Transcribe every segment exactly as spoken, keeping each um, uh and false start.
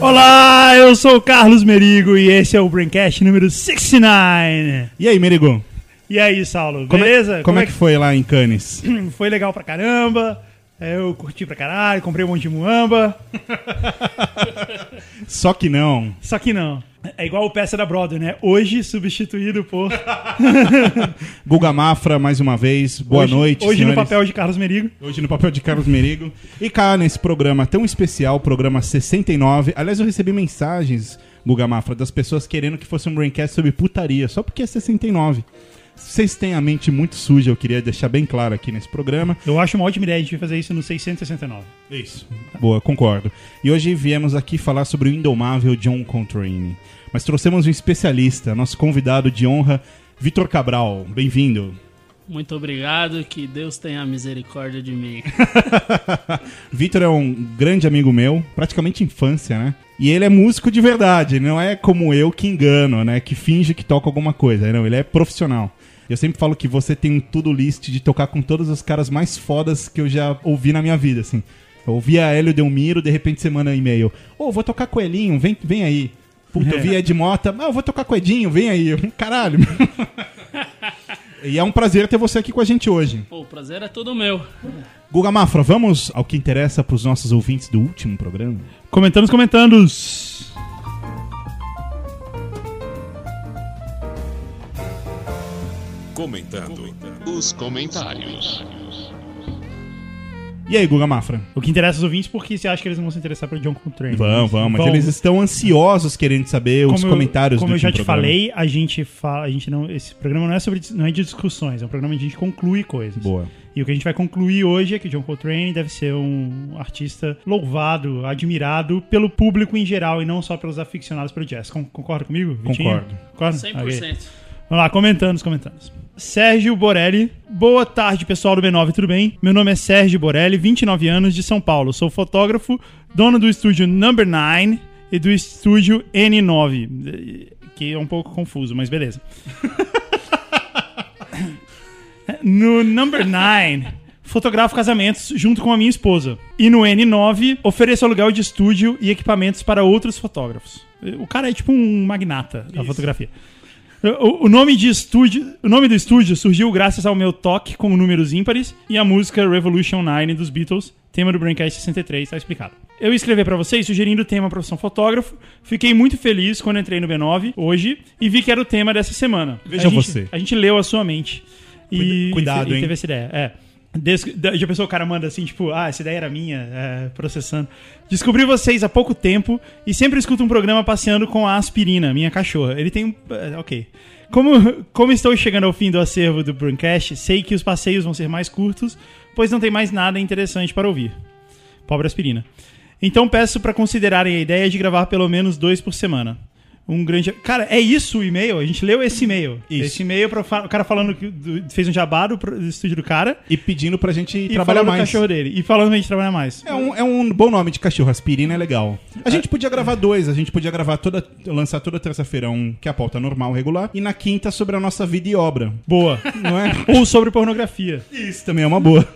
Olá, eu sou o Carlos Merigo e esse é o Braincast número sessenta e nove. E aí, Merigo? E aí, Saulo, Como beleza? É, como, como é que foi lá em Cannes? Foi legal pra caramba, eu curti pra caralho, comprei um monte de muamba. Só que não. Só que não. É igual o peça da Broadway, né? Hoje substituído por... Guga Mafra, mais uma vez. Boa hoje, noite, Hoje senhores. no papel de Carlos Merigo. Hoje no papel de Carlos Merigo. E cá, nesse programa tão especial, programa sessenta e nove. Aliás, eu recebi mensagens, Guga Mafra, das pessoas querendo que fosse um braincast sobre putaria, só porque é sessenta e nove. Vocês têm a mente muito suja, eu queria deixar bem claro aqui nesse programa. Eu acho uma ótima ideia de fazer isso no seiscentos e sessenta e nove. Isso. Boa, concordo. E hoje viemos aqui falar sobre o indomável John Coltrane. Mas trouxemos um especialista, nosso convidado de honra, Vitor Cabral. Bem-vindo. Muito obrigado, que Deus tenha misericórdia de mim. Vitor é um grande amigo meu, praticamente infância, né? E ele é músico de verdade, não é como eu que engano, né? Que finge que toca alguma coisa. Não, ele é profissional. Eu sempre falo que você tem um to-do list de tocar com todos os caras mais fodas que eu já ouvi na minha vida, assim. Eu ouvia Hélio Delmiro, de repente você manda um e-mail. Ô, oh, vou tocar com o Elinho, vem, vem aí. Puta, eu vi Ed Mota, ah, eu vou tocar com o Edinho, vem aí. Caralho. E é um prazer ter você aqui com a gente hoje. Pô, o prazer é todo meu. Guga Mafra, vamos ao que interessa para os nossos ouvintes do último programa? Comentando os comentandos. Comentando os comentários. E aí, Guga Mafra? O que interessa aos ouvintes, porque você acha que eles não vão se interessar pelo John Coltrane? Vão, vão, mas eles estão ansiosos querendo saber os como comentários eu, do Como eu já te programa. falei, a gente fala, a gente não, esse programa não é sobre, não é de discussões, é um programa onde a gente conclui coisas. Boa. E o que a gente vai concluir hoje é que John Coltrane deve ser um artista louvado, admirado pelo público em geral e não só pelos aficionados pelo jazz. Concorda comigo, Vitinho? Concordo. Concorda? cem por cento. Okay. Vamos lá, comentando os comentários. Sérgio Borelli. Boa tarde, pessoal do B nove, tudo bem? Meu nome é Sérgio Borelli, vinte e nove anos, de São Paulo. Sou fotógrafo, dono do estúdio Number nove e do estúdio N nove, que é um pouco confuso, mas beleza. No Number nove, fotografo casamentos junto com a minha esposa. E no N nove, ofereço aluguel de estúdio e equipamentos para outros fotógrafos. O cara é tipo um magnata da Isso. fotografia. O, o, nome de estúdio, o nome do estúdio surgiu graças ao meu toque com números ímpares e a música Revolution nove dos Beatles, tema do Braincast sessenta e três, tá explicado. Eu escrevi pra vocês sugerindo o tema profissão fotógrafo. Fiquei muito feliz quando entrei no B nove hoje e vi que era o tema dessa semana. Veja a gente, você. A gente leu a sua mente. E, Cuidado, e, e hein? teve essa ideia. É. Des, já pensou, o cara manda assim, tipo, ah, essa ideia era minha, é, processando. Descobri vocês há pouco tempo e sempre escuto um programa passeando com a Aspirina, minha cachorra. Ele tem um... Uh, ok. Como, como estou chegando ao fim do acervo do Braincast, sei que os passeios vão ser mais curtos, pois não tem mais nada interessante para ouvir. Pobre Aspirina. Então peço para considerarem a ideia de gravar pelo menos dois por semana. Um grande... Cara, é isso o e-mail? A gente leu esse e-mail. Isso. Esse e-mail, pro... o cara falando que fez um jabá do, do estúdio do cara. E pedindo pra gente E trabalhar falando mais. do cachorro dele. E falando pra gente trabalhar mais. É um, é um bom nome de cachorro, Aspirina é legal. A gente podia gravar dois, a gente podia gravar toda, lançar toda terça-feira um, que é a pauta normal, regular, e na quinta sobre a nossa vida e obra. Boa. Não é? Ou sobre pornografia. Isso também é uma boa.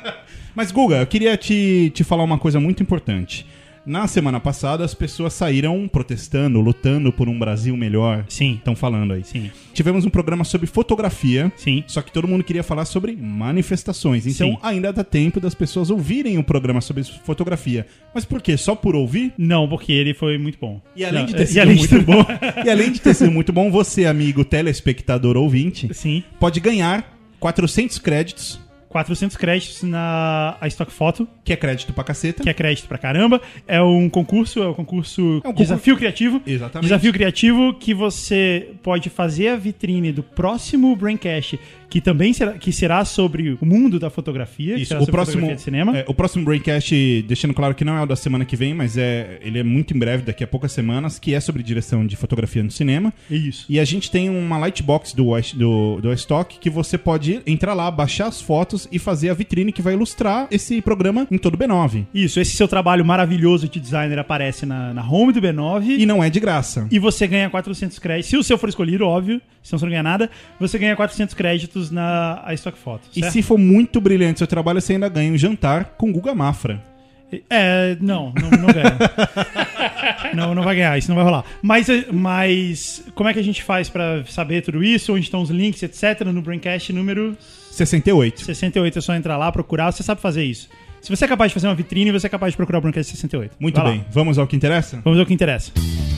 Mas, Guga, eu queria te, te falar uma coisa muito importante. Na semana passada, as pessoas saíram protestando, lutando por um Brasil melhor. Sim. Estão falando aí. Sim. Tivemos um programa sobre fotografia. Sim. Só que todo mundo queria falar sobre manifestações. Então, Sim. ainda dá tempo das pessoas ouvirem o programa sobre fotografia. Mas por quê? Só por ouvir? Não, porque ele foi muito bom. E além Não, de ter e sido além de muito ter- bom, e além de ter sido muito bom, você, amigo telespectador ouvinte, Sim. pode ganhar quatrocentos créditos, quatrocentos créditos na a Stock Photo, que é crédito pra caceta. que é crédito pra caramba. É um concurso, é um concurso, É um concurso- Desafio Criativo. Exatamente. Desafio Criativo que você pode fazer a vitrine do próximo Braincast, que também será, que será sobre o mundo da fotografia, que Isso, será o sobre próximo, fotografia de cinema. é, o próximo Braincast, deixando claro que não é o da semana que vem, mas é, ele é muito em breve, daqui a poucas semanas, que é sobre direção de fotografia no cinema. Isso. E a gente tem uma lightbox do, do, do iStock que você pode entrar lá, baixar as fotos e fazer a vitrine que vai ilustrar esse programa em todo o B nove. Isso, esse seu trabalho maravilhoso de designer aparece na, na home do B nove. E não é de graça. E você ganha quatrocentos créditos. Se o seu for escolhido, óbvio. Senão você não ganha nada. Você ganha quatrocentos créditos na iStock Photo. E certo? se for muito brilhante o seu trabalho, você ainda ganha um jantar com Guga Mafra. É, não, não, não ganha. Não, não vai ganhar, isso não vai rolar. Mas, mas como é que a gente faz pra saber tudo isso? Onde estão os links, etcétera no Braincast número sessenta e oito. sessenta e oito. É só entrar lá, procurar, você sabe fazer isso. Se você é capaz de fazer uma vitrine, você é capaz de procurar o Braincast sessenta e oito. Muito Vai bem, lá. vamos ao que interessa? Vamos ao que interessa.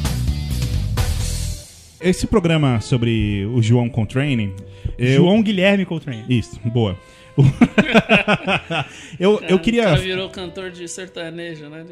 Esse programa sobre o João Coltrane... Eu... João Guilherme Coltrane. Isso, boa. eu, eu queria... Já virou cantor de sertanejo, né?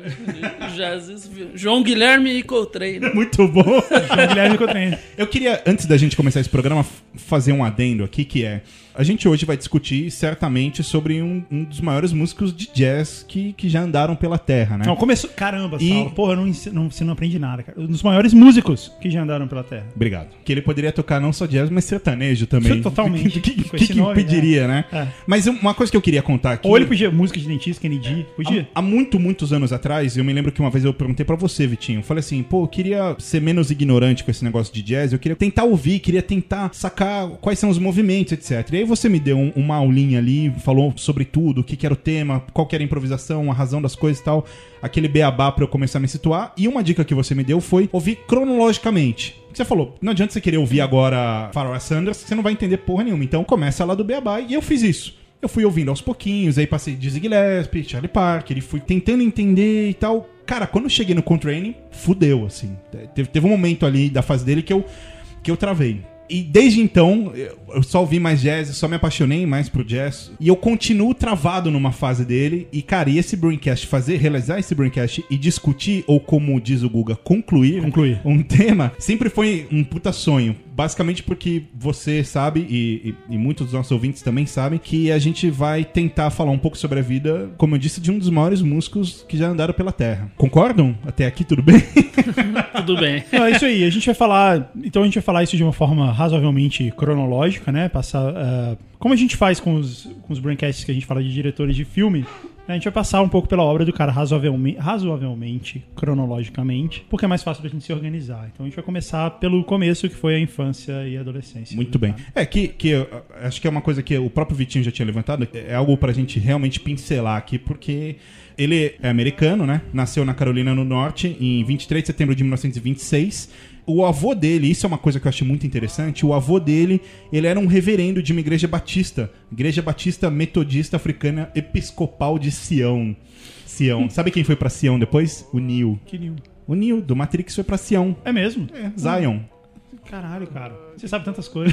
Jazz, João Guilherme e Coltrane. Muito bom. João Guilherme Coltrane. Eu queria, antes da gente começar esse programa, f- fazer um adendo aqui, que é... A gente hoje vai discutir, certamente, sobre um, um dos maiores músicos de jazz que, que já andaram pela Terra, né? Não, começou... Caramba, E- Saulo. Porra, não, ensi- não, você não aprende nada, cara. Um dos maiores músicos que já andaram pela Terra. Obrigado. Que ele poderia tocar não só jazz, mas sertanejo também. Totalmente. O que, que, Com que, esse que nome, impediria, né? É. Mas uma coisa que eu queria contar aqui... Ou ele podia... Música de dentista, Kennedy. Podia? Há, há muito, muitos anos atrás, eu me lembro que uma vez eu perguntei pra você, Vitinho. Eu falei assim, pô, eu queria ser menos ignorante com esse negócio de jazz. Eu queria tentar ouvir, queria tentar sacar quais são os movimentos, etcétera. E aí você me deu um, uma aulinha ali, falou sobre tudo, o que, que era o tema, qual que era a improvisação, a razão das coisas e tal. Aquele beabá pra eu começar a me situar. E uma dica que você me deu foi ouvir cronologicamente. Você falou, não adianta você querer ouvir agora Pharoah Sanders, que você não vai entender porra nenhuma. Então começa lá do beabá. E eu fiz isso. Eu fui ouvindo aos pouquinhos, aí passei Dizzy Gillespie, Charlie Parker, e fui tentando entender e tal. Cara, quando eu cheguei no Coltrane, fudeu, assim. Teve, teve um momento ali da fase dele que eu, que eu travei. E desde então, eu só ouvi mais jazz, eu só me apaixonei mais pro jazz. E eu continuo travado numa fase dele. E, cara, e esse Braincast, fazer, realizar esse Braincast e discutir, ou como diz o Guga, concluir, Concluir. um tema, sempre foi um puta sonho. Basicamente porque você sabe, e, e, e muitos dos nossos ouvintes também sabem, que a gente vai tentar falar um pouco sobre a vida, como eu disse, de um dos maiores músicos que já andaram pela Terra. Concordam? Até aqui tudo bem? Tudo bem. Não, é isso aí. A gente vai falar... Então a gente vai falar isso de uma forma razoavelmente cronológica, né? Passar... Uh, como a gente faz com os, com os Braincasts que a gente fala de diretores de filme... A gente vai passar um pouco pela obra do cara razoavelmente, razoavelmente, cronologicamente, porque é mais fácil pra gente se organizar. Então a gente vai começar pelo começo, que foi a infância e a adolescência. Muito bem. É que, que eu acho que é uma coisa que o próprio Vitinho já tinha levantado, é algo pra gente realmente pincelar aqui, porque ele é americano, né? Nasceu na Carolina do Norte em vinte e três de setembro de mil novecentos e vinte e seis. O avô dele, isso é uma coisa que eu achei muito interessante, o avô dele, ele era um reverendo de uma igreja batista, Igreja Batista Metodista Africana Episcopal de Sião. Sião. Sabe quem foi pra Sião depois? O Neo. Que lindo. O Neo, do Matrix, foi pra Sião. É mesmo? É, Zion. Caralho, cara. Você sabe tantas coisas.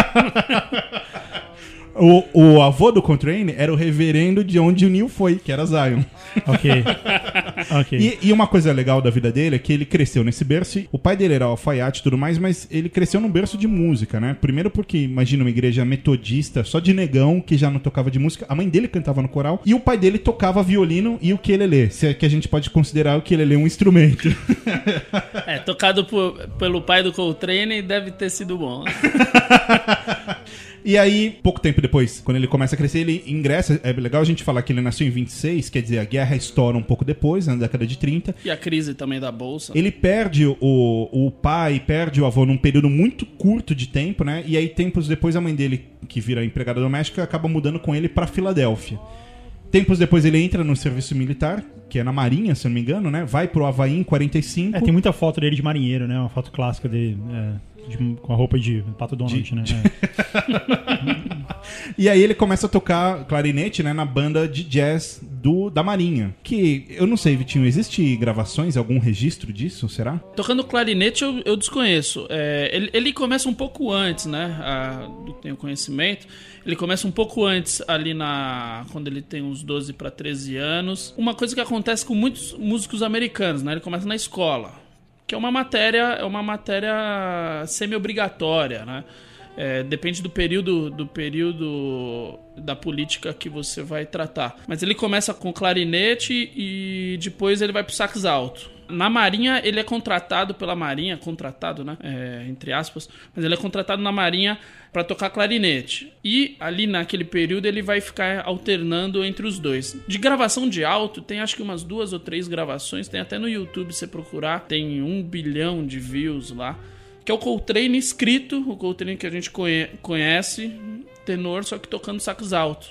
O, o avô do Coltrane era o reverendo de onde o Neil foi, que era Zion. Ok. Ok. E, e uma coisa legal da vida dele é que ele cresceu nesse berço. O pai dele era alfaiate e tudo mais, mas ele cresceu num berço de música, né? Primeiro porque, imagina, uma igreja metodista, só de negão, que já não tocava de música. A mãe dele cantava no coral. E o pai dele tocava violino e o ukulele, se é que a gente pode considerar o ukulele um instrumento. É, tocado por, pelo pai do Coltrane deve ter sido bom. E aí, pouco tempo depois, quando ele começa a crescer, ele ingressa. É legal a gente falar que ele nasceu em vinte e seis, quer dizer, a guerra estoura um pouco depois, na década de trinta. E a crise também da Bolsa. Ele perde o, o pai, perde o avô num período muito curto de tempo, né? E aí, tempos depois, a mãe dele, que vira empregada doméstica, acaba mudando com ele pra Filadélfia. Tempos depois, ele entra no serviço militar, que é na Marinha, se eu não me engano, né? Vai pro Havaí em quarenta e cinco. É, tem muita foto dele de marinheiro, né? Uma foto clássica dele é, de- com a roupa de Pato Donald, De- né? de- É. E aí ele começa a tocar clarinete, né, na banda de jazz do, da Marinha. Que, eu não sei, Vitinho, existe gravações, algum registro disso, será? Tocando clarinete eu, eu desconheço. É, ele, ele começa um pouco antes, né? A, do que tenho conhecimento. Ele começa um pouco antes, ali na. Quando ele tem uns doze para treze anos. Uma coisa que acontece com muitos músicos americanos, né? Ele começa na escola. Que é uma matéria, é uma matéria semi-obrigatória, né? É, depende do período, do período da política que você vai tratar. Mas ele começa com clarinete e depois ele vai pro sax alto. Na Marinha, ele é contratado pela Marinha, contratado, né? É, entre aspas, mas ele é contratado na Marinha para tocar clarinete. E ali naquele período ele vai ficar alternando entre os dois. De gravação de alto, tem acho que umas duas ou três gravações, tem até no YouTube, se você procurar, tem um bilhão de views lá. Que é o Coltrane escrito, o Coltrane que a gente conhe- conhece, tenor, só que tocando sax alto.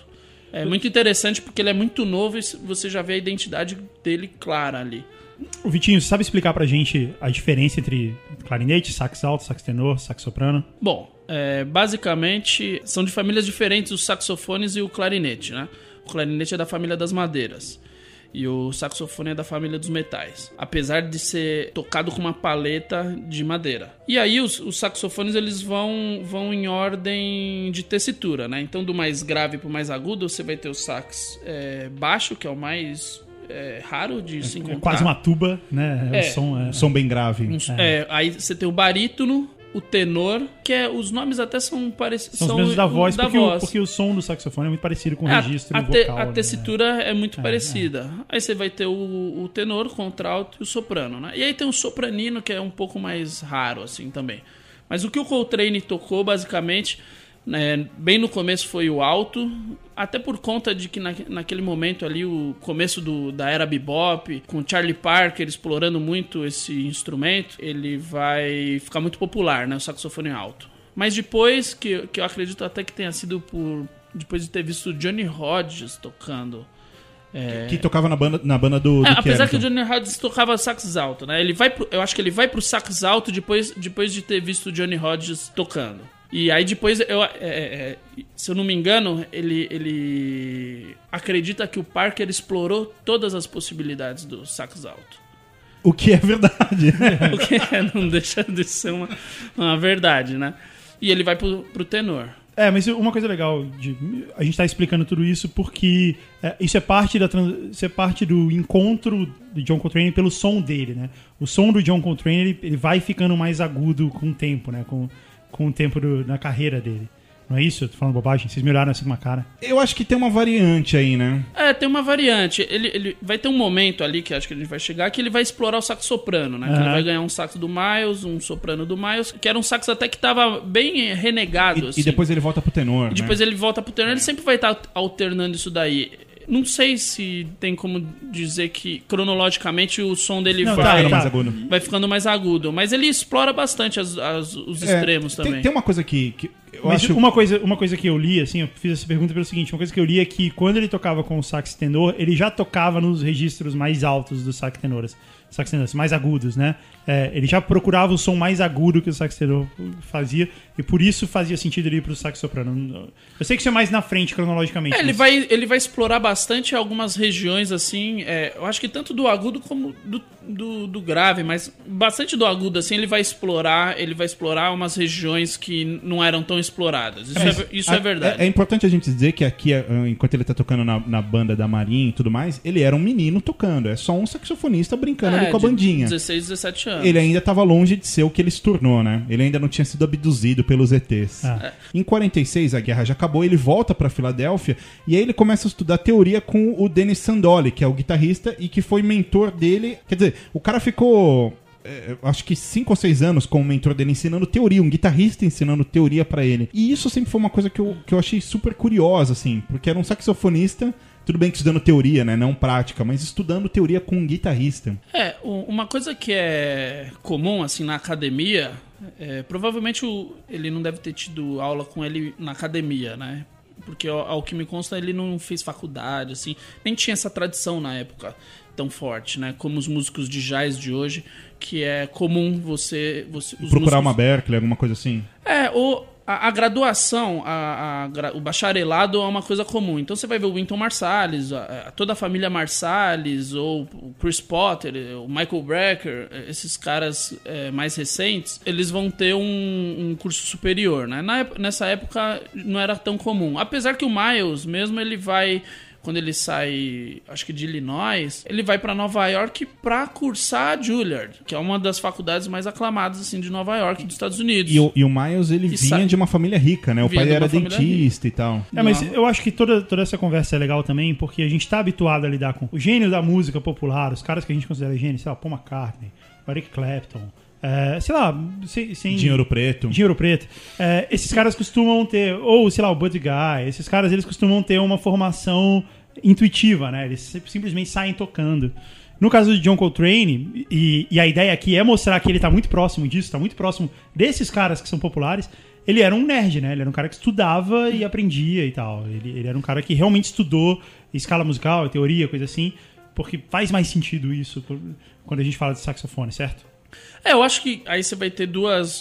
É muito interessante porque ele é muito novo e você já vê a identidade dele clara ali. O Vitinho, você sabe explicar pra gente a diferença entre clarinete, sax alto, sax tenor, sax soprano? Bom, é, basicamente são de famílias diferentes os saxofones e o clarinete, né? O clarinete é da família das madeiras e o saxofone é da família dos metais, apesar de ser tocado com uma paleta de madeira. E aí os, os saxofones eles vão, vão em ordem de tessitura, né? Então do mais grave pro mais agudo você vai ter o sax é, baixo, que é o mais é, raro de se encontrar. É quase uma tuba, né? É. O som é... Um som bem grave. Um, é, aí você tem o barítono, o tenor, que é, os nomes até são parecidos. São os mesmos da voz, da porque, voz. O, porque o som do saxofone é muito parecido com o É, registro a, vocal. te, a né? tessitura é muito É, parecida. Aí você vai ter o, o tenor, o contralto e o soprano, né? E aí tem o sopranino, que é um pouco mais raro, assim, também. Mas o que o Coltrane tocou, basicamente, né, bem no começo foi o alto, até por conta de que na, naquele momento ali, o começo do, da era bebop, com Charlie Parker explorando muito esse instrumento, ele vai ficar muito popular, né, o saxofone alto. Mas depois, que, que eu acredito até que tenha sido por depois de ter visto o Johnny Hodges tocando. É... Que tocava na banda, na banda do, do É, apesar Carrington. que o Johnny Hodges tocava sax alto, né? Ele vai pro, eu acho que ele vai pro sax alto depois, depois de ter visto o Johnny Hodges tocando. E aí depois, eu, é, é, se eu não me engano, ele, ele acredita que o Parker explorou todas as possibilidades do sax alto. O que é verdade. O que não deixa de ser uma, uma verdade, né? E ele vai pro, pro tenor. É, mas uma coisa legal, de, a gente tá explicando tudo isso porque é, isso, é parte da, trans, isso é parte do encontro do John Coltrane pelo som dele, né? O som do John Coltrane, ele, ele vai ficando mais agudo com o tempo, né? Com, com o tempo do, na carreira dele. Não é isso? Eu tô falando bobagem? Vocês me olharam assim com uma cara. Eu acho que tem uma variante aí, né? É, tem uma variante. Ele, ele vai ter um momento ali, que acho que a gente vai chegar, que ele vai explorar o sax soprano, né? Uhum. Que ele vai ganhar um sax do Miles, um soprano do Miles, que era um sax até que tava bem renegado, E, assim. e depois ele volta pro tenor, E depois né? ele volta pro tenor, ele sempre vai estar alternando isso daí. Não sei se tem como dizer que cronologicamente o som dele Não, vai, tá, Ficando tá. mais agudo. vai ficando mais agudo. Mas ele explora bastante as, as- os É, extremos tem, também. Tem uma coisa que, que eu Mas acho... uma, coisa, uma coisa que eu li, assim, eu fiz essa pergunta pelo seguinte, uma coisa que eu li é que quando ele tocava com o sax tenor, ele já tocava nos registros mais altos dos sax tenores, sax tenores, mais agudos, né? É, ele já procurava o som mais agudo que o sax tenor fazia, e por isso fazia sentido ele ir pro sax soprano. Eu sei que isso é mais na frente, cronologicamente. É, ele, mas- vai, ele vai explorar bastante algumas regiões, assim, é, eu acho que tanto do agudo como do, do, do grave, mas bastante do agudo, assim, ele vai explorar, ele vai explorar umas regiões que não eram tão exploradas. Isso, é, Mas ver- isso a- é verdade. É, é importante a gente dizer que aqui, eh, enquanto ele tá tocando na, na banda da Marinha e tudo mais, ele era um menino tocando. É só um saxofonista brincando É, ali com a de bandinha. dezesseis, dezessete anos. Ele ainda estava longe de ser o que ele se tornou, né? Ele ainda não tinha sido abduzido pelos E Tês. Ah. Em quarenta e seis, a guerra já acabou, ele volta pra Filadélfia e aí ele começa a estudar teoria com o Dennis Sandoli, que é o guitarrista e que foi mentor dele. Quer dizer, o cara ficou... é, acho que cinco ou seis anos como mentor dele ensinando teoria, um guitarrista ensinando teoria pra ele. E isso sempre foi uma coisa que eu, que eu achei super curiosa, assim, porque era um saxofonista, tudo bem que estudando teoria, né, não prática, mas estudando teoria com um guitarrista. É, u- uma coisa que é comum, assim, na academia, é, provavelmente o- ele não deve ter tido aula com ele na academia, né? Porque, ao, ao que me consta, ele não fez faculdade, assim, nem tinha essa tradição na época tão forte, né? Como os músicos de jazz de hoje, que é comum você... você os Procurar músicos- uma Berkeley, alguma coisa assim. É, o, a, a graduação, a, a gra- o bacharelado é uma coisa comum. Então você vai ver o Wynton Marsalis, a- a- toda a família Marsalis, ou o Chris Potter, o Michael Brecker, esses caras é, mais recentes, eles vão ter um, um curso superior, né? Na ép- nessa época não era tão comum. Apesar que o Miles mesmo, ele vai... Quando ele sai, acho que de Illinois, ele vai para Nova York para cursar a Juilliard, que é uma das faculdades mais aclamadas assim de Nova York, dos Estados Unidos. E o, e o Miles, ele E vinha sa- de uma família rica, né? O Vinha pai de uma era família dentista e tal. É, mas Não. eu acho que toda, toda essa conversa é legal também, porque a gente tá habituado a lidar com o gênio da música popular, os caras que a gente considera gênio, sei lá, Paul McCartney, Eric Clapton, é, sei lá, sem, sem Dinheiro preto. Dinheiro Preto. É, esses caras costumam ter, ou sei lá, o Buddy Guy, esses caras eles costumam ter uma formação intuitiva, né? Eles sim- simplesmente saem tocando. No caso de John Coltrane, e, e a ideia aqui é mostrar que ele tá muito próximo disso, tá muito próximo desses caras que são populares, ele era um nerd, né? Ele era um cara que estudava e aprendia e tal. Ele, ele era um cara que realmente estudou escala musical, teoria, coisa assim, porque faz mais sentido isso quando a gente fala de saxofone, certo? É, eu acho que aí você vai ter duas,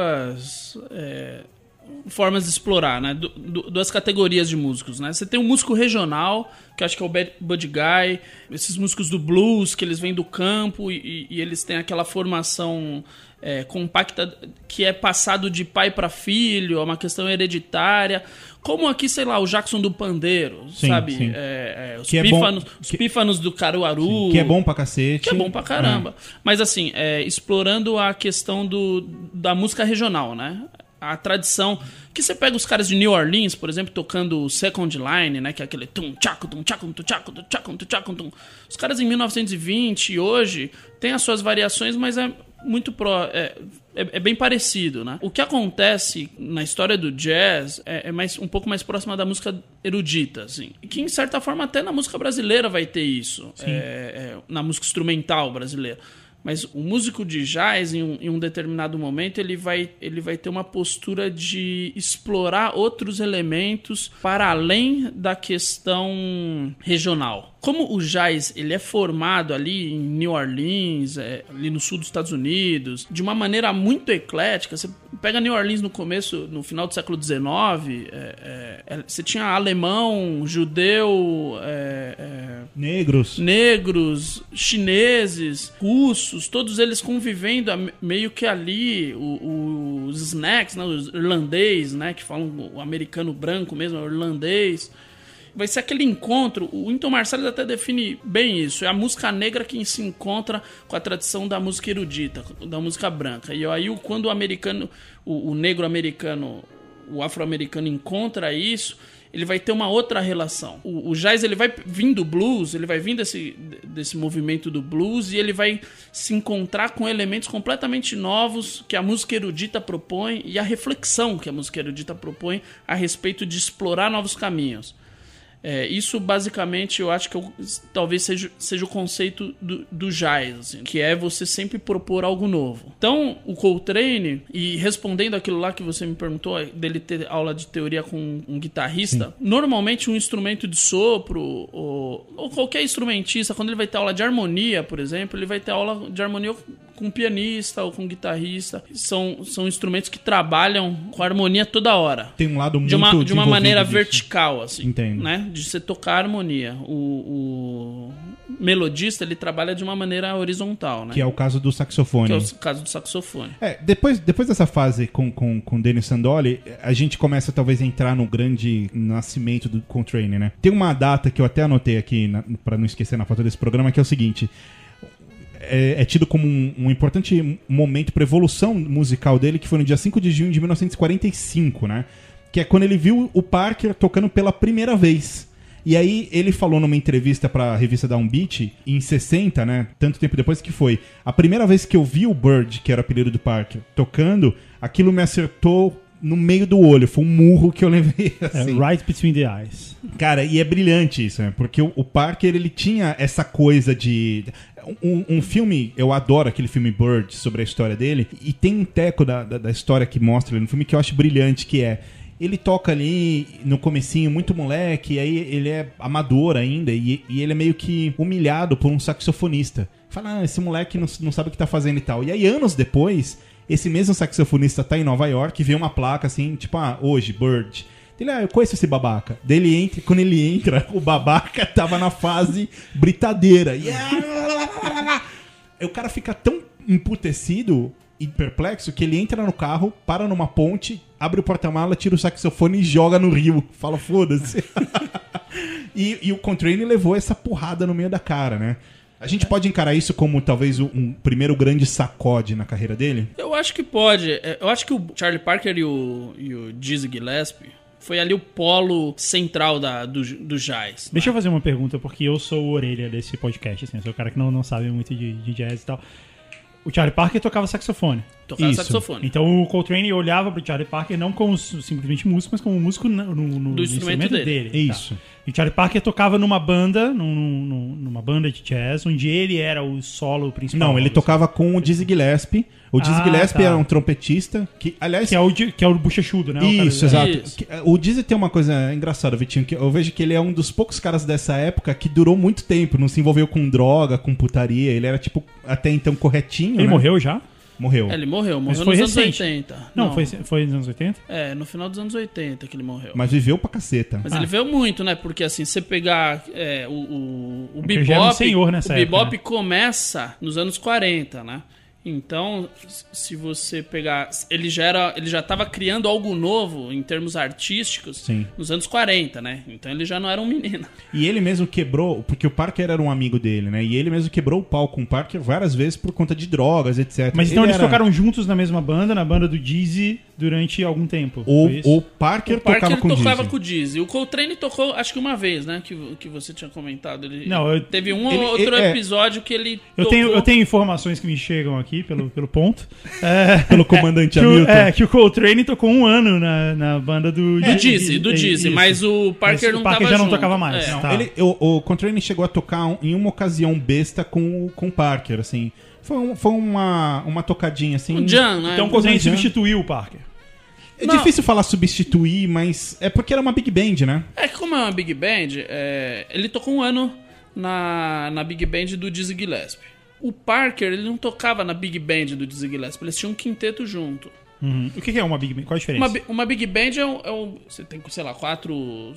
duas é, formas de explorar, né? Du, du, duas categorias de músicos, né? Você tem um músico regional, que eu acho que é o Buddy Guy, esses músicos do blues, que eles vêm do campo e, e eles têm aquela formação é, compacta que é passado de pai para filho, é uma questão hereditária. Como aqui, sei lá, o Jackson do Pandeiro, sim, sabe? Sim. É, é, os, que pífanos, é bom, os que, pífanos do Caruaru. Sim, que é bom pra cacete. Que é bom pra caramba. É. Mas assim, é, explorando a questão do, da música regional, né? A tradição. Que você pega os caras de New Orleans, por exemplo, tocando Second Line, né? Que é aquele tum tchaco tum tchaco tum tchaco tum tchaco tum tchaco tum. Os caras em mil novecentos e vinte e hoje têm as suas variações, mas é muito pró. É, é, é bem parecido, né? O que acontece na história do jazz é, é mais, um pouco mais próxima da música erudita, assim. Que, em certa forma, até na música brasileira vai ter isso. É, é, na música instrumental brasileira. Mas o músico de jazz, em um, em um determinado momento, ele vai, ele vai ter uma postura de explorar outros elementos para além da questão regional. Como o jazz ele é formado ali em New Orleans, é, ali no sul dos Estados Unidos, de uma maneira muito eclética, você pega New Orleans no começo, no final do século dezenove, é, é, você tinha alemão, judeu, é, é, negros, negros, chineses, russos, todos eles convivendo meio que ali, o, o, os snacks, né, os irlandês, né, que falam o americano branco mesmo, o irlandês. Vai ser aquele encontro, o Wynton Marsalis até define bem isso, é a música negra que se encontra com a tradição da música erudita, da música branca. E aí quando o americano, o, o negro americano, o afro-americano encontra isso, ele vai ter uma outra relação. O, o jazz ele vai vir do blues, ele vai vir desse, desse movimento do blues e ele vai se encontrar com elementos completamente novos que a música erudita propõe e a reflexão que a música erudita propõe a respeito de explorar novos caminhos. É, isso basicamente eu acho que eu, talvez seja, seja o conceito do, do jazz, assim, que é você sempre propor algo novo. Então o Coltrane, e respondendo aquilo lá que você me perguntou, dele ter aula de teoria com um guitarrista, sim, normalmente um instrumento de sopro ou, ou qualquer instrumentista, quando ele vai ter aula de harmonia, por exemplo, ele vai ter aula de harmonia com pianista ou com guitarrista. São, são instrumentos que trabalham com harmonia toda hora. Tem um lado muito de uma, de uma maneira disso. vertical, assim. Entendo. Né? De você tocar a harmonia. O, o melodista, ele trabalha de uma maneira horizontal, né? Que é o caso do saxofone. Que é o caso do saxofone. É, depois, depois dessa fase com, com, com Dennis Sandoli, a gente começa talvez a entrar no grande nascimento do Coltrane, né? Tem uma data que eu até anotei aqui, na, pra não esquecer na foto desse programa, que é o seguinte... É, é tido como um, um importante momento para a evolução musical dele, que foi no dia cinco de junho de mil novecentos e quarenta e cinco, né? Que é quando ele viu o Parker tocando pela primeira vez. E aí ele falou numa entrevista para a revista Downbeat, em sessenta, né? Tanto tempo depois que foi. A primeira vez que eu vi o Bird, que era o apelido do Parker, tocando, aquilo me acertou no meio do olho. Foi um murro que eu levei, assim. É, right between the eyes. Cara, e é brilhante isso, né? Porque o, o Parker, ele tinha essa coisa de... Um, um filme, eu adoro aquele filme Bird, sobre a história dele, e tem um teco da, da, da história que mostra ele no filme que eu acho brilhante, que é... Ele toca ali no comecinho, muito moleque, e aí ele é amador ainda, e, e ele é meio que humilhado por um saxofonista. Fala, ah, esse moleque não, não sabe o que tá fazendo e tal. E aí, anos depois, esse mesmo saxofonista tá em Nova York e vê uma placa assim, tipo, ah, hoje, Bird. Ele, ah, eu conheço esse babaca. Daí ele entra, quando ele entra, o babaca tava na fase britadeira. E aí o cara fica tão emputecido e perplexo que ele entra no carro, para numa ponte, abre o porta-mala, tira o saxofone e joga no rio. Fala, foda-se. e, e o Coltrane levou essa porrada no meio da cara, né? A gente pode encarar isso como talvez um primeiro grande sacode na carreira dele? Eu acho que pode. Eu acho que o Charlie Parker e o, e o Dizzy Gillespie foi ali o polo central da, do, do jazz. Deixa né? eu fazer uma pergunta, porque eu sou o orelha desse podcast, assim, eu sou o cara que não, não sabe muito de, de jazz e tal. O Charlie Parker tocava saxofone. tocava Isso. saxofone. Então o Coltrane olhava pro Charlie Parker não como simplesmente músico, mas como músico no, no, no Do instrumento dele. Isso. Tá. E o Charlie Parker tocava numa banda, num, num- numa banda de jazz, onde ele era o solo principal. Não, ele assim. tocava com o Dizzy Gillespie. O Dizzy Ah, Gillespie tá. era um trompetista que, aliás... Que é o, de- que é o bochechudo, né? O cara- Isso, exato. Isso. Que- O Dizzy tem uma coisa engraçada, Vitinho, que eu vejo que ele é um dos poucos caras dessa época que durou muito tempo, não se envolveu com droga, com putaria, ele era, tipo, até então corretinho, Ele né? morreu já? Morreu. É, ele morreu, Mas morreu foi nos recente. anos oitenta. Não, Foi, foi nos anos oitenta? É, no final dos anos oitenta que ele morreu. Mas viveu pra caceta. Mas Ah. ele veio muito, né? Porque assim, você pegar é, o, o, o Porque ele já era um bebop, senhor nessa o bebop época, né? começa nos anos quarenta, né? Então, se você pegar, ele já era, ele já estava criando algo novo em termos artísticos Sim. nos anos quarenta, né? Então ele já não era um menino. E ele mesmo quebrou, porque o Parker era um amigo dele, né? E ele mesmo quebrou o pau com o Parker várias vezes por conta de drogas, etcétera. Mas então Ele eles era- tocaram juntos na mesma banda, na banda do Dizzy, durante algum tempo. O, foi isso? o Parker, O Parker tocava com o tocava Dizzy. com o Dizzy. O Coltrane tocou, acho que uma vez, né? Que, que você tinha comentado. Ele, Não, eu- teve um ele- ou outro ele- é. episódio que ele Eu tocou... tenho, eu tenho informações que me chegam aqui pelo, pelo ponto. É, Pelo comandante que, o, Hamilton. é, que o Coltrane tocou um ano na, na banda do Do Dizzy, do Dizzy, isso. mas o Parker Mas não o Parker tava já não junto. tocava mais. É. Não. Tá. Ele, o, o Coltrane chegou a tocar um- em uma ocasião besta com, o- com o Parker, assim. Foi, um- foi uma, uma tocadinha, assim. O Jan, né? Então o Coltrane Jam. substituiu o Parker. É Não. difícil falar substituir, mas é porque era uma big band, né? É que como é uma Big Band, é, ele tocou um ano na, na Big Band do Dizzy Gillespie. O Parker, ele não tocava na Big Band do Dizzy Gillespie, eles tinham um quinteto junto. Uhum. O que que é uma Big Band? Qual a diferença? Uma, bi- uma Big Band é um, é um- Você tem, sei lá, quatro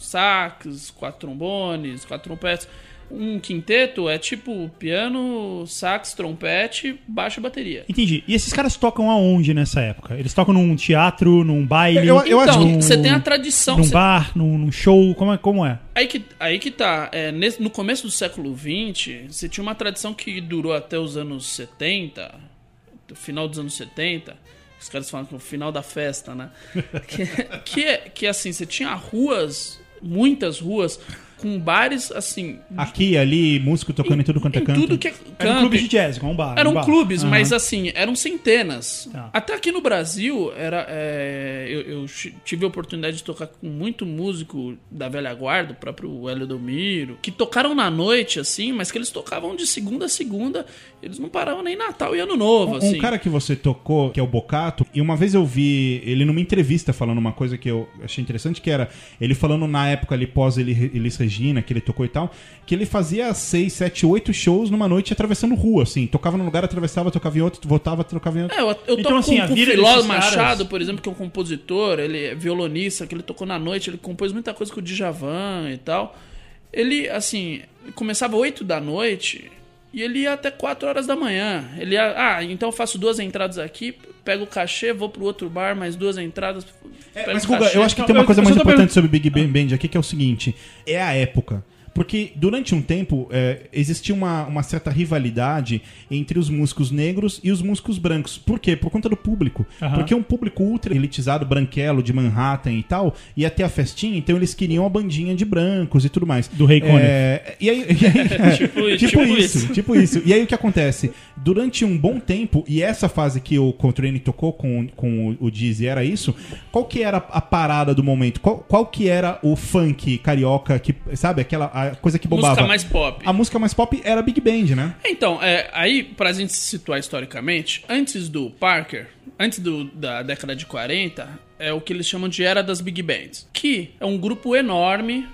sax, quatro trombones, quatro trompetes. Um quinteto é tipo piano, sax, trompete, baixo e bateria. Entendi. E esses caras tocam aonde nessa época? Eles tocam num teatro, num baile, Eu- eu acho Então, que- você tem a tradição. num você- bar, num, num show? Como é? Como é? Aí que, aí que tá. É, nesse- no começo do século vinte, você tinha uma tradição que durou até os anos setenta, no final dos anos setenta. Os caras falam que é o final da festa, né? que, que, é- que assim, você tinha ruas, muitas ruas, com bares assim. Aqui, ali, músico tocando em, tudo quanto é em canto. tudo que é Era um canto. clube de jazz, com um bar. Eram um bar. clubes, Aham. mas assim, eram centenas. Tá. Até aqui no Brasil, era, é, eu, eu chi- tive a oportunidade de tocar com muito músico da velha guarda, o próprio Hélio Delmiro, que tocaram na noite, assim, mas que eles tocavam de segunda a segunda, eles não paravam nem Natal e Ano Novo, Um, assim. um cara que você tocou, que é o Bocato, e uma vez eu vi ele numa entrevista falando uma coisa que eu achei interessante, que era ele falando na época ali pós ele- Elis Regina, que ele tocou e tal, que ele fazia seis, sete, oito shows numa noite atravessando rua, assim. Tocava num lugar, atravessava, tocava em outro, voltava, tocava em outro. É, eu, eu Então, toco assim, com, a com o vida Filó desses Machado, caras- por exemplo, que é um compositor, ele é violonista, que ele tocou na noite, ele compôs muita coisa com o Djavan e tal. Ele, assim, começava oito da noite e ele ia até quatro horas da manhã. Ele ia, ah, então eu faço duas entradas aqui, pego o cachê, vou pro outro bar, mais duas entradas. pego Mas, o Guga, cachê. eu acho que Não, tem uma eu- coisa eu mais só tô importante perguntando- sobre Big Bang Band aqui, que é o seguinte: é a época. Porque durante um tempo é, existia uma, uma certa rivalidade entre os músicos negros e os músicos brancos. Por quê? Por conta do público. Aham. Porque um público ultra elitizado, branquelo, de Manhattan e tal, ia ter a festinha, então eles queriam a bandinha de brancos e tudo mais. Do Rei Conniff. É, e aí, e aí- é, Tipo- tipo, tipo isso, isso. tipo isso. E aí o que acontece? Durante um bom tempo, e essa fase que o Coltrane tocou com, com o, o Dizzy era isso, qual que era a parada do momento? Qual, qual que era o funk carioca, que, sabe, aquela a coisa que bombava? Música mais pop. A música mais pop era Big Band, né? Então, é, aí, pra gente se situar historicamente, antes do Parker, antes do- da década de quarenta, é o que eles chamam de Era das Big Bands, que é um grupo enorme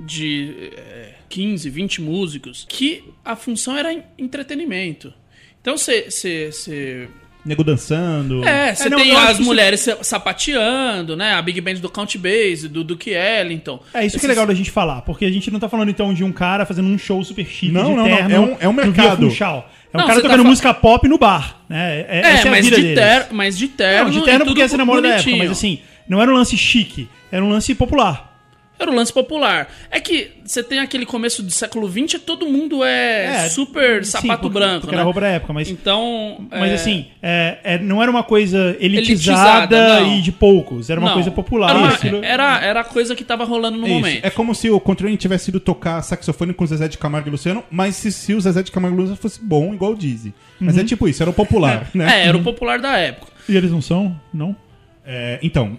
de é, quinze, vinte músicos, que a função era en- entretenimento. Então, você... Nego dançando. É, você É, não, tem eu acho as que isso- mulheres sa- sapateando, né? A Big Band do Count Basie, do Duke Ellington. É isso que é Esses- legal da gente falar, porque a gente não tá falando então de um cara fazendo um show super chique Não, de não, não, terno é um- é um no Via mercado. Funchal. É um Não, cara você tá tocando fal- música pop no bar, né? É, É, essa é a mas, vida de deles. ter, mas de terno Não, de e terno tudo porque essa é namoro da época, bonitinho. mas assim, não era um lance chique, era um lance popular. Era o lance popular. É que você tem aquele começo do século vinte, todo mundo é, é super sim, sapato porque, branco, porque né? era roupa da época, mas... Então... Mas é... assim, é, é, não era uma coisa elitizada, elitizada e de poucos. Era uma não. coisa popular. Era, uma, aquilo... era, era a coisa que tava rolando no Isso. momento. É como se o Coltrane tivesse ido tocar saxofone com o Zezé de Camargo e Luciano, mas se, se o Zezé de Camargo e Luciano fosse bom, igual o Dizzy. Mas Uhum. é tipo isso, era o popular, né? É, era o popular da época. E eles não são? Não? É, então...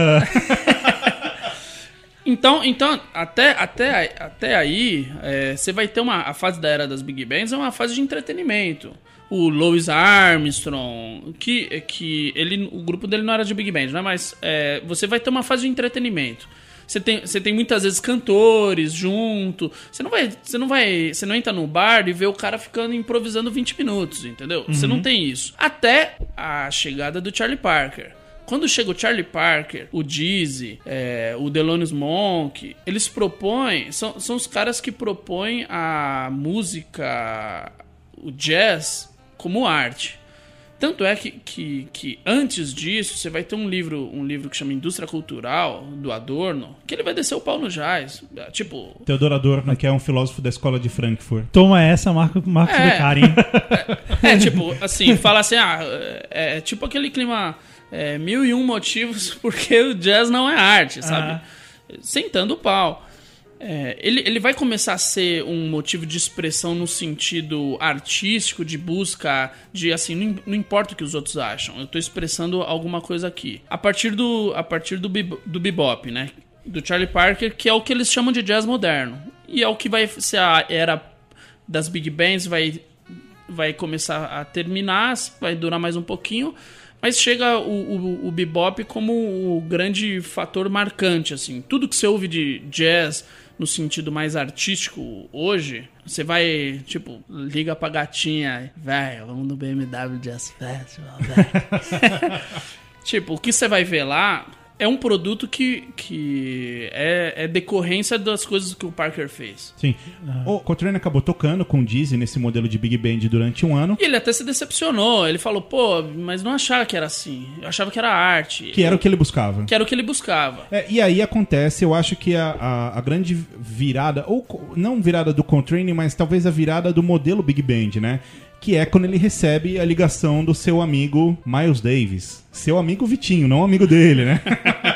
Então, então até, até, até aí, é, você vai ter uma... A fase da era das Big Bands é uma fase de entretenimento. O Louis Armstrong, que, que ele, o grupo dele não era de Big Band, né? Mas é, você vai ter uma fase de entretenimento. Você tem, você tem muitas vezes cantores junto. Você não vai, você não vai, você não entra no bar e vê o cara ficando improvisando vinte minutos, entendeu? Uhum. Você não tem isso. Até a chegada do Charlie Parker. Quando chega o Charlie Parker, o Dizzy, é, o Thelonious Monk, eles propõem, são, são os caras que propõem a música, o jazz, como arte. Tanto é que, que, que antes disso, você vai ter um livro, um livro que chama Indústria Cultural, do Adorno, que ele vai descer o pau no jazz. Tipo... Theodor Adorno, que é um filósofo da escola de Frankfurt. Toma essa, Marco, Marcos É. Beccari, hein? É, é, tipo, assim, fala assim, ah, é, é tipo aquele clima... É, mil e um motivos porque o jazz não é arte, sabe? Ah. Sentando o pau. É, ele, ele vai começar a ser um motivo de expressão no sentido artístico, de busca, de assim, não, não importa o que os outros acham, eu tô expressando alguma coisa aqui. A partir do, a partir do, bebo, do bebop, né? Do Charlie Parker, que é o que eles chamam de jazz moderno. E é o que vai ser a era das big bands, vai, vai começar a terminar, vai durar mais um pouquinho. Mas chega o, o, o bebop como o grande fator marcante, assim. Tudo que você ouve de jazz no sentido mais artístico hoje, você vai, tipo, liga pra gatinha, velho, vamos no B M W Jazz Festival, velho. Tipo, o que você vai ver lá é um produto que, que é, é decorrência das coisas que o Parker fez. Sim. O Coltrane acabou tocando com o Dizzy nesse modelo de Big Band durante um ano. E ele até se decepcionou. Ele falou, pô, mas não achava que era assim. Eu achava que era arte. Que era o que ele buscava. Que era o que ele buscava. É, e aí acontece, eu acho que a, a, a grande virada, ou não virada do Coltrane, mas talvez a virada do modelo Big Band, né? Que é quando ele recebe a ligação do seu amigo Miles Davis. Seu amigo Vitinho, não amigo dele, né?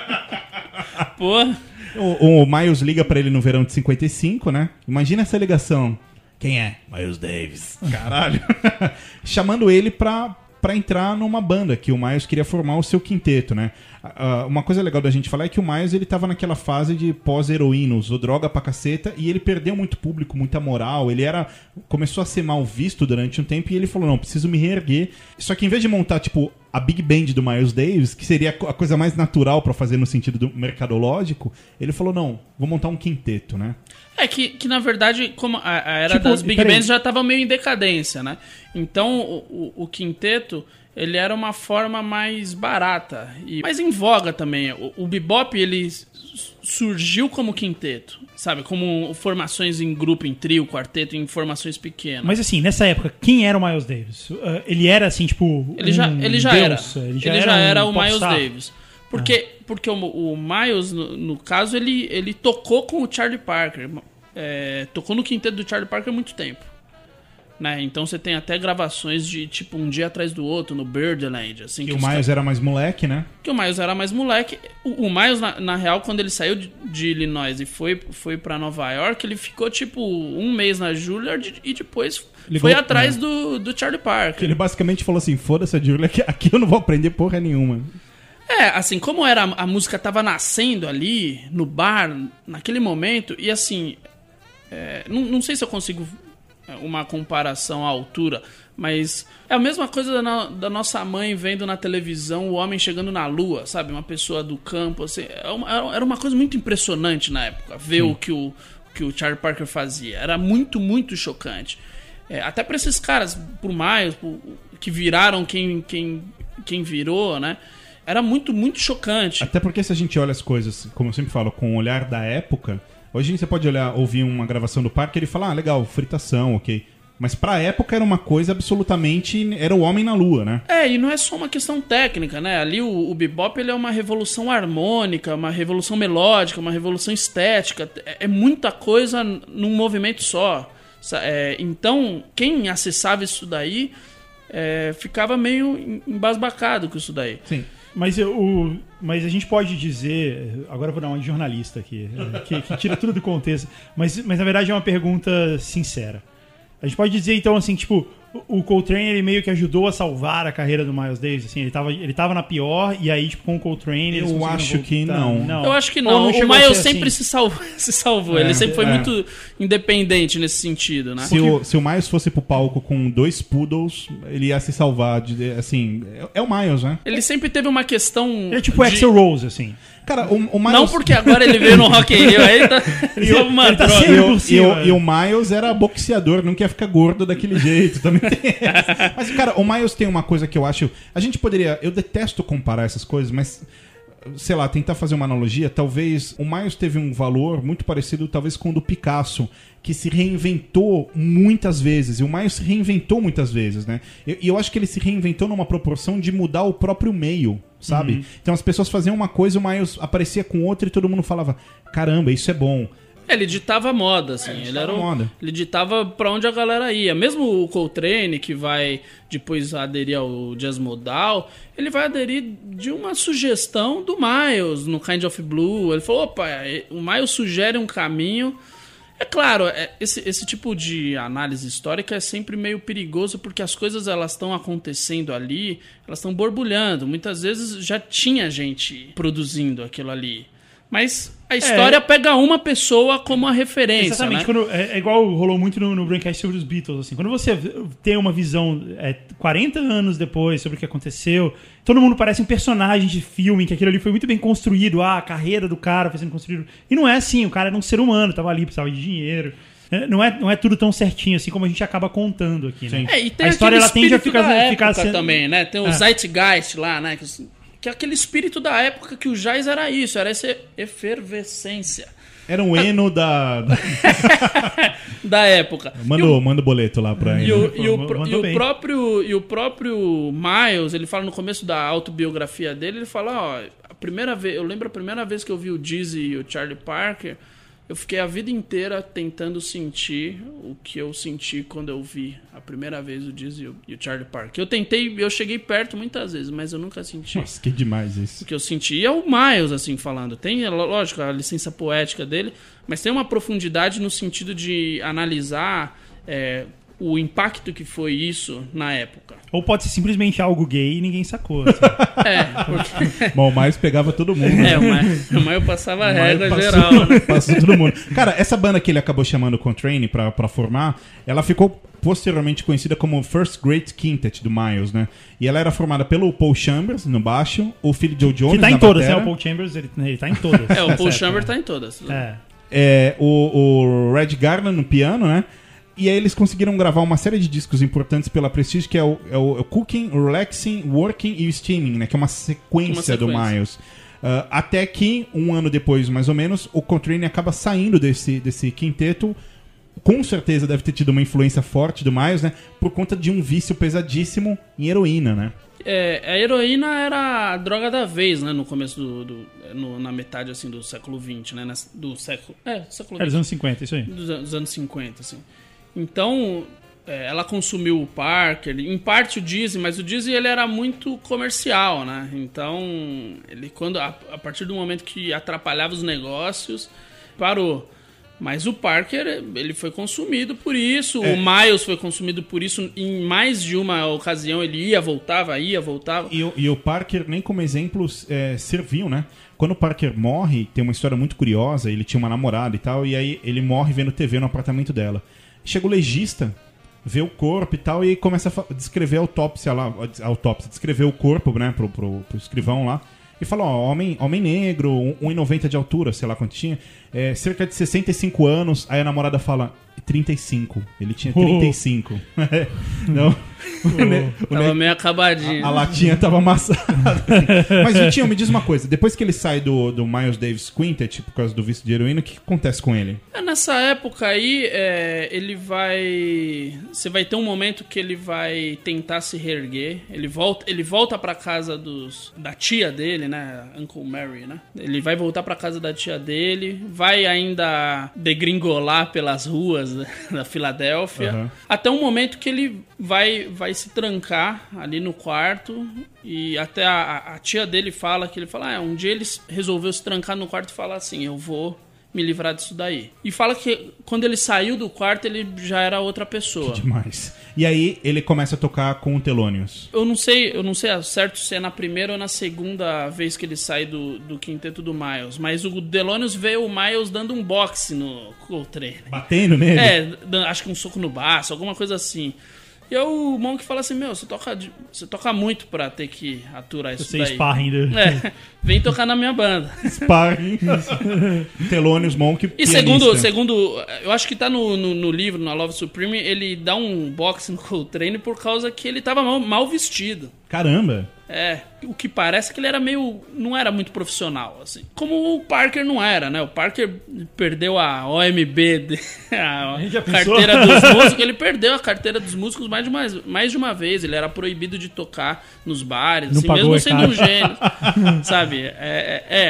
Pô. O, o Miles liga pra ele no verão de cinquenta e cinco, né? Imagina essa ligação. Quem é? Miles Davis. Caralho. Chamando ele pra, pra entrar numa banda, que o Miles queria formar o seu quinteto, né? Uh, uma coisa legal da gente falar é que o Miles, ele tava naquela fase de pós-heroína, usou droga pra caceta, e ele perdeu muito público, muita moral, ele era... começou a ser mal visto durante um tempo, e ele falou, não, preciso me reerguer. Só que em vez de montar, tipo, a Big Band do Miles Davis, que seria a coisa mais natural pra fazer no sentido do mercadológico, ele falou, não, vou montar um quinteto, né? É que, que na verdade, como a, a era Tipo, das Big peraí. Bands já tava meio em decadência, né? Então, o, o, o quinteto, ele era uma forma mais barata e mais em voga também. O, o bebop, ele surgiu como quinteto, sabe? Como formações em grupo, em trio, quarteto, em formações pequenas. Mas assim, nessa época, quem era o Miles Davis? Uh, ele era assim, tipo. Ele já, um ele já deus, era. Ele já ele era, já um era o popstar. Miles Davis. Porque, ah. porque o, o Miles, no, no caso, ele, ele tocou com o Charlie Parker. É, tocou no quinteto do Charlie Parker há muito tempo. Né? Então você tem até gravações de tipo um dia atrás do outro no Birdland. Assim, que, que o Miles caras... era mais moleque, né? Que o Miles era mais moleque. O, o Miles, na, na real, quando ele saiu de, de Illinois e foi, foi pra Nova York, ele ficou tipo um mês na Juilliard e depois Ligou, foi atrás né? do, do Charlie Parker. Ele basicamente falou assim, foda-se a Juilliard, aqui eu não vou aprender porra nenhuma. É, assim, como era a música tava nascendo ali, no bar, naquele momento, e assim, é, não, não sei se eu consigo uma comparação à altura, mas é a mesma coisa da, no, da nossa mãe vendo na televisão o homem chegando na lua, sabe? Uma pessoa do campo, assim, é uma, era uma coisa muito impressionante na época, ver Sim. o que o, que o Charlie Parker fazia. Era muito, muito chocante. É, até para esses caras, por Miles, por, que viraram quem, quem, quem virou, né? Era muito, muito chocante. Até porque se a gente olha as coisas, como eu sempre falo, com o olhar da época, hoje você pode olhar, ouvir uma gravação do Parker e falar, ah, legal, fritação, ok. Mas pra época era uma coisa absolutamente... Era o homem na lua, né? É, e não é só uma questão técnica, né? Ali o, o bebop ele é uma revolução harmônica, uma revolução melódica, uma revolução estética. É, é muita coisa num movimento só. É, então, quem acessava isso daí é, ficava meio embasbacado com isso daí. Sim. Mas, eu, o, mas a gente pode dizer... Agora eu vou dar uma de jornalista aqui, que, que tira tudo do contexto. Mas, mas na verdade é uma pergunta sincera. A gente pode dizer, então, assim, tipo, o Coltrane, ele meio que ajudou a salvar a carreira do Miles Davis, assim, ele tava, ele tava na pior, e aí, tipo, com o Coltrane... eles Eu conseguiram acho voltar. que não. não. Eu acho que Ou não. não O chegou a Miles ser sempre assim? se salvou. Se salvou. É, Ele sempre foi é. muito independente nesse sentido, né? Se o, se o Miles fosse pro palco com dois poodles, ele ia se salvar. De, assim, é, é o Miles, né? Ele sempre teve uma questão... Ele é tipo de... Axl Rose, assim. Cara, o, o Miles... Não porque agora ele veio no Rock in Rio, aí tá... Ele- uma ele tá droga. sempre- E o, por e, cima, o, e o Miles era boxeador, não quer ficar gordo daquele jeito. Também tem essa. Mas, cara, o Miles tem uma coisa que eu acho... A gente poderia... Eu detesto comparar essas coisas, mas... Sei lá, tentar fazer uma analogia. Talvez o Miles teve um valor muito parecido, talvez, com o do Picasso, que se reinventou muitas vezes. E o Miles se reinventou muitas vezes, né? E eu, eu acho que ele se reinventou numa proporção de mudar o próprio meio, sabe? Uhum. Então as pessoas faziam uma coisa, o Miles aparecia com outra e todo mundo falava: caramba, isso é bom. Ele ditava a moda, assim. ele, ditava era o- moda. ele ditava pra onde a galera ia. Mesmo o Coltrane, que vai depois aderir ao jazz modal, ele vai aderir de uma sugestão do Miles no Kind of Blue. Ele falou, opa, o Miles sugere um caminho. É claro, é- esse, esse tipo de análise histórica é sempre meio perigoso, porque as coisas elas estão acontecendo ali, elas estão borbulhando. Muitas vezes já tinha gente produzindo aquilo ali. Mas a história pega uma pessoa como a referência, Exatamente, né? quando, é, é igual rolou muito no, no Braincast sobre os Beatles, assim. Quando você tem uma visão é, quarenta anos depois sobre o que aconteceu, todo mundo parece um personagem de filme, que aquilo ali foi muito bem construído, ah, a carreira do cara foi sendo construída. E não é assim, o cara era um ser humano, tava ali, precisava de dinheiro. É, Não é, não é tudo tão certinho assim como a gente acaba contando aqui, né? Sim. É, e tem A história, aquele ela tende a espírito ficar- da ficar época sendo- também, né? Tem o É. Zeitgeist lá, né? Que, que é aquele espírito da época que o jazz era isso, era essa efervescência Era um eno da... da- da época. Manda E o- o manda o boleto lá pra E ele. o, e o, Mandou pro- e o bem. próprio, e o próprio Miles, ele fala no começo da autobiografia dele, ele fala, ó, a primeira vez, eu lembro a primeira vez que eu vi o Dizzy e o Charlie Parker, eu fiquei a vida inteira tentando sentir o que eu senti quando eu vi a primeira vez o Dizzy e o- e o Charlie Parker. Eu tentei, eu cheguei perto muitas vezes, mas eu nunca senti. Nossa, que demais isso. O que eu senti. E é o Miles, assim, falando. Tem, é lógico, a licença poética dele, mas tem uma profundidade no sentido de analisar é, o impacto que foi isso na época. Ou pode ser simplesmente algo gay e ninguém sacou. Assim. É, porque Bom, o Miles pegava todo mundo. é, né? o Miles, o Miles passava a O Miles régua passou- geral, né? passou todo mundo. Cara, essa banda que ele acabou chamando Coltrane pra, pra formar, ela ficou posteriormente conhecida como First Great Quintet do Miles, né? E ela era formada pelo Paul Chambers no baixo, o Philly Joe Jones Que tá na em todas, né? batera, O Paul Chambers, ele, ele tá em todas. É, o Paul Nessa Chambers época. tá em todas. É. é, o, o Red Garland no piano, né? E aí eles conseguiram gravar uma série de discos importantes pela Prestige, que é o, é o, é o Cooking, Relaxing, Working e o Steaming, né? Que é uma sequência, Uma sequência. do Miles. Ah, até que, um ano depois, mais ou menos, o Coltrane acaba saindo desse, desse quinteto. Com certeza deve ter tido uma influência forte do Miles, né? Por conta de um vício pesadíssimo em heroína, né? É, a heroína era a droga da vez, né? No começo do... do- no- na metade, assim, do século vinte, né? Nas- Do século... É, século É, dos vinte. anos cinquenta, isso aí. Dos, an- dos anos cinquenta, assim. Então, é, ela consumiu o Parker, em parte o Dizzy, mas o Dizzy ele era muito comercial, né? Então, ele quando a, a partir do momento que atrapalhava os negócios, parou. Mas o Parker, ele foi consumido por isso, É. o Miles foi consumido por isso, em mais de uma ocasião ele ia, voltava, ia, voltava. E, o- e o Parker, nem como exemplo, é, serviu, né? Quando o Parker morre, tem uma história muito curiosa, ele tinha uma namorada e tal, e aí ele morre vendo T V no apartamento dela. Chega o legista, vê o corpo e tal, e começa a fa- descrever a autópsia lá, a autópsia, descrever o corpo, né, pro, pro, pro escrivão lá, e fala, ó, homem, homem negro, um e noventa de altura, sei lá quanto tinha, é, cerca de sessenta e cinco anos, aí a namorada fala, trinta e cinco, ele tinha trinta e cinco. Não... O ne- o Tava ne- meio acabadinho. A latinha tava amassada. assim. Mas, Vitinho, me diz uma coisa. Depois que ele sai do, do Miles Davis Quintet, por causa do vício de heroína, o que, que acontece com ele? É, nessa época aí, é, ele vai... Você vai ter um momento que ele vai tentar se reerguer. Ele volta, ele volta pra casa dos, da tia dele, né? Uncle Mary, né? Ele vai voltar pra casa da tia dele. Vai ainda degringolar pelas ruas da Filadélfia. Uhum. Até um momento que ele vai, vai se trancar ali no quarto. E até a, a tia dele fala que ele fala, ah, um dia ele resolveu se trancar no quarto e falar assim, eu vou me livrar disso daí. E fala que quando ele saiu do quarto, ele já era outra pessoa. Demais. E aí ele começa a tocar com o Thelonious. Eu não sei, eu não sei certo se é na primeira ou na segunda vez que ele sai do, do quinteto do Miles, mas o Thelonious vê o Miles dando um boxe no Coltrane. Batendo nele? É, dan- acho que um soco no baço, alguma coisa assim. E aí o Monk fala assim, meu, você toca, de- você toca muito pra ter que aturar isso Você daí. sparring. do- É, vem tocar na minha banda. Sparring. Thelonious Monk, E pianista. segundo, segundo, eu acho que tá no, no, no livro, na Love Supreme, ele dá um boxe no Coltrane por causa que ele tava mal, mal vestido. Caramba. É, o que parece que ele era meio... não era muito profissional, assim. Como o Parker não era, né? O Parker perdeu a O M B, de, a Já pensou? carteira dos músicos. Ele perdeu a carteira dos músicos mais de uma, mais de uma vez. Ele era proibido de tocar nos bares, Não assim, pagou, mesmo é sendo caro. um gênio. Sabe? É, é,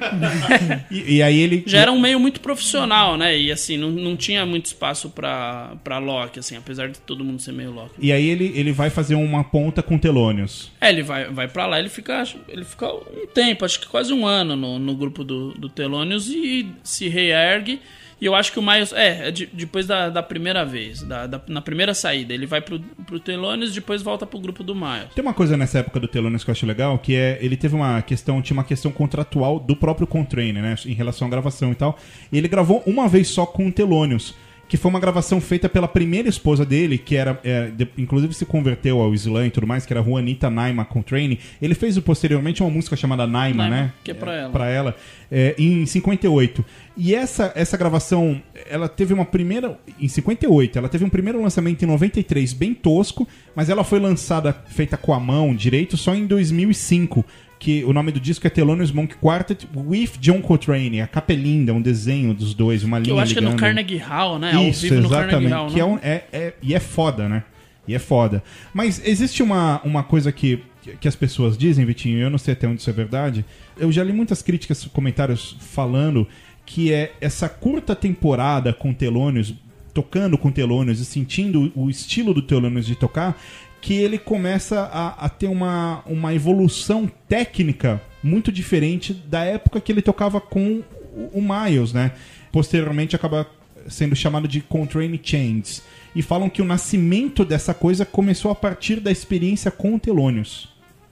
é. E, e aí ele... Já era um meio muito profissional, né? E assim, não, não tinha muito espaço pra, pra Loki, assim, apesar de todo mundo ser meio Loki. E aí ele, ele vai fazer uma ponta com o Thelonious. É, ele vai, vai pra lá, ele fica, ele fica um tempo, acho que quase um ano no, no grupo do, do Thelonious e se reergue. E eu acho que o Miles, é, é de, depois da, da primeira vez, da, da, na primeira saída, ele vai pro, pro Thelonious e depois volta pro grupo do Miles. Tem uma coisa nessa época do Thelonious que eu acho legal, que é, ele teve uma questão, tinha uma questão contratual do próprio Coltrane, né, em relação à gravação e tal. E ele gravou uma vez só com o Thelonious, que foi uma gravação feita pela primeira esposa dele, que era, é, de, inclusive se converteu ao Islã e tudo mais, que era a Juanita Naima Coltrane. Ele fez posteriormente uma música chamada Naima, Naima, né? que é pra ela. Pra ela, é, em cinquenta e oito. E essa, essa gravação, ela teve uma primeira... Em cinquenta e oito, ela teve um primeiro lançamento em noventa e três, bem tosco, mas ela foi lançada, feita com a mão direito, só em dois mil e cinco. Que o nome do disco é Thelonious Monk Quartet with John Coltrane. A capa é linda, um desenho dos dois, uma Que linha eu acho que é no ligando. Carnegie Hall, né? Ao Isso, vivo no Carnegie exatamente. Hall, que é né? um, é, é, e é foda, né? E é foda. Mas existe uma, uma coisa que, que as pessoas dizem, Vitinho, e eu não sei até onde isso é verdade. Eu já li muitas críticas, comentários falando que é essa curta temporada com Thelonious, tocando com Thelonious e sentindo o estilo do Thelonious de tocar, que ele começa a, a ter uma, uma evolução técnica muito diferente da época que ele tocava com o, o Miles, né? Posteriormente acaba sendo chamado de Coltrane Changes. E falam que o nascimento dessa coisa começou a partir da experiência com o Thelonious.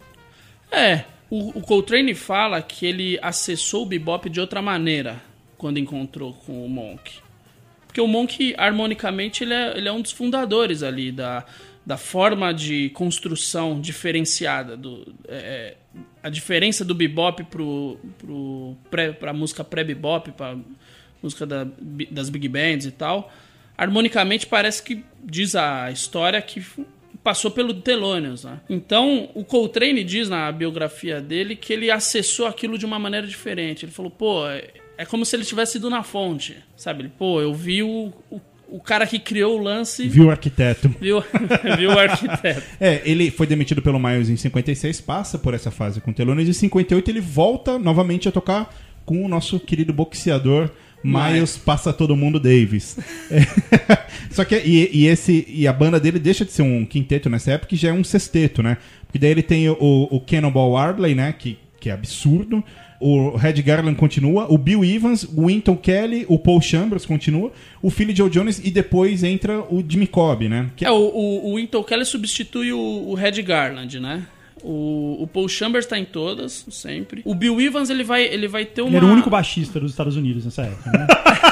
É, o, o Coltrane fala que ele acessou o bebop de outra maneira quando encontrou com o Monk. Porque o Monk, harmonicamente, ele é, ele é um dos fundadores ali da, da forma de construção diferenciada. Do, é, a diferença do bebop pro, pro pré, pra música pré-bebop, pra música da, das big bands e tal. Harmonicamente, parece que diz a história que passou pelo Thelonious, né? Então, o Coltrane diz na biografia dele que ele acessou aquilo de uma maneira diferente. Ele falou, pô, é, é como se ele tivesse ido na fonte, sabe? Ele, pô, eu vi o, o, o cara que criou o lance... Viu o arquiteto. Viu, viu o arquiteto. É, ele foi demitido pelo Miles em cinquenta e seis, passa por essa fase com o Thelonious, e em cinquenta e oito ele volta novamente a tocar com o nosso querido boxeador Miles Passa Todo Mundo Davis. É. Só que e, e, esse, e a banda dele deixa de ser um quinteto nessa época e já é um sexteto, né? Porque daí ele tem o, o Cannonball Adderley, né? Que, que é absurdo. O Red Garland continua. O Bill Evans, o Wynton Kelly, o Paul Chambers continua. O Philly Joe Jones e depois entra o Jimmy Cobb, né? Que é, o, o, o Wynton Kelly substitui o, o Red Garland, né? O, o Paul Chambers tá em todas, sempre. O Bill Evans, ele vai, ele vai ter uma... Ele era o único baixista dos Estados Unidos nessa época, né?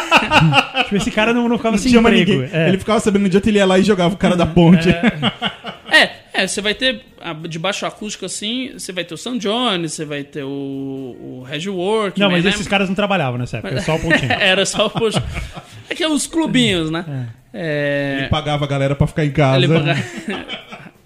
Tipo, esse cara não, não ficava sem chama emprego. ninguém. É. Ele ficava sabendo onde ele ia lá e jogava o cara da ponte. É, é, você vai ter, de baixo acústico assim, você vai ter o Sam Jones, você vai ter o, o Reggie Workman. Não, mas né? esses caras não trabalhavam nessa época, era só o pontinho. Era só o pontinho. É que é os clubinhos, né? É. Ele pagava a galera pra ficar em casa. Ele pagava...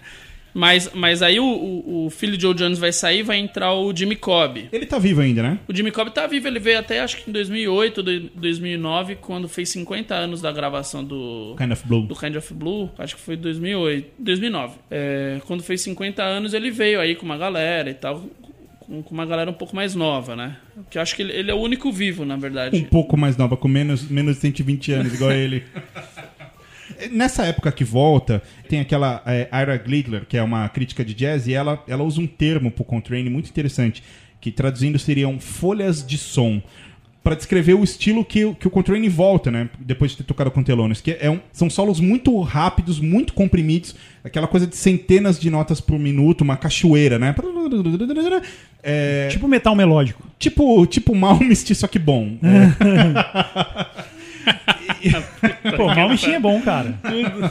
Mas, mas aí o, o, o filho de Joe Jones vai sair e vai entrar o Jimmy Cobb. Ele tá vivo ainda, né? O Jimmy Cobb tá vivo, ele veio até acho que em dois mil e oito, dois mil e nove, quando fez cinquenta anos da gravação do Kind of Blue. do Kind of Blue, acho que foi dois mil e oito, dois mil e nove. É, quando fez cinquenta anos, ele veio aí com uma galera e tal, com, com uma galera um pouco mais nova, né? Que eu acho que ele, ele é o único vivo, na verdade. Um pouco mais nova, com menos, menos de cento e vinte anos, igual ele. Nessa época que volta, tem aquela é, Ira Glidler, que é uma crítica de jazz, e ela, ela usa um termo pro Coltrane muito interessante, que traduzindo seriam folhas de som, para descrever o estilo que, que o Coltrane volta, né? Depois de ter tocado com Thelonious, que é um, são solos muito rápidos, muito comprimidos, aquela coisa de centenas de notas por minuto, uma cachoeira, né? É, tipo metal melódico. Tipo, tipo Malmsteen, só que bom. É. Pô, Malmsteen é bom, cara.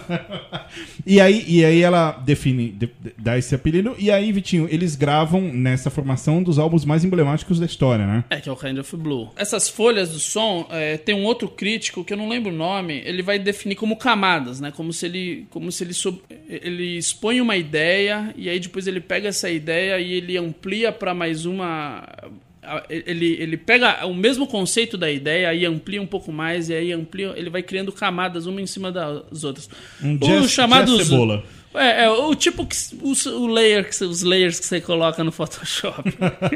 E aí, e aí ela define, de, de, dá esse apelido, e aí, Vitinho, eles gravam nessa formação dos álbuns mais emblemáticos da história, né? É, que é o Kind of Blue. Essas folhas do som, é, tem um outro crítico, que eu não lembro o nome, ele vai definir como camadas, né? Como se ele, como se ele, so, ele expõe uma ideia, e aí depois ele pega essa ideia e ele amplia para mais uma... Ele, ele pega o mesmo conceito da ideia e amplia um pouco mais, e aí amplia, ele vai criando camadas uma em cima das outras. Um jazz, os chamados jazz cebola. É, é o tipo que, os, o layer, os layers que você coloca no Photoshop.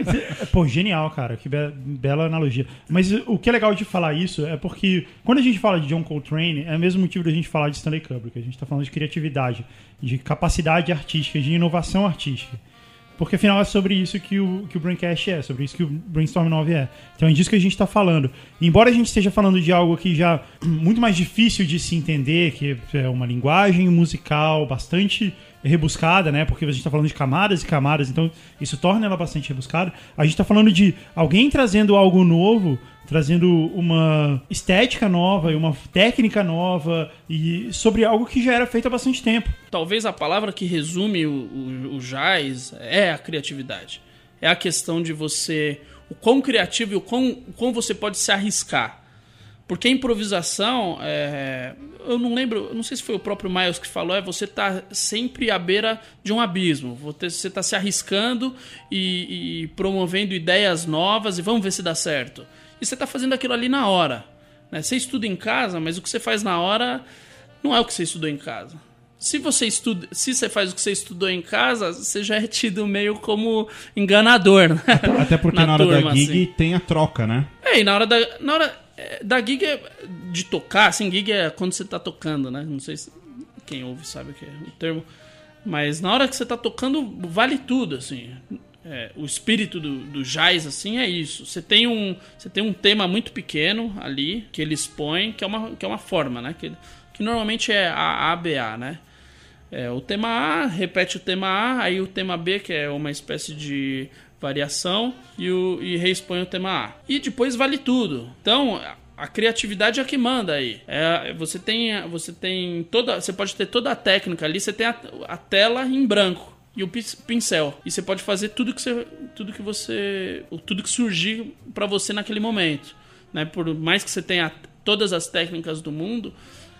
Pô, genial, cara. Que be- bela analogia. Mas o que é legal de falar isso é porque quando a gente fala de John Coltrane, é o mesmo motivo da gente falar de Stanley Kubrick. A gente tá falando de criatividade, de capacidade artística, de inovação artística. Porque afinal é sobre isso que o, que o Braincast é, sobre isso que o Brainstorm nove é. Então é disso que a gente está falando. E embora a gente esteja falando de algo que já muito mais difícil de se entender, que é uma linguagem musical bastante rebuscada, né? Porque a gente está falando de camadas e camadas, então isso torna ela bastante rebuscada. A gente está falando de alguém trazendo algo novo, trazendo uma estética nova e uma técnica nova e sobre algo que já era feito há bastante tempo. Talvez a palavra que resume o, o, o jazz é a criatividade. É a questão de você... O quão criativo e o quão, o quão você pode se arriscar. Porque a improvisação... É, eu não lembro... Eu não sei se foi o próprio Miles que falou. É você tá sempre à beira de um abismo. Você tá se arriscando e, e promovendo ideias novas e vamos ver se dá certo. E você tá fazendo aquilo ali na hora. Né? Você estuda em casa, mas o que você faz na hora não é o que você estudou em casa. Se você, estuda, se você faz o que você estudou em casa, você já é tido meio como enganador, né? Até, até porque na, na hora turma, da gig assim. Tem a troca, né? É, e na hora da, na hora da gig é de tocar, assim, gig é quando você tá tocando, né? Não sei se quem ouve sabe o que é o termo. Mas na hora que você tá tocando, vale tudo, assim. É, o espírito do, do jazz, assim, é isso. Você tem, um, você tem um tema muito pequeno ali, que ele expõe, que é uma, que é uma forma, né? Que, que normalmente é A, A, B, A, né? É, o tema A repete o tema A, aí o tema B, que é uma espécie de variação, e, o, e reexpõe o tema A. E depois vale tudo. Então, a criatividade é a que manda aí. É, você tem, você tem toda, você pode ter toda a técnica ali, você tem a, a tela em branco e o pincel. E você pode fazer tudo que você, tudo que você, tudo que surgir para você naquele momento, né? Por mais que você tenha todas as técnicas do mundo,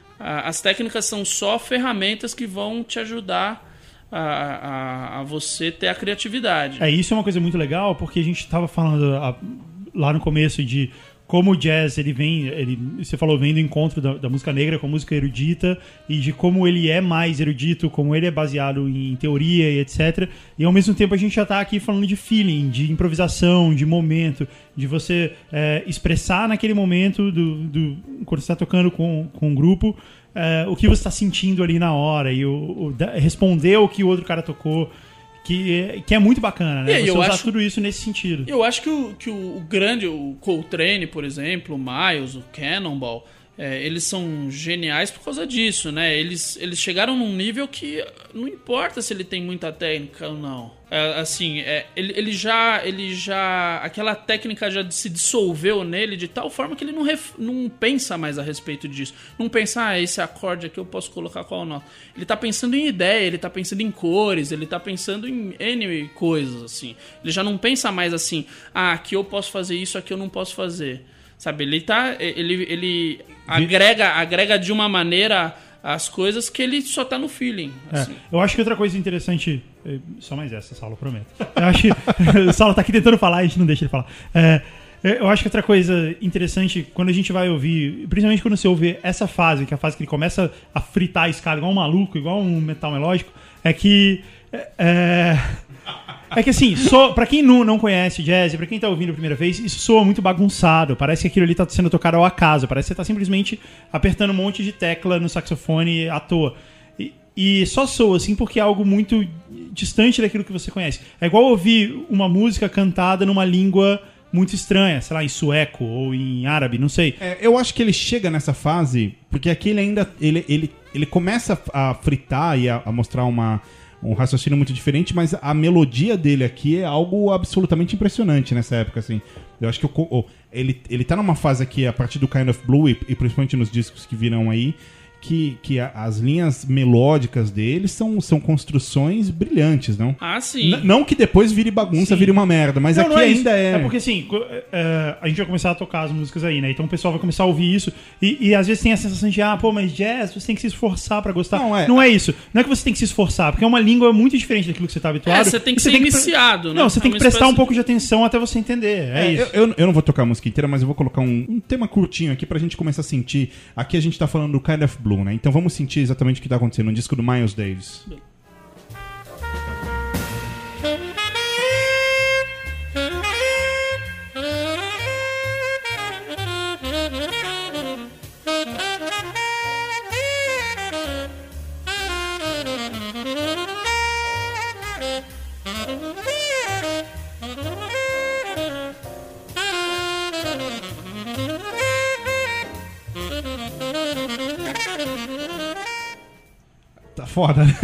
as técnicas são só ferramentas que vão te ajudar a, a, a você ter a criatividade. É, isso é uma coisa muito legal, porque a gente estava falando a, lá no começo de como o jazz, ele vem, ele, você falou, vem do encontro da, da música negra com a música erudita, e de como ele é mais erudito, como ele é baseado em teoria e etcétera. E ao mesmo tempo a gente já está aqui falando de feeling, de improvisação, de momento, de você é, expressar naquele momento, do, do, quando você está tocando com, com um grupo, é, o que você está sentindo ali na hora, e o, o, responder o que o outro cara tocou. Que, que é muito bacana, né? E você eu usar acho, tudo isso nesse sentido. Eu acho que o, que o, o grande, o Coltrane, por exemplo, o Miles, o Cannonball, é, eles são geniais por causa disso, né? Eles, eles chegaram num nível que não importa se ele tem muita técnica ou não. É, assim, é, ele, ele, já, ele já... Aquela técnica já se dissolveu nele de tal forma que ele não, ref, não pensa mais a respeito disso. Não pensa, ah, esse acorde aqui eu posso colocar qual nota. Ele tá pensando em ideia, ele tá pensando em cores, ele tá pensando em N coisas, assim. Ele já não pensa mais assim, ah, aqui eu posso fazer isso, aqui eu não posso fazer. Sabe, ele tá... Ele, ele agrega, agrega de uma maneira as coisas que ele só tá no feeling. Assim. É, eu acho que outra coisa interessante... Só mais essa, Saulo, prometo. Eu acho que o Saulo tá aqui tentando falar, a gente não deixa ele falar. É, eu acho que outra coisa interessante, quando a gente vai ouvir, principalmente quando você ouve essa fase, que é a fase que ele começa a fritar a escala igual um maluco, igual um metal melódico, é que... É, é que assim, so, pra quem não, não conhece jazz, pra quem tá ouvindo a primeira vez, isso soa muito bagunçado. Parece que aquilo ali tá sendo tocado ao acaso. Parece que você tá simplesmente apertando um monte de tecla no saxofone à toa. E, e só soa assim porque é algo muito distante daquilo que você conhece. É igual ouvir uma música cantada numa língua muito estranha, sei lá, em sueco ou em árabe, não sei. É, eu acho que ele chega nessa fase porque aqui ele ainda ele, ele, ele começa a fritar e a, a mostrar uma... um raciocínio muito diferente, mas a melodia dele aqui é algo absolutamente impressionante nessa época, assim. Eu acho que o, o, ele, ele tá numa fase aqui, a partir do Kind of Blue, e, e principalmente nos discos que viram aí, que, que a, as linhas melódicas dele são, são construções brilhantes, não? Ah, sim. N- não que depois vire bagunça, Sim. vire uma merda, mas Não, aqui não é ainda isso. é... É porque assim, é, a gente vai começar a tocar as músicas aí, né? Então o pessoal vai começar a ouvir isso e, e às vezes tem a sensação de, ah, pô, mas jazz, você tem que se esforçar pra gostar. Não, é. Não é isso. Não é que você tem que se esforçar, porque é uma língua muito diferente daquilo que você tá habituado. É, você tem que E ser pre- iniciado, né? Não, você É tem uma que prestar espécie um pouco de atenção até você entender. É, É, isso. eu, eu, eu não vou tocar a música inteira, mas eu vou colocar um, um tema curtinho aqui pra gente começar a sentir. Aqui a gente tá falando do Kind of Blue, né? Então vamos sentir exatamente o que tá acontecendo no disco do Miles Davis. Tá foda, né?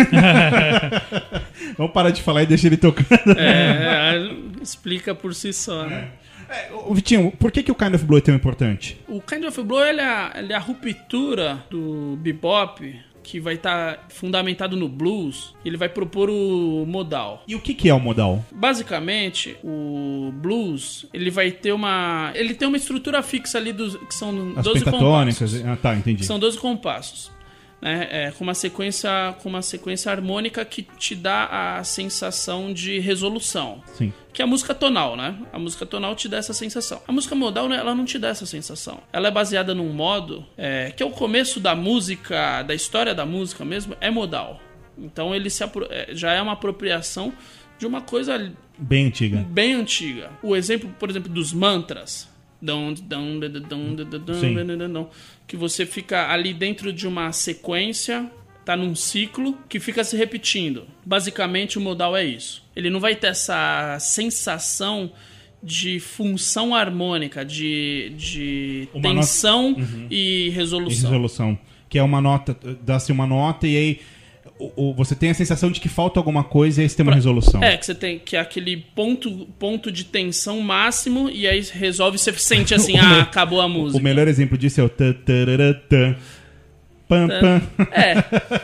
Vamos parar de falar e deixar ele tocando. É, é, explica por si só, né? É, ô, Vitinho, por que, que o Kind of Blue é tão importante? O Kind of Blue ele é, ele é a ruptura do bebop que vai estar fundamentado no blues. Ele vai propor o modal. E o que, que é o modal? Basicamente, o blues ele vai ter uma ele tem uma estrutura fixa ali dos que são As doze pentatônicas? compassos. Ah, tá, entendi. São doze compassos. Né? É, com uma sequência com uma sequência harmônica que te dá a sensação de resolução. Sim. Que é a música tonal, né? A música tonal te dá essa sensação. A música modal, né, ela não te dá essa sensação. Ela é baseada num modo é, que é o começo da música, da história da música mesmo, é modal. Então ele se apro- é, já é uma apropriação de uma coisa Bem antiga. bem antiga. O exemplo, por exemplo, dos mantras. Dum, dum, dum, dum, dum, dum, Sim. dum, dum, dum, que você fica ali dentro de uma sequência, tá num ciclo que fica se repetindo. Basicamente o modal é isso. Ele não vai ter essa sensação de função harmônica, de, de Uma tensão nota- Uhum. e E resolução. resolução. Que é uma nota, dá-se uma nota e aí o, o- você tem a sensação de que falta alguma coisa e aí você tem uma resolução. É, que você tem que é aquele ponto, ponto de tensão máximo e aí resolve, você sente assim, O ah, me- acabou a música. O melhor exemplo disso é o tã, tarará, tã, pam, pam. É,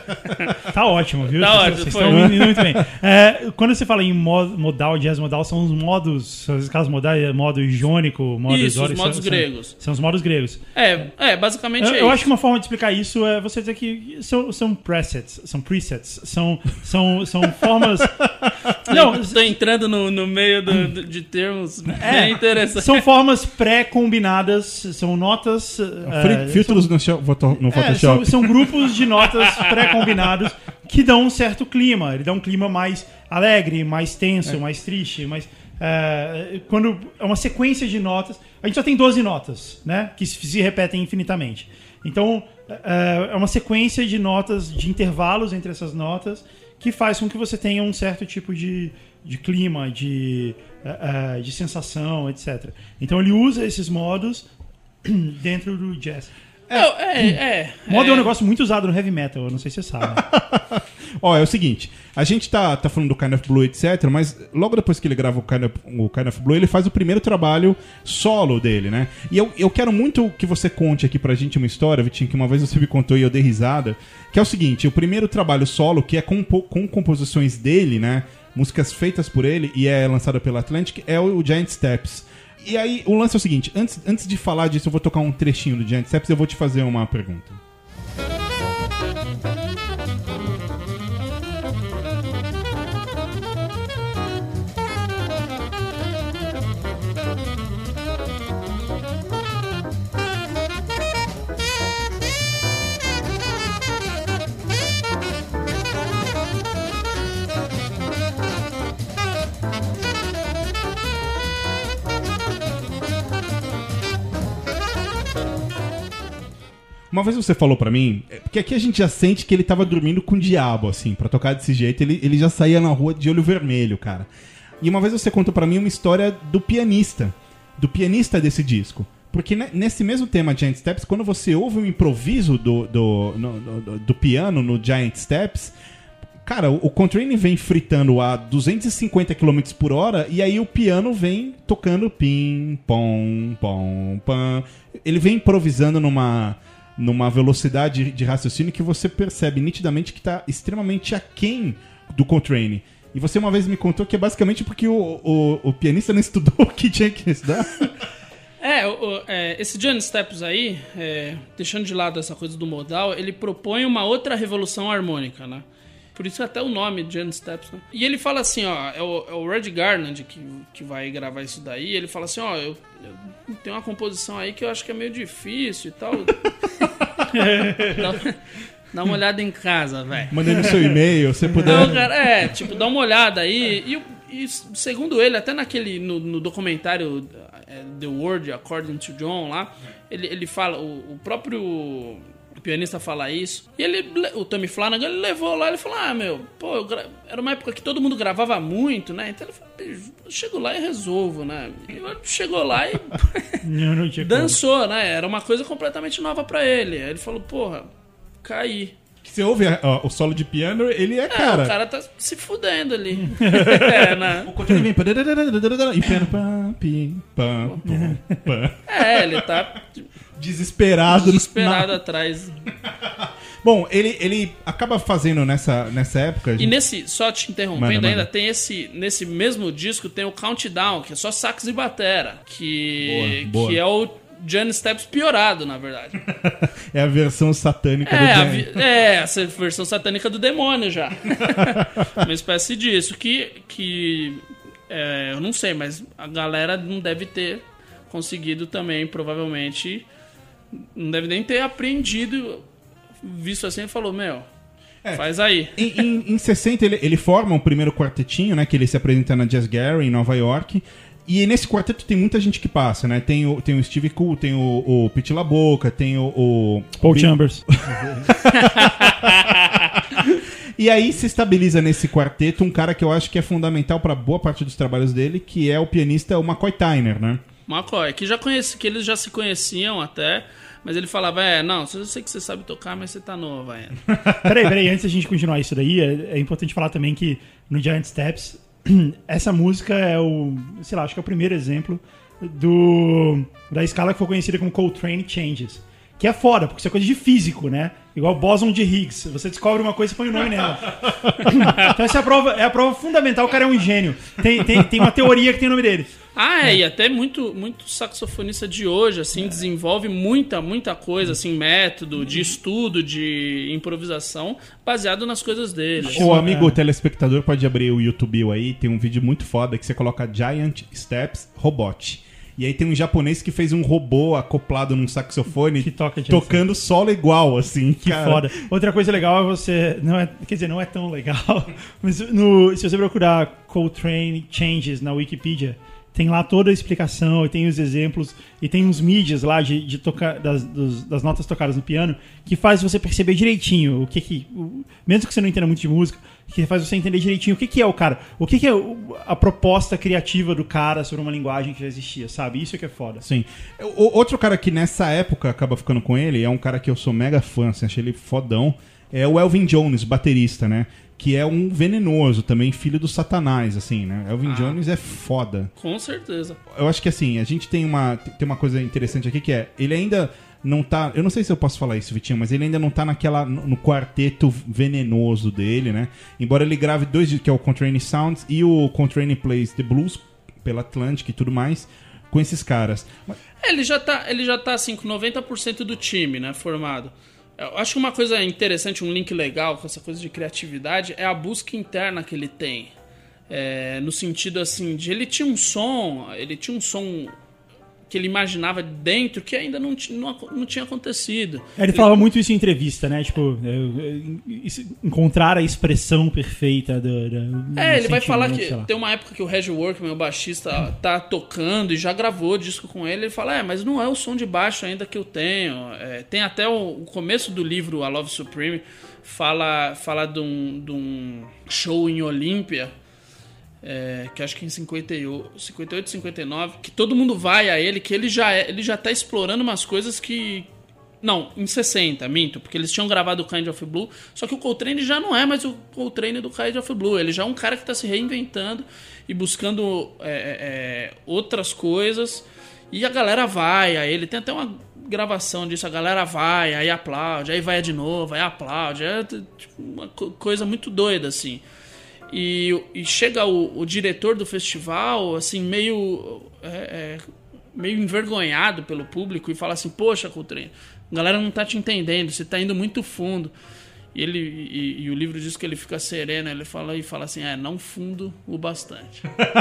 Tá ótimo, viu? Tá Vocês- ótimo, vocês foi. estão indo muito bem. É, quando você fala em mod- modal, jazz modal, são os modos, são os casos modais, modo jônico, modo Isso, os dórico, modos são, gregos. São, são os modos gregos. é, é basicamente Eu, é eu isso. acho que uma forma de explicar isso é você dizer que são, são presets, são presets, são, são, são formas... Não, Tô entrando no, no meio do, do- de termos bem interessantes. são formas pré-combinadas, são notas... Fri- é, Filtros no, sho- foto- no É, Photoshop. são, são grupos de notas pré-combinados que dão um certo clima. Ele dá um clima mais alegre, mais tenso, mais triste, mais... é, quando é uma sequência de notas... A gente só tem doze notas, né? Que se, se repetem infinitamente. Então, é, é uma sequência de notas, de intervalos entre essas notas, que faz com que você tenha um certo tipo de, de clima, de, é, é, de sensação, etcétera. Então ele usa esses modos dentro do jazz. É, é, é, Modo é, é. um negócio muito usado no heavy metal, eu não sei se você sabe. Ó, é o seguinte, a gente tá, tá falando do Kind of Blue, etcétera, mas logo depois que ele grava o Kind of, o kind of Blue, ele faz o primeiro trabalho solo dele, né? E eu, eu quero muito que você conte aqui pra gente uma história, Vitinho, que uma vez você me contou e eu dei risada, que é o seguinte, o primeiro trabalho solo, que é compo, com composições dele, né? Músicas feitas por ele e é lançada pela Atlantic, é o Giant Steps. E aí, o lance é o seguinte, antes, antes de falar disso, eu vou tocar um trechinho do Giant Steps e eu vou te fazer uma pergunta. Uma vez você falou pra mim, porque aqui a gente já sente que ele tava dormindo com o diabo, assim, pra tocar desse jeito, ele, ele já saía na rua de olho vermelho, cara. E uma vez você contou pra mim uma história do pianista, do pianista desse disco. Porque nesse mesmo tema Giant Steps, quando você ouve o improviso do, do, no, do, do piano no Giant Steps, cara, o Coltrane vem fritando a duzentos e cinquenta quilômetros por hora e aí o piano vem tocando pim, pom, pom, pam. Ele vem improvisando numa, numa velocidade de raciocínio que você percebe nitidamente que está extremamente aquém do Coltrane. E você uma vez me contou que é basicamente porque o, o, o pianista não estudou o que tinha que estudar. É, o, é, esse Giant Steps aí, é, deixando de lado essa coisa do modal, ele propõe uma outra revolução harmônica, né? Por isso até o nome, Giant Steps, né? E ele fala assim, ó, é o, é o Red Garland que, que vai gravar isso daí, ele fala assim, ó, eu, eu tenho uma composição aí que eu acho que é meio difícil e tal. dá, dá uma olhada em casa, velho. Mandei no seu e-mail, você puder... Não, cara, é, tipo, dá uma olhada aí. E, e segundo ele, até naquele, no, no documentário The World According to John lá, ele, ele fala, o, o próprio... O pianista fala isso. E ele, o Tommy Flanagan, ele levou lá, ele falou, ah, meu, pô, eu gra... era uma época que todo mundo gravava muito, né? Então ele falou, eu chego lá e resolvo, né? E ele chegou lá e não, não tinha dançou, como. Né? Era uma coisa completamente nova pra ele. Aí ele falou, porra, caí. Você ouve ó, o solo de piano, ele é, é cara... o cara tá se fudendo ali. é, né? O Coltrane vem... E piano... Pam, pim, pam, pam, pam. É, ele tá... Desesperado. Desesperado na... atrás. Bom, ele, ele acaba fazendo nessa, nessa época... E gente... nesse, só te interrompendo manda, ainda, manda. tem esse... Nesse mesmo disco tem o Countdown, que é só sax e batera. Que, boa, boa. que é o Giant Steps piorado, na verdade. É a versão satânica É, do a vi... é, essa versão satânica do demônio já. Uma espécie disso, que... que é, eu não sei, mas a galera não deve ter conseguido também, provavelmente... Não deve nem ter aprendido, visto assim, e falou, meu, é, faz aí. Em, em, em sessenta ele, ele forma o primeiro quartetinho, né, que ele se apresenta na Jazz Gallery em Nova York. E nesse quarteto tem muita gente que passa, né? Tem o, tem o Steve Cool, tem o, o Pete LaBocca, tem o... o Paul Chambers. E aí se estabiliza nesse quarteto um cara que eu acho que é fundamental para boa parte dos trabalhos dele, que é o pianista o McCoy Tyner, né? McCoy, que já conheci, que eles já se conheciam até, mas ele falava, é, não, eu sei que você sabe tocar, mas você tá novo ainda. Peraí, peraí, antes da gente continuar isso daí, é, é importante falar também que no Giant Steps, essa música é o, sei lá, acho que é o primeiro exemplo do, da escala que foi conhecida como Coltrane Changes. Que é foda, porque isso é coisa de físico, né? Igual Boson de Higgs. Você descobre uma coisa e põe o nome nela. Então essa é a prova, é a prova fundamental, o cara é um gênio. Tem, tem, tem uma teoria que tem o nome dele. Ah, é, e até muito, muito saxofonista de hoje, assim, é. desenvolve muita, muita coisa, assim, método de estudo, de improvisação, baseado nas coisas dele. O amigo é. telespectador pode abrir o YouTube aí, tem um vídeo muito foda que você coloca Giant Steps Robot. E aí tem um japonês que fez um robô acoplado num saxofone que toca tocando solo igual, assim. Que cara. foda. Outra coisa legal é você... Não é, quer dizer, não é tão legal, mas no, se você procurar Coltrane Changes na Wikipedia, tem lá toda a explicação, e tem os exemplos, e tem uns mídias lá de, de tocar, das, dos, das notas tocadas no piano, que faz você perceber direitinho o que que... O, mesmo que você não entenda muito de música, que faz você entender direitinho o que que é o cara, o que que é a proposta criativa do cara sobre uma linguagem que já existia, sabe? Isso é que é foda. Sim. O, outro cara que nessa época acaba ficando com ele, é um cara que eu sou mega fã, assim, achei ele fodão, é o Elvin Jones, baterista, né? Que é um venenoso também, filho do Satanás, assim, né? Elvin ah, Jones é foda. Com certeza. Eu acho que, assim, a gente tem uma, tem uma coisa interessante aqui que é, ele ainda não tá... Eu não sei se eu posso falar isso, Vitinho, mas ele ainda não tá naquela, no, no quarteto venenoso dele, né? Embora ele grave dois, que é o Coltrane Sounds e o Coltrane Plays the Blues, pela Atlantic e tudo mais, com esses caras. Ele já tá, ele já tá assim, com noventa por cento do time, né, formado. Eu acho que uma coisa interessante, um link legal com essa coisa de criatividade é a busca interna que ele tem. É, no sentido assim, de ele tinha um som, ele tinha um som que ele imaginava dentro que ainda não, t- não, não tinha acontecido. Ele falava muito isso em entrevista, né? Tipo, encontrar a expressão perfeita do, do É, ele vai falar sentimento, que sei lá. tem uma época que o Reggie Workman, o baixista, tá tocando e já gravou disco com ele. Ele fala, é, mas não é o som de baixo ainda que eu tenho. É, tem até o, o começo do livro A Love Supreme, fala, fala de, um, de um show em Olímpia, é, que acho que em cinquenta e oito, cinquenta e nove, que todo mundo vai a ele, que ele já, é, ele já tá explorando umas coisas que... Não, em sessenta, minto, porque eles tinham gravado o Kind of Blue, só que o Coltrane já não é mais o Coltrane do Kind of Blue, ele já é um cara que tá se reinventando e buscando é, é, outras coisas, e a galera vai a ele, tem até uma gravação disso, a galera vai, aí aplaude, aí vai de novo, aí aplaude, é tipo, uma coisa muito doida, assim. E, e chega o, o diretor do festival, assim, meio, é, é, meio envergonhado pelo público e fala assim, poxa, Coltrane, a galera não tá te entendendo, você tá indo muito fundo. E, ele, e, e o livro diz que ele fica sereno, ele fala e fala assim, é, não fundo o bastante.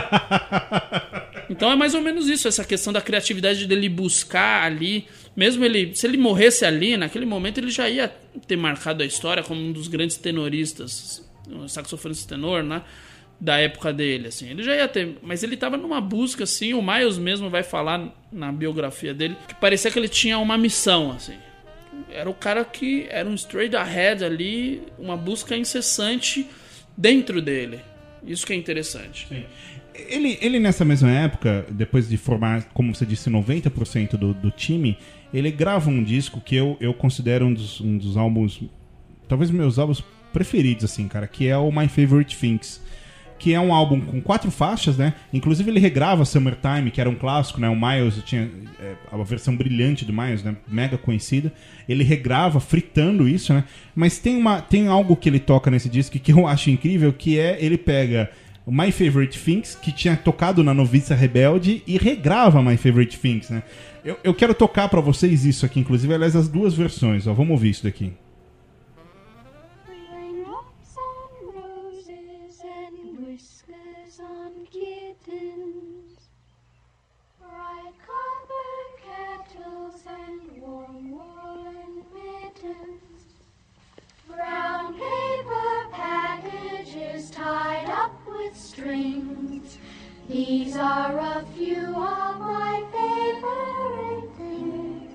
Então é mais ou menos isso, essa questão da criatividade dele buscar ali, mesmo ele, se ele morresse ali, naquele momento ele já ia ter marcado a história como um dos grandes tenoristas, um saxofonista tenor, né, da época dele, assim, ele já ia ter, mas ele tava numa busca, assim, o Miles mesmo vai falar na biografia dele, que parecia que ele tinha uma missão, assim, era o cara que era um straight ahead ali, uma busca incessante dentro dele, isso que é interessante. Sim. Ele, ele nessa mesma época, depois de formar, como você disse, noventa por cento do, do time, ele grava um disco que eu, eu considero um dos, um dos álbuns, talvez meus álbuns preferidos, assim, cara, que é o My Favorite Things, que é um álbum com quatro faixas, né? Inclusive ele regrava Summertime, que era um clássico, né? O Miles tinha é, a versão brilhante do Miles, né? Mega conhecida. Ele regrava, fritando isso, né? Mas tem, uma, tem algo que ele toca nesse disco que eu acho incrível, que é ele pega o My Favorite Things, que tinha tocado na Noviça Rebelde, e regrava My Favorite Things, né? Eu, eu quero tocar pra vocês isso aqui, inclusive, aliás, as duas versões, ó. Vamos ouvir isso daqui. Brown paper packages tied up with strings. These are a few of my favorite things.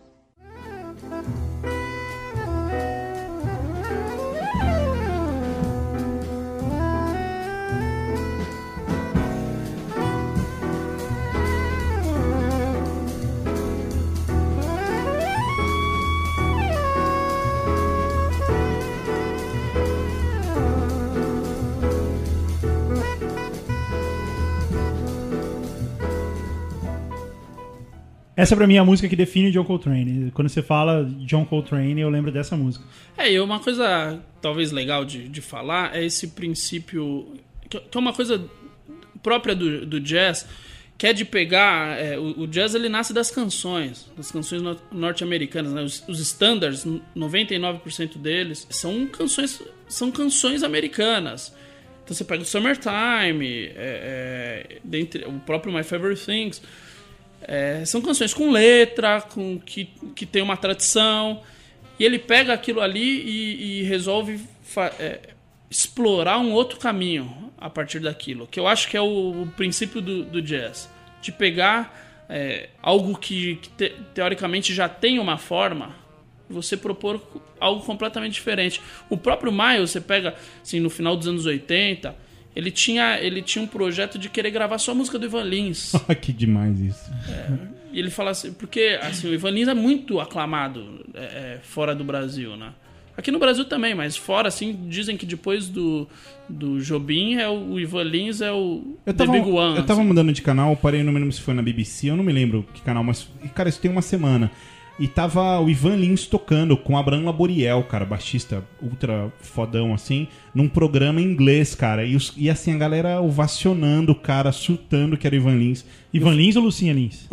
Essa pra mim é a música que define John Coltrane. Quando você fala John Coltrane, eu lembro dessa música. É, e uma coisa talvez legal de, de falar é esse princípio, que é uma coisa própria do, do jazz, que é de pegar... É, o, o jazz ele nasce das canções, das canções no, norte-americanas, né? Os, os standards, noventa e nove por cento deles, são canções, são canções americanas. Então você pega o Summertime, é, é, dentre, o próprio My Favorite Things... É, são canções com letra, com, que, que tem uma tradição, e ele pega aquilo ali e, e resolve fa- é, explorar um outro caminho a partir daquilo, que eu acho que é o, o princípio do, do jazz, de pegar é, algo que, que te, teoricamente já tem uma forma e você propor algo completamente diferente. O próprio Miles, você pega assim, no final dos anos oitenta, Ele tinha, ele tinha um projeto de querer gravar só a música do Ivan Lins. Que demais isso. É, e ele fala assim, porque assim, o Ivan Lins é muito aclamado é, é, fora do Brasil, né? Aqui no Brasil também, mas fora, assim, dizem que depois do, do Jobim, é o, o Ivan Lins é o eu tava, The Big One. Eu tava assim. mudando de canal, parei, não me lembro se foi na B B C, eu não me lembro que canal, mas, cara, isso tem uma semana. E tava o Ivan Lins tocando com Abraham Laboriel, cara, baixista ultra fodão, assim, num programa em inglês, cara. E, os, e assim, a galera ovacionando o cara, chutando que era o Ivan Lins. Ivan eu... Lins ou Lucinha Lins?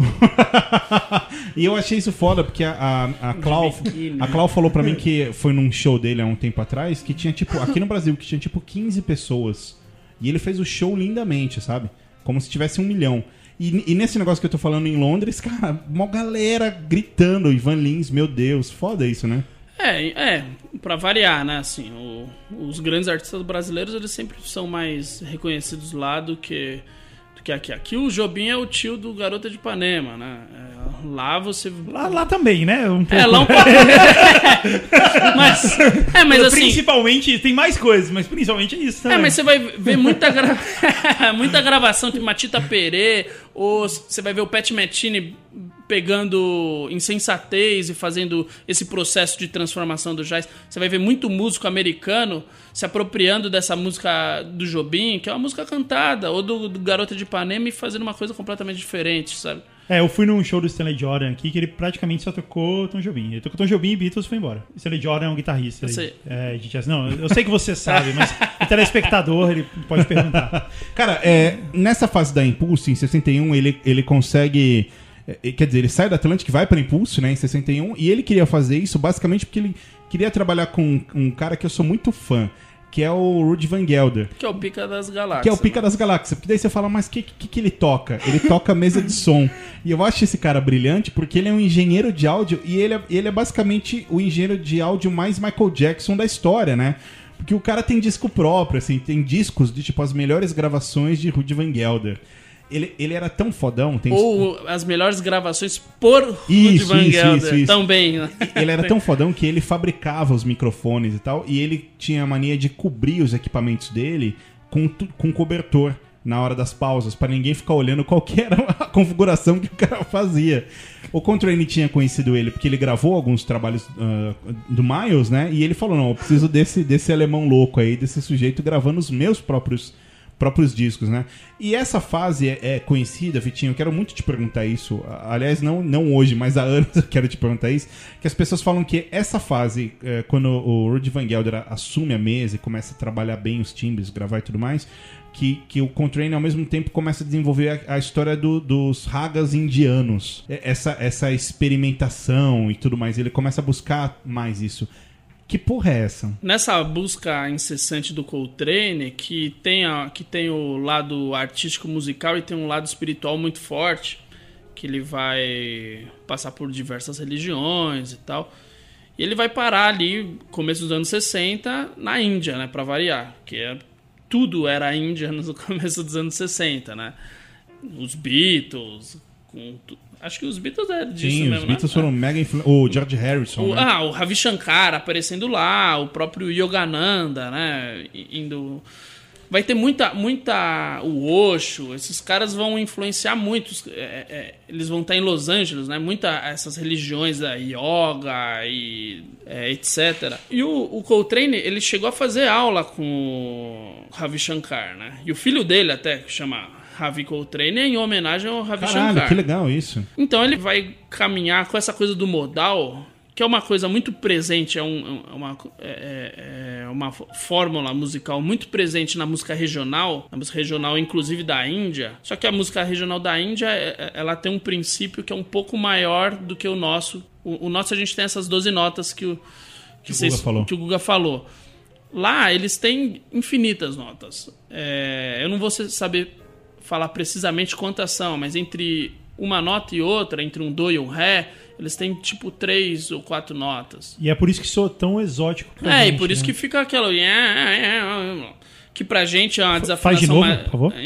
E eu achei isso foda, porque a, a, a, Clau, a Clau falou pra mim que foi num show dele há um tempo atrás, que tinha, tipo, aqui no Brasil, que tinha, tipo, quinze pessoas. E ele fez o show lindamente, sabe? Como se tivesse um milhão. E, e nesse negócio que eu tô falando em Londres, cara, uma galera gritando, Ivan Lins, meu Deus, foda isso, né? É, é, pra variar, né, assim, o, os grandes artistas brasileiros, eles sempre são mais reconhecidos lá do que, do que aqui. Aqui o Jobim é o tio do Garota de Ipanema, né, é, lá você... Lá, lá também, né? Um pouco. É, lá um pouco. mas, é, mas assim... Principalmente, tem mais coisas, mas principalmente é isso também. É, mas você vai ver muita, gra... muita gravação de Matita Perê, ou você vai ver o Pat Metheny pegando insensatez e fazendo esse processo de transformação do jazz. Você vai ver muito músico americano se apropriando dessa música do Jobim, que é uma música cantada, ou do, do Garota de Ipanema, e fazendo uma coisa completamente diferente, sabe? É, eu fui num show do Stanley Jordan aqui, que ele praticamente só tocou Tom Jobim. Ele tocou Tom Jobim e Beatles e foi embora. O Stanley Jordan é um guitarrista. Eu sei. É, de jazz. Não, eu sei que você sabe, mas o telespectador, ele pode perguntar. Cara, é, nessa fase da Impulse, em sessenta e um, ele, ele consegue... É, quer dizer, ele sai da Atlantic, vai pra Impulse, né, em sessenta e um, e ele queria fazer isso basicamente porque ele queria trabalhar com um cara que eu sou muito fã, que é o Rudy Van Gelder. Que é o Pica das Galáxias. Que é o Pica das Galáxias. Porque daí você fala, mas o que, que, que ele toca? Ele toca mesa de som. E eu acho esse cara brilhante porque ele é um engenheiro de áudio e ele é, ele é basicamente o engenheiro de áudio mais Michael Jackson da história, né? Porque o cara tem disco próprio, assim, tem discos de, tipo, as melhores gravações de Rudy Van Gelder. Ele, ele era tão fodão... Tem... Ou as melhores gravações por Rudy isso, Van isso, Gelder isso, isso. também. Ele era tão fodão que ele fabricava os microfones e tal, e ele tinha a mania de cobrir os equipamentos dele com, com cobertor na hora das pausas, pra ninguém ficar olhando qual que era a configuração que o cara fazia. O Coltrane tinha conhecido ele porque ele gravou alguns trabalhos uh, do Miles, né? E ele falou, não, eu preciso desse, desse alemão louco aí, desse sujeito gravando os meus próprios... próprios discos, né? E essa fase é, é conhecida, Vitinho, eu quero muito te perguntar isso. Aliás, não, não hoje, mas há anos eu quero te perguntar isso. Que as pessoas falam que essa fase, é, quando o Rudy Van Gelder assume a mesa e começa a trabalhar bem os timbres, gravar e tudo mais, que, que o Coltrane, ao mesmo tempo, começa a desenvolver a, a história do, dos ragas indianos. Essa, essa experimentação e tudo mais. Ele começa a buscar mais isso. Que porra é essa? Nessa busca incessante do Coltrane, que tem, a, que tem o lado artístico musical e tem um lado espiritual muito forte, que ele vai passar por diversas religiões e tal. E ele vai parar ali, começo dos anos sessenta, na Índia, né, pra variar. Que é, tudo era Índia no começo dos anos sessenta, né? Os Beatles, com acho que os Beatles é disso Sim, mesmo, os Beatles né? foram mega influentes. O George Harrison, o, né? Ah, o Ravi Shankar aparecendo lá, o próprio Yogananda, né? Indo... Vai ter muita... muita o Osho, esses caras vão influenciar muito. É, é, eles vão estar em Los Angeles, né? Muita essas religiões da yoga e é, etcétera. E o, o Coltrane, ele chegou a fazer aula com o Ravi Shankar, né? E o filho dele até, que chama... Ravi Coltrane, em homenagem ao Ravi Caralho, Shankar. que legal isso. Então ele vai caminhar com essa coisa do modal, que é uma coisa muito presente, é, um, é, uma, é, é uma fórmula musical muito presente na música regional, na música regional inclusive da Índia. Só que a música regional da Índia, ela tem um princípio que é um pouco maior do que o nosso. O, o nosso a gente tem essas doze notas que o, que Que o vocês, Guga falou. que o Guga falou. Lá eles têm infinitas notas. É, eu não vou saber falar precisamente quantas são, mas entre uma nota e outra, entre um do e um ré, eles têm tipo três ou quatro notas. E é por isso que soa tão exótico pra É, gente, e por isso né? que fica aquela... Que pra gente é uma desafinação... Faz de novo, mais... por favor.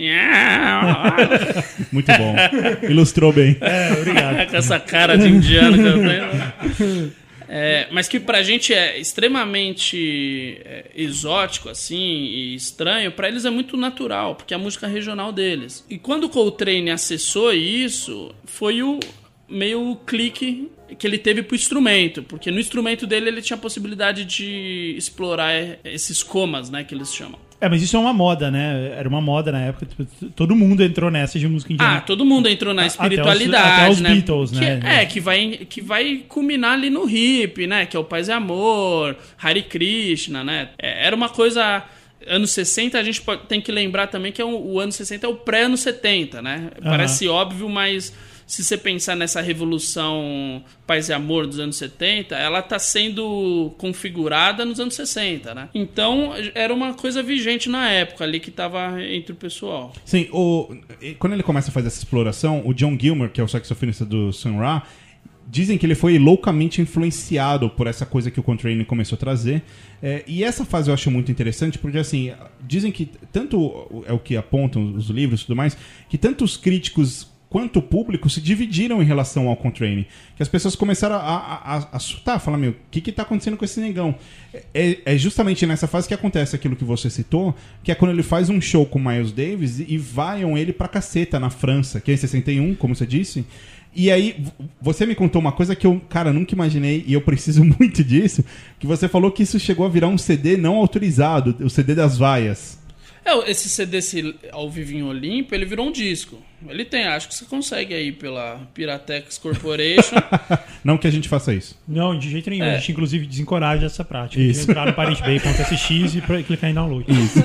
Muito bom. Ilustrou bem. É, obrigado. Com essa cara de indiano que eu tenho... É, mas que pra gente é extremamente é, exótico, assim, e estranho, pra eles é muito natural, porque é a música regional deles. E quando o Coltrane acessou isso, foi o meio o clique que ele teve pro instrumento, porque no instrumento dele ele tinha a possibilidade de explorar esses comas, né, que eles chamam. É, mas isso é uma moda, né? Era uma moda na época. Tipo, todo mundo entrou nessa de música indiana. Ah, todo mundo entrou na A- espiritualidade, até os, até os né? Beatles, que, né? É, que vai, que vai culminar ali no hip, né? Que é o Paz e Amor, Hare Krishna, né? É, era uma coisa... Anos sessenta, a gente pode- tem que lembrar também que é um- o ano sessenta é o pré-anos setenta, né? Parece óbvio, mas se você pensar nessa revolução Paz e Amor dos anos setenta, ela está sendo configurada nos anos sessenta, né? Então, era uma coisa vigente na época ali que estava entre o pessoal. Sim, o, quando ele começa a fazer essa exploração, o John Gilmer, que é o saxofonista do Sun Ra, dizem que ele foi loucamente influenciado por essa coisa que o Coltrane começou a trazer. É, e essa fase eu acho muito interessante, porque assim, dizem que tanto é o que apontam os livros e tudo mais, que tanto os críticos quanto o público se dividiram em relação ao Coltrane. Que as pessoas começaram a, a, a, a surtar, falar, meu, o que que tá acontecendo com esse negão? É, é justamente nessa fase que acontece aquilo que você citou, que é quando ele faz um show com o Miles Davis e, e vaiam ele pra caceta na França, que é em sessenta e um, como você disse. E aí, você me contou uma coisa que eu, cara, nunca imaginei, e eu preciso muito disso, que você falou que isso chegou a virar um C D não autorizado, o C D das vaias. É, esse C D esse, ao vivo em Olímpia, ele virou um disco. Ele tem, acho que você consegue aí pela Piratex Corporation. Não que a gente faça isso. Não, de jeito nenhum. É. A gente, inclusive, desencoraja essa prática. Isso. De entrar no pirate bay ponto s x e pra- clicar em download. Isso.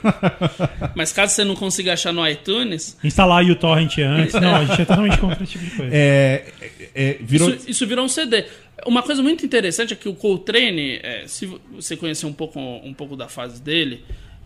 É. Mas caso você não consiga achar no iTunes, Instalar o uTorrent antes. Não, a gente é totalmente contra esse tipo de coisa. É, é, é, virou... isso, isso virou um C D. Uma coisa muito interessante é que o Coltrane, é, se você conhecer um pouco, um pouco da fase dele,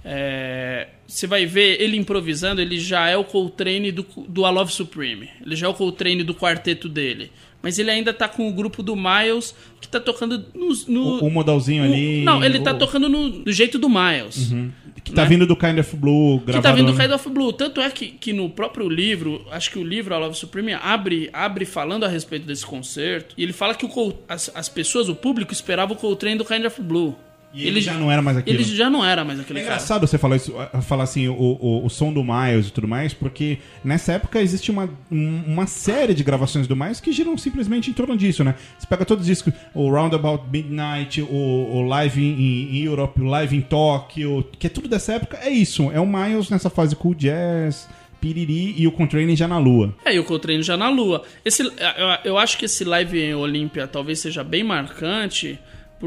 é, você vai ver ele improvisando, ele já é o Coltrane do, do I Love Supreme. Ele já é o Coltrane do quarteto dele. Mas ele ainda tá com o grupo do Miles, que tá tocando no... no O, o modalzinho no- ali... Não, ele tá o- tocando no, do jeito do Miles. Que tá né? vindo do Kind of Blue, gravado... Que tá vindo do no- Kind of Blue. Tanto é que, que no próprio livro, acho que o livro A Love Supreme abre, abre falando a respeito desse concerto. E ele fala que o Col- as, as pessoas, o público, esperava o Coltrane do Kind of Blue. E ele já não era mais aquilo. Ele já não era mais aquele É cara. engraçado você falar isso, falar assim, o, o, o som do Miles e tudo mais, porque nessa época existe uma, um- uma série de gravações do Miles que giram simplesmente em torno disso, né? Você pega todos os discos, o Roundabout Midnight, o, o Live em, em Europe, o Live em Tóquio, que é tudo dessa época, é isso. É o Miles nessa fase cool jazz, piriri, e o Coltrane já na lua. É, e o Coltrane já na lua. Esse, eu, eu acho que esse live em Olímpia talvez seja bem marcante,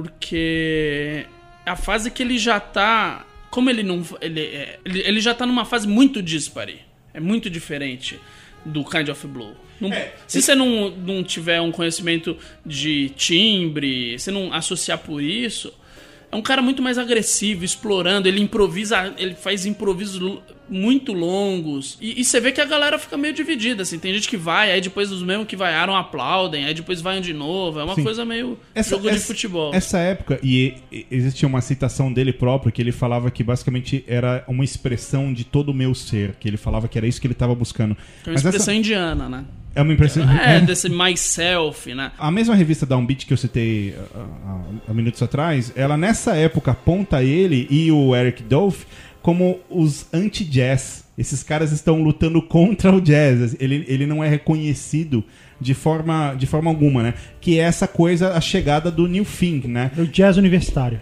porque é a fase que ele já tá... Como ele não... Ele, é- ele, ele já tá numa fase muito dispare. É muito diferente do Kind of Blue. Não- É, se você não, não tiver um conhecimento de timbre, se não associar por isso... É um cara muito mais agressivo, explorando, ele improvisa, ele faz improvisos lo- muito longos. E, e você vê que a galera fica meio dividida, assim. Tem gente que vai, aí depois os mesmos que vaiaram aplaudem, aí depois vaiam de novo. É uma Sim. coisa meio jogo de futebol. Essa época, e, e existia uma citação dele próprio, que ele falava que basicamente era uma expressão de todo o meu ser, que ele falava que era isso que ele estava buscando. É uma Mas expressão essa indiana, né? é uma impressão... É, desse myself, né? A mesma revista Downbeat que eu citei há, há- há minutos atrás, ela nessa época aponta ele e o Eric Dolphy como os anti-jazz. Esses caras estão lutando contra o jazz. Ele, ele não é reconhecido de forma, de forma alguma, né? Que é essa coisa, a chegada do New Thing, né? O jazz universitário.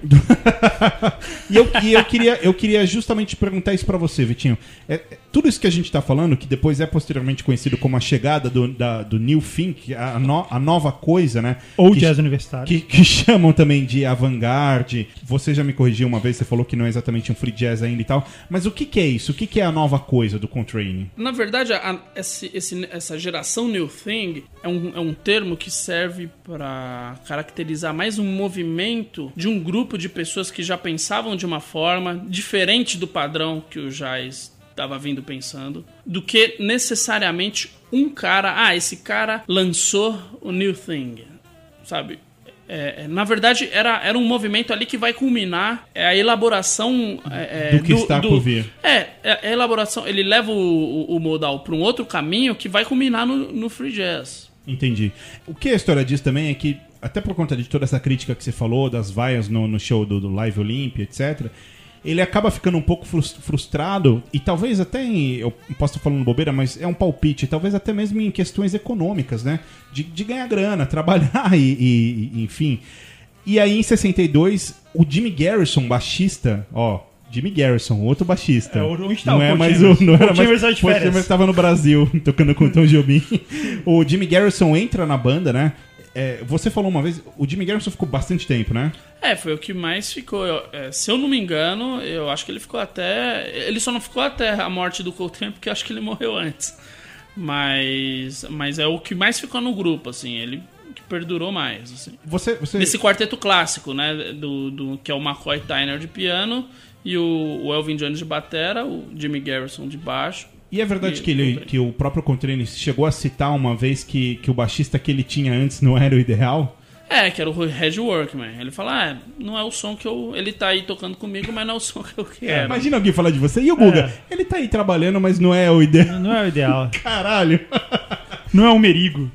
E eu, e eu, queria, eu queria justamente perguntar isso pra você, Vitinho. É, é, tudo isso que a gente tá falando, que depois é posteriormente conhecido como a chegada do, da, do New Think, a, no- a nova coisa, né? Ou que, jazz universitário. que, que chamam também de avant-garde. Você já me corrigiu uma vez, você falou que não é exatamente um free jazz ainda e tal. Mas o que, que é isso? O que, que é a nova coisa do Coltrane? Na verdade, a- esse- esse- essa geração New Thing é um, é um termo que serve para caracterizar mais um movimento de um grupo de pessoas que já pensavam de uma forma diferente do padrão que o jazz estava vindo pensando, do que necessariamente um cara, ah, esse cara lançou o New Thing, sabe? É, é, na verdade, era, era um movimento ali que vai culminar é, a elaboração é, é, Do que está por vir. É, é a elaboração. Ele leva o, o, o modal para um outro caminho que vai culminar no, no free jazz. Entendi. O que a história diz também é que, até por conta de toda essa crítica que você falou, das vaias no, no show do, do Live Olympia, etcétera, ele acaba ficando um pouco frus- frustrado, e talvez até, em, eu posso estar falando bobeira, mas é um palpite, talvez até mesmo em questões econômicas, né? De, de ganhar grana, trabalhar e, e- e, enfim. E aí, em sessenta e dois, o Jimmy Garrison, baixista, ó, Jimmy Garrison, outro baixista. É, onde tá não o é Paul mais Chambers? o, não era Paul mais, Chambers tá de Paul férias. Chambers estava no Brasil, tocando com o Tom Jobim. O Jimmy Garrison entra na banda, né? É, você falou uma vez, o Jimmy Garrison ficou bastante tempo, né? É, foi o que mais ficou. Eu- é, se eu não me engano, eu acho que ele ficou até. Ele só não ficou até a morte do Coltrane porque eu acho que ele morreu antes. Mas, mas é o que mais ficou no grupo, assim. Ele que perdurou mais, assim. Você, você... Nesse quarteto clássico, né? Do, do, que é o McCoy Tyner de piano e o, o Elvin Jones de batera, o Jimmy Garrison de baixo. E é verdade E- que, ele, que o próprio Coltrane chegou a citar uma vez que, que o baixista que ele tinha antes não era o ideal? É, que era o Reggie Workman. Ele fala, ah, não é o som que eu... Ele tá aí tocando comigo, mas não é o som que eu quero. Imagina alguém falar de você. E o Guga? É. Ele tá aí trabalhando, mas não é o ideal. Não é o ideal. Caralho. Não é um merigo.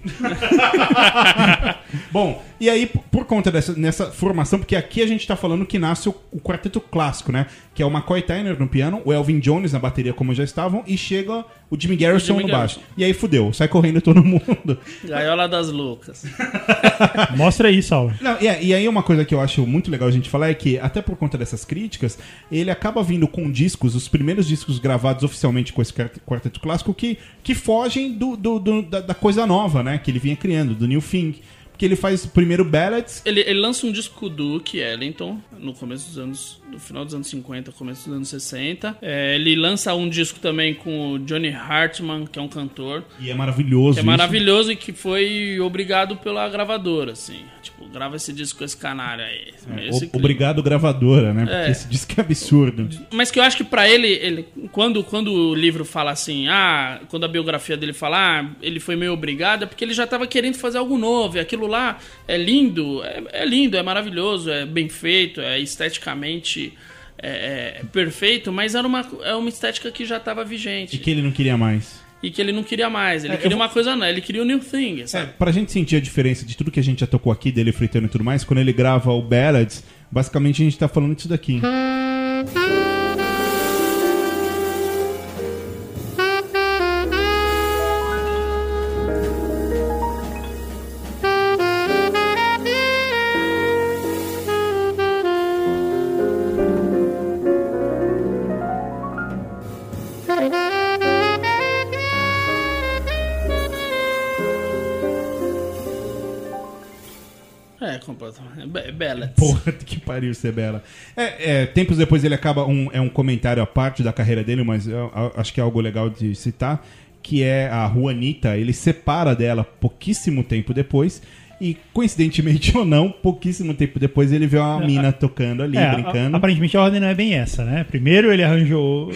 Bom, e aí, p- por conta dessa nessa formação, porque aqui a gente tá falando que nasce o, o quarteto clássico, né? Que é o McCoy Tyner no piano, o Elvin Jones na bateria, como já estavam, e chega o Jimmy Garrison O Jimmy no baixo. Garrison. E aí fudeu, sai correndo todo mundo. Gaiola das Loucas. Mostra aí, Saulo. Não, e, é- e aí uma coisa que eu acho muito legal a gente falar é que, até por conta dessas críticas, ele acaba vindo com discos, os primeiros discos gravados oficialmente com esse quart- quarteto clássico, que, que fogem do, do- do- da, da coisa nova, né? Que ele vinha criando, do New Thing. Porque ele faz primeiro ballads. Ele, ele lança um disco do Duke Ellington no começo dos anos... No final dos anos cinquenta, começo dos anos sessenta. É, ele lança um disco também com o Johnny Hartman, que é um cantor. E é maravilhoso Que é isso. maravilhoso e que foi obrigado pela gravadora, assim. Tipo, grava esse disco com esse canário aí. É, Esse o- clipe. obrigado, gravadora, né? Porque É. esse disco é absurdo. Mas que eu acho que pra ele, ele quando, quando o livro fala assim, ah, quando a biografia dele fala, ah, ele foi meio obrigado, é porque ele já tava querendo fazer algo novo. E aquilo lá é lindo, é, é lindo, é maravilhoso, é bem feito, é esteticamente é, é perfeito, mas era uma, é uma estética que já tava vigente. E que ele não queria mais. E que ele não queria mais. Ele É, eu queria vou- uma coisa nova, ele queria o New Thing, É, sabe? pra gente sentir a diferença de tudo que a gente já tocou aqui, dele fritando e tudo mais, quando ele grava o Ballads, basicamente a gente tá falando disso daqui. É, completamente. É be- Bela. Porra, que pariu, ser bela. É, é, tempos depois ele acaba, um, é um comentário à parte da carreira dele, mas eu, eu acho que é algo legal de citar, que é a Juanita, ele separa dela pouquíssimo tempo depois, e coincidentemente ou não, pouquíssimo tempo depois ele vê uma mina tocando ali, É, brincando. a- aparentemente a ordem não é bem essa, né? Primeiro ele arranjou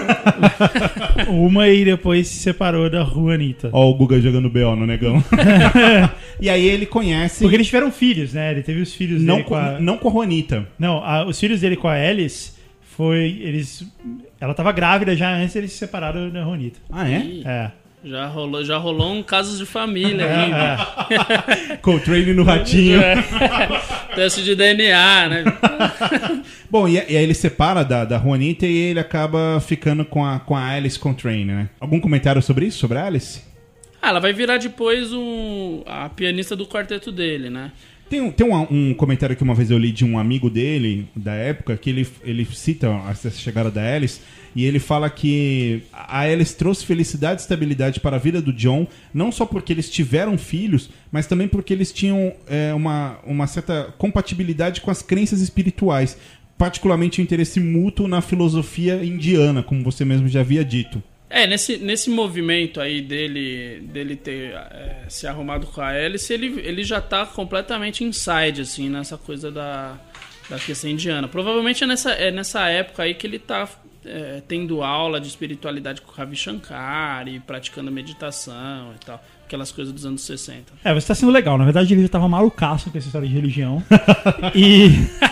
uma e depois se separou da Juanita. Ó o Guga jogando B O no negão. E aí ele conhece... Porque eles tiveram filhos, né? Ele teve os filhos Não dele com, com a... não com a Juanita. Não, a- os filhos dele com a Alice foi... eles Ela tava grávida já antes eles se separaram da Juanita. Ah, é? Ih, É. Já rolou, já rolou um caso de família aí. É, Coltrane no ratinho. Teste de D N A, né? Bom, e, e aí ele separa da, da Juanita e ele acaba ficando com a, com a Alice Coltrane, né? Algum comentário sobre isso, sobre a Alice? Ah, ela vai virar depois um, a pianista do quarteto dele, né? Tem, um, tem um, um comentário que uma vez eu li de um amigo dele, da época, que ele, ele cita essa chegada da Alice, e ele fala que a Alice trouxe felicidade e estabilidade para a vida do John, não só porque eles tiveram filhos, mas também porque eles tinham é, uma, uma certa compatibilidade com as crenças espirituais, particularmente o interesse mútuo na filosofia indiana, como você mesmo já havia dito. É, nesse, nesse movimento aí dele, dele ter é, se arrumado com a Alice, ele, ele já tá completamente inside, assim, nessa coisa da, da questão indiana. Provavelmente é nessa, é nessa época aí que ele tá é, tendo aula de espiritualidade com o Ravi Shankar e praticando meditação e tal. Aquelas coisas dos anos sessenta. É, você tá sendo legal. Na verdade, ele já tava malucaço com essa história de religião. e...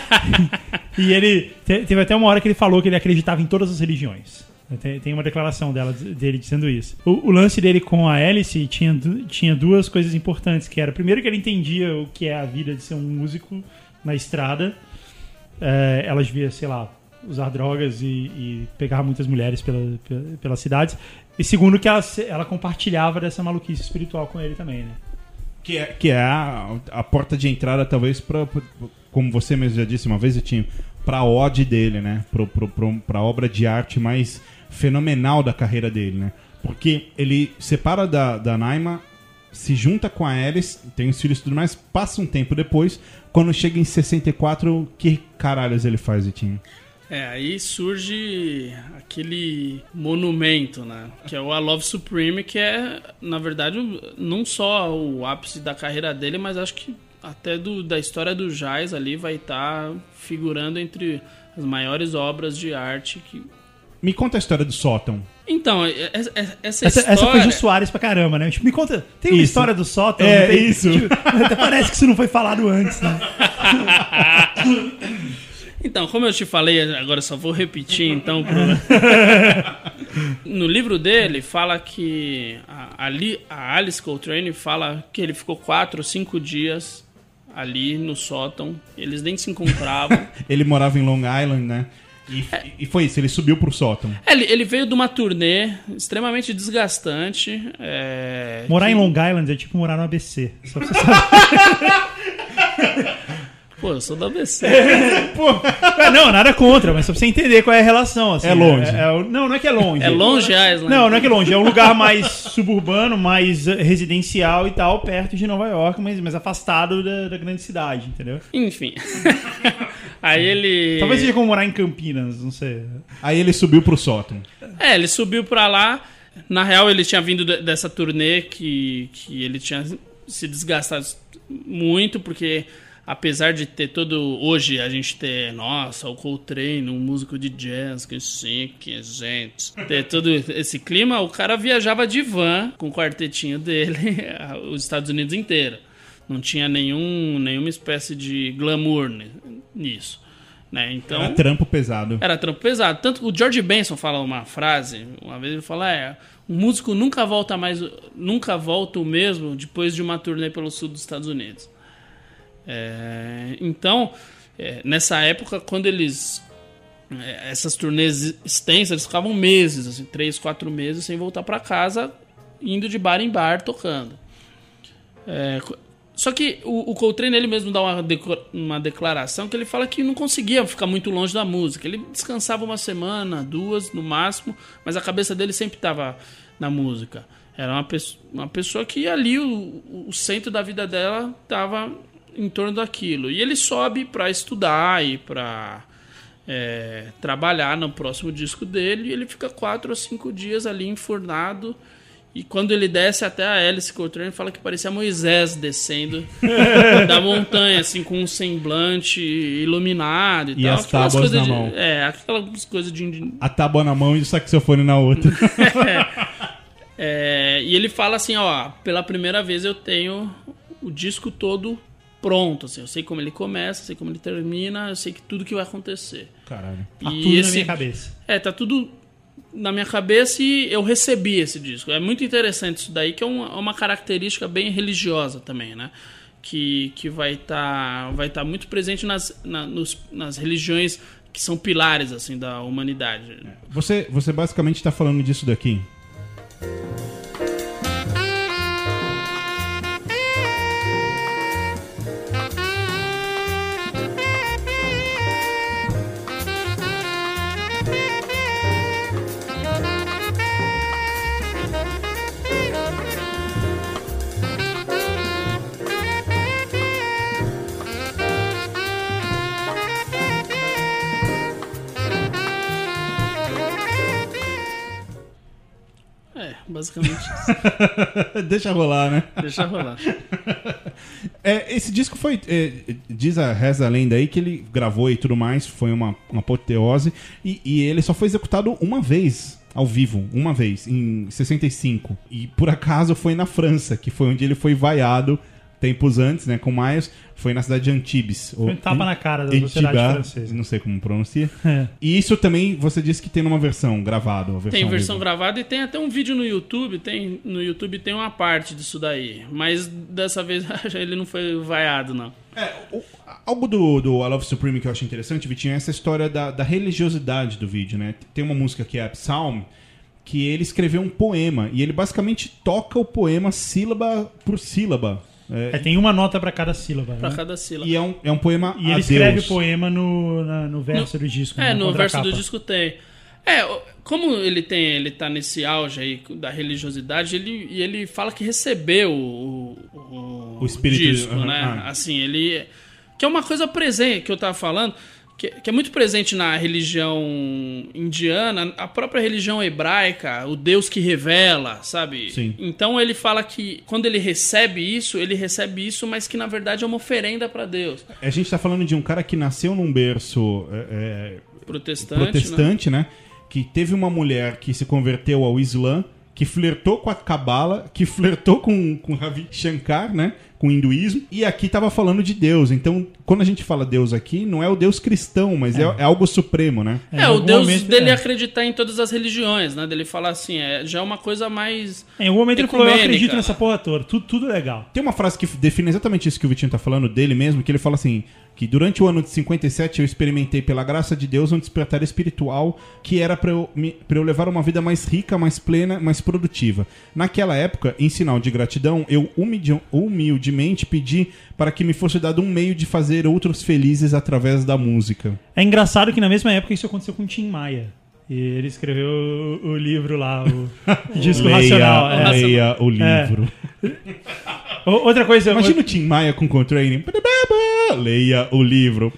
e ele... te- Teve até uma hora que ele falou que ele acreditava em todas as religiões. Tem, tem uma declaração dela, dele dizendo isso. O, o lance dele com a Alice tinha, du- tinha duas coisas importantes, que era, primeiro, que ele entendia o que é a vida de ser um músico na estrada. É, ela devia, sei lá, usar drogas e, e pegar muitas mulheres pela, pela, pelas cidades. E segundo, que ela, se- ela compartilhava dessa maluquice espiritual com ele também, né? Que é, que é a, a porta de entrada, talvez, pra, pra- como você mesmo já disse uma vez, Etinho, pra ode dele, né? Pro, pro, pro, pra obra de arte mais fenomenal da carreira dele, né? Porque ele separa da, da Naima, se junta com a Alice, tem os filhos e tudo mais, passa um tempo depois, quando chega em sessenta e quatro, que caralhos ele faz, Etinho? É, aí surge aquele monumento, né? Que é o I Love Supreme, que é, na verdade, não só o ápice da carreira dele, mas acho que até do, da história do jazz ali vai estar figurando entre as maiores obras de arte que... Me conta a história do sótão. Então, essa, essa Essa, história... essa foi Jô Soares pra caramba, né? Tipo, me conta, tem uma Isso. história do sótão? É, não tem? isso. Tipo, até parece que isso não foi falado antes, né? Então, como eu te falei, agora eu só vou repetir, então... Pro... No livro dele, fala que... A, Ali, a Alice Coltrane fala que ele ficou quatro ou cinco dias ali no sótão. Eles nem se encontravam. Ele morava em Long Island, né? E, e foi isso, ele subiu pro sótão. Ele, ele veio de uma turnê extremamente desgastante. É, Morar que... em Long Island é tipo morar no A B C. Só pra você saber. Pô, eu sou da A B C. É, não, nada contra, mas só pra você entender qual é a relação. Assim, É longe. É, é, não, não é que é longe. É Longe Island. Não, não é que é longe. É um lugar mais suburbano, mais residencial e tal, perto de Nova York, mas, mas afastado da, da grande cidade, entendeu? Enfim. Aí ele... Talvez seja como morar em Campinas, não sei. Aí ele subiu pro sótão. É, ele subiu pra lá. Na real, ele tinha vindo de- dessa turnê que, que ele tinha se desgastado muito, porque apesar de ter todo... Hoje a gente ter, nossa, o Coltrane, um músico de jazz, que chique, gente. Ter todo esse clima, o cara viajava de van com o quartetinho dele os Estados Unidos inteiro. Não tinha nenhum, nenhuma espécie de glamour ni- nisso. Né? Então, Era trampo pesado. era trampo pesado. Tanto que o George Benson fala uma frase, uma vez ele fala, é, um músico nunca volta mais, nunca volta o mesmo depois de uma turnê pelo sul dos Estados Unidos. É, então, é, nessa época, quando eles... é, essas turnês extensas, eles ficavam meses, assim, três, quatro meses, sem voltar pra casa, indo de bar em bar, tocando. É, só que o, o Coltrane, ele mesmo dá uma, deco- uma declaração que ele fala que não conseguia ficar muito longe da música. Ele descansava uma semana, duas no máximo, mas a cabeça dele sempre estava na música. Era uma, peço- uma pessoa que ali o, o centro da vida dela estava em torno daquilo. E ele sobe para estudar e para é, trabalhar no próximo disco dele, e ele fica quatro ou cinco dias ali enfurnado. E quando ele desce até a Alice Coltrane, fala que parecia Moisés descendo da montanha, assim, com um semblante iluminado e, E tal. as Aquelas tábuas coisas na de- mão. É, aquelas coisas de... A tábua na mão e o saxofone na outra. É, e ele fala assim, ó, pela primeira vez eu tenho o disco todo pronto, assim, eu sei como ele começa, sei como ele termina, eu sei que tudo que vai acontecer. Caralho. Tá E tudo na esse- minha cabeça. É, tá tudo na minha cabeça e eu recebi esse disco. É muito interessante isso daí, que é uma, uma característica bem religiosa também, né? Que, que vai estar vai tá muito presente nas, na- nos- nas religiões que são pilares, assim, da humanidade. Você, você basicamente tá falando disso daqui. É, basicamente isso. Deixa rolar, né? Deixa rolar. É, esse disco foi. É, diz a reza a lenda aí que ele gravou e tudo mais, foi uma, uma apoteose. E, e ele só foi executado uma vez, ao vivo, uma vez, em sessenta e cinco. E por acaso foi na França, que foi onde ele foi vaiado tempos antes, né, com Miles. Foi na cidade de Antibes. Foi um tapa na cara da sociedade francesa. Não sei como pronuncia. É. E isso também você disse que tem numa versão gravada. Versão Tem ao versão vivo. gravada e tem até um vídeo no YouTube. Tem, no YouTube tem uma parte disso daí. Mas dessa vez ele não foi vaiado, não. É, o- algo do, do I Love Supreme que eu acho interessante, Vitinho, é essa história da, da religiosidade do vídeo, né? Tem uma música que é Psalm, que ele escreveu um poema, e ele basicamente toca o poema sílaba por sílaba. É, É, tem uma nota pra cada sílaba. Pra né? cada sílaba. e é um, é um poema E a ele escreve Deus. o poema no, na- no verso do disco. É, na no verso contracapa. do disco tem. É, o- como ele tem, ele tá nesse auge aí da religiosidade, ele, e ele fala que recebeu o, o, O espírito- disco, ah, né? ah. Assim, ele... Que é uma coisa presente, que eu tava falando, que, que é muito presente na religião indiana, a própria religião hebraica, o Deus que revela, sabe? Sim. Então ele fala que quando ele recebe isso, ele recebe isso, mas que na verdade é uma oferenda para Deus. A gente tá falando de um cara que nasceu num berço é, é, Protestante, protestante, né? né? Que teve uma mulher que se converteu ao Islã, que flertou com a Cabala, que flertou com, com Ravi Shankar, né? Com o hinduísmo, e aqui tava falando de Deus. Então, quando a gente fala Deus aqui, não é o Deus cristão, mas é, é algo supremo, né? É, em o algum Deus momento, dele é. acreditar em todas as religiões, né? Dele falar assim, é, já é uma coisa mais Em algum momento ele falou, eu ecumênica, acredito né? nessa porra toda, tudo, tudo legal. Tem uma frase que define exatamente isso que o Vitinho tá falando dele mesmo, que ele fala assim, que durante o ano de cinquenta e sete eu experimentei pela graça de Deus um despertar espiritual que era pra eu, me- pra eu levar uma vida mais rica, mais plena, mais produtiva. Naquela época, em sinal de gratidão, eu humilde- humildemente pedi para que me fosse dado um meio de fazer outros felizes através da música. É engraçado que na mesma época isso aconteceu com o Tim Maia. E ele escreveu o, o livro lá, o Disco Racional. é. leia o livro. O- Outra coisa... Imagina o Tim Maia com Coltrane. Leia o livro.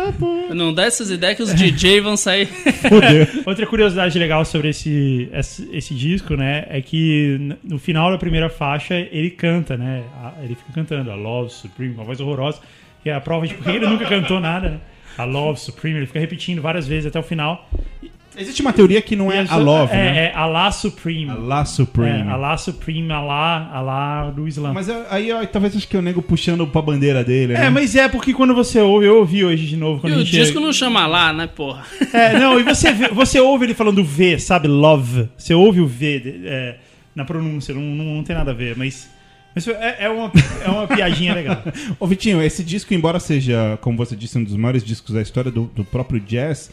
Não dá essas ideias que os D J vão sair. Foder. Outra curiosidade legal sobre esse, esse, esse disco, né, é que n- no final da primeira faixa ele canta, né, a- ele fica cantando a Love Supreme, com uma voz horrorosa, que é a prova de porque ele nunca cantou nada, né, a Love Supreme, ele fica repetindo várias vezes até o final. Existe uma teoria que não E é as- a Love, é, né? é Allah Supreme. Allah Supreme. É, Allah Supreme, Allah, Allah do Islã. Mas é- aí ó, talvez acho que é o nego puxando pra bandeira dele, né? É, mas é porque quando você ouve, eu ouvi hoje de novo. E Quando a o gente disco não chama lá, né, porra? É, não, e você, vê- você ouve ele falando V, sabe? Love. Você ouve o V de- é, na pronúncia, não, não, não tem nada a ver, mas, mas é, é, uma, é uma piadinha legal. Ô Vitinho, esse disco, embora seja, como você disse, um dos maiores discos da história do, do próprio jazz,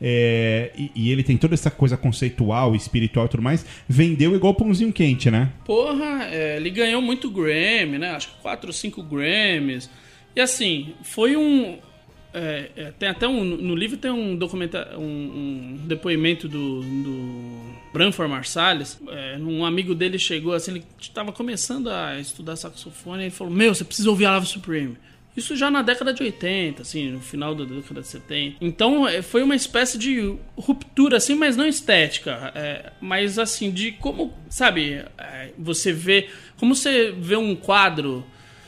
é, e, e ele tem toda essa coisa conceitual, espiritual e tudo mais, vendeu igual pãozinho quente, né? Porra, é, ele ganhou muito Grammy, né? Acho que quatro ou cinco Grammys. E assim, foi um... é, é, tem até um... No livro tem um documentário, um, um depoimento do, do Branford Marsalis. É, um amigo dele chegou assim, ele estava começando a estudar saxofone, e ele falou, meu, você precisa ouvir a Love Supreme. Isso já na década de oitenta, assim, no final da década de setenta. Então, é, foi uma espécie de ruptura, assim, mas não estética. É, mas, assim, de como, sabe, é, você vê... Como você vê um quadro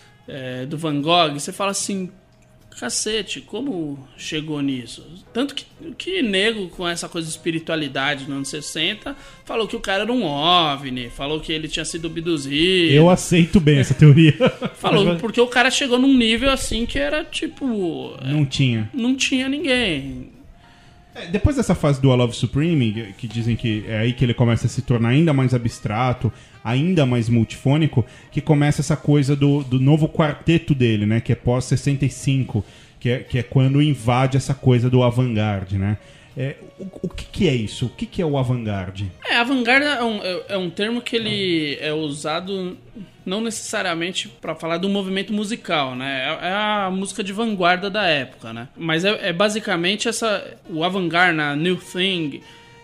é, do Van Gogh, você fala assim... Cacete, como chegou nisso? Tanto que, que nego com essa coisa de espiritualidade nos anos sessenta falou que o cara era um OVNI, falou que ele tinha sido abduzido. Eu aceito bem essa teoria. Falou, porque o cara chegou num nível assim que era tipo. Não tinha. Não tinha ninguém. É, depois dessa fase do A Love Supreme, que, que dizem que é aí que ele começa a se tornar ainda mais abstrato, ainda mais multifônico, que começa essa coisa do, do novo quarteto dele, né? Que é pós sessenta e cinco, que é, que é quando invade essa coisa do avant-garde, né? É, o, o que, que é isso? O que, que é o avant-garde? É, avant-garde é um, é, é um termo que ele é usado não necessariamente para falar do movimento musical, né? É, é a música de vanguarda da época, né? Mas é, é basicamente essa... O avant-garde na New Thing...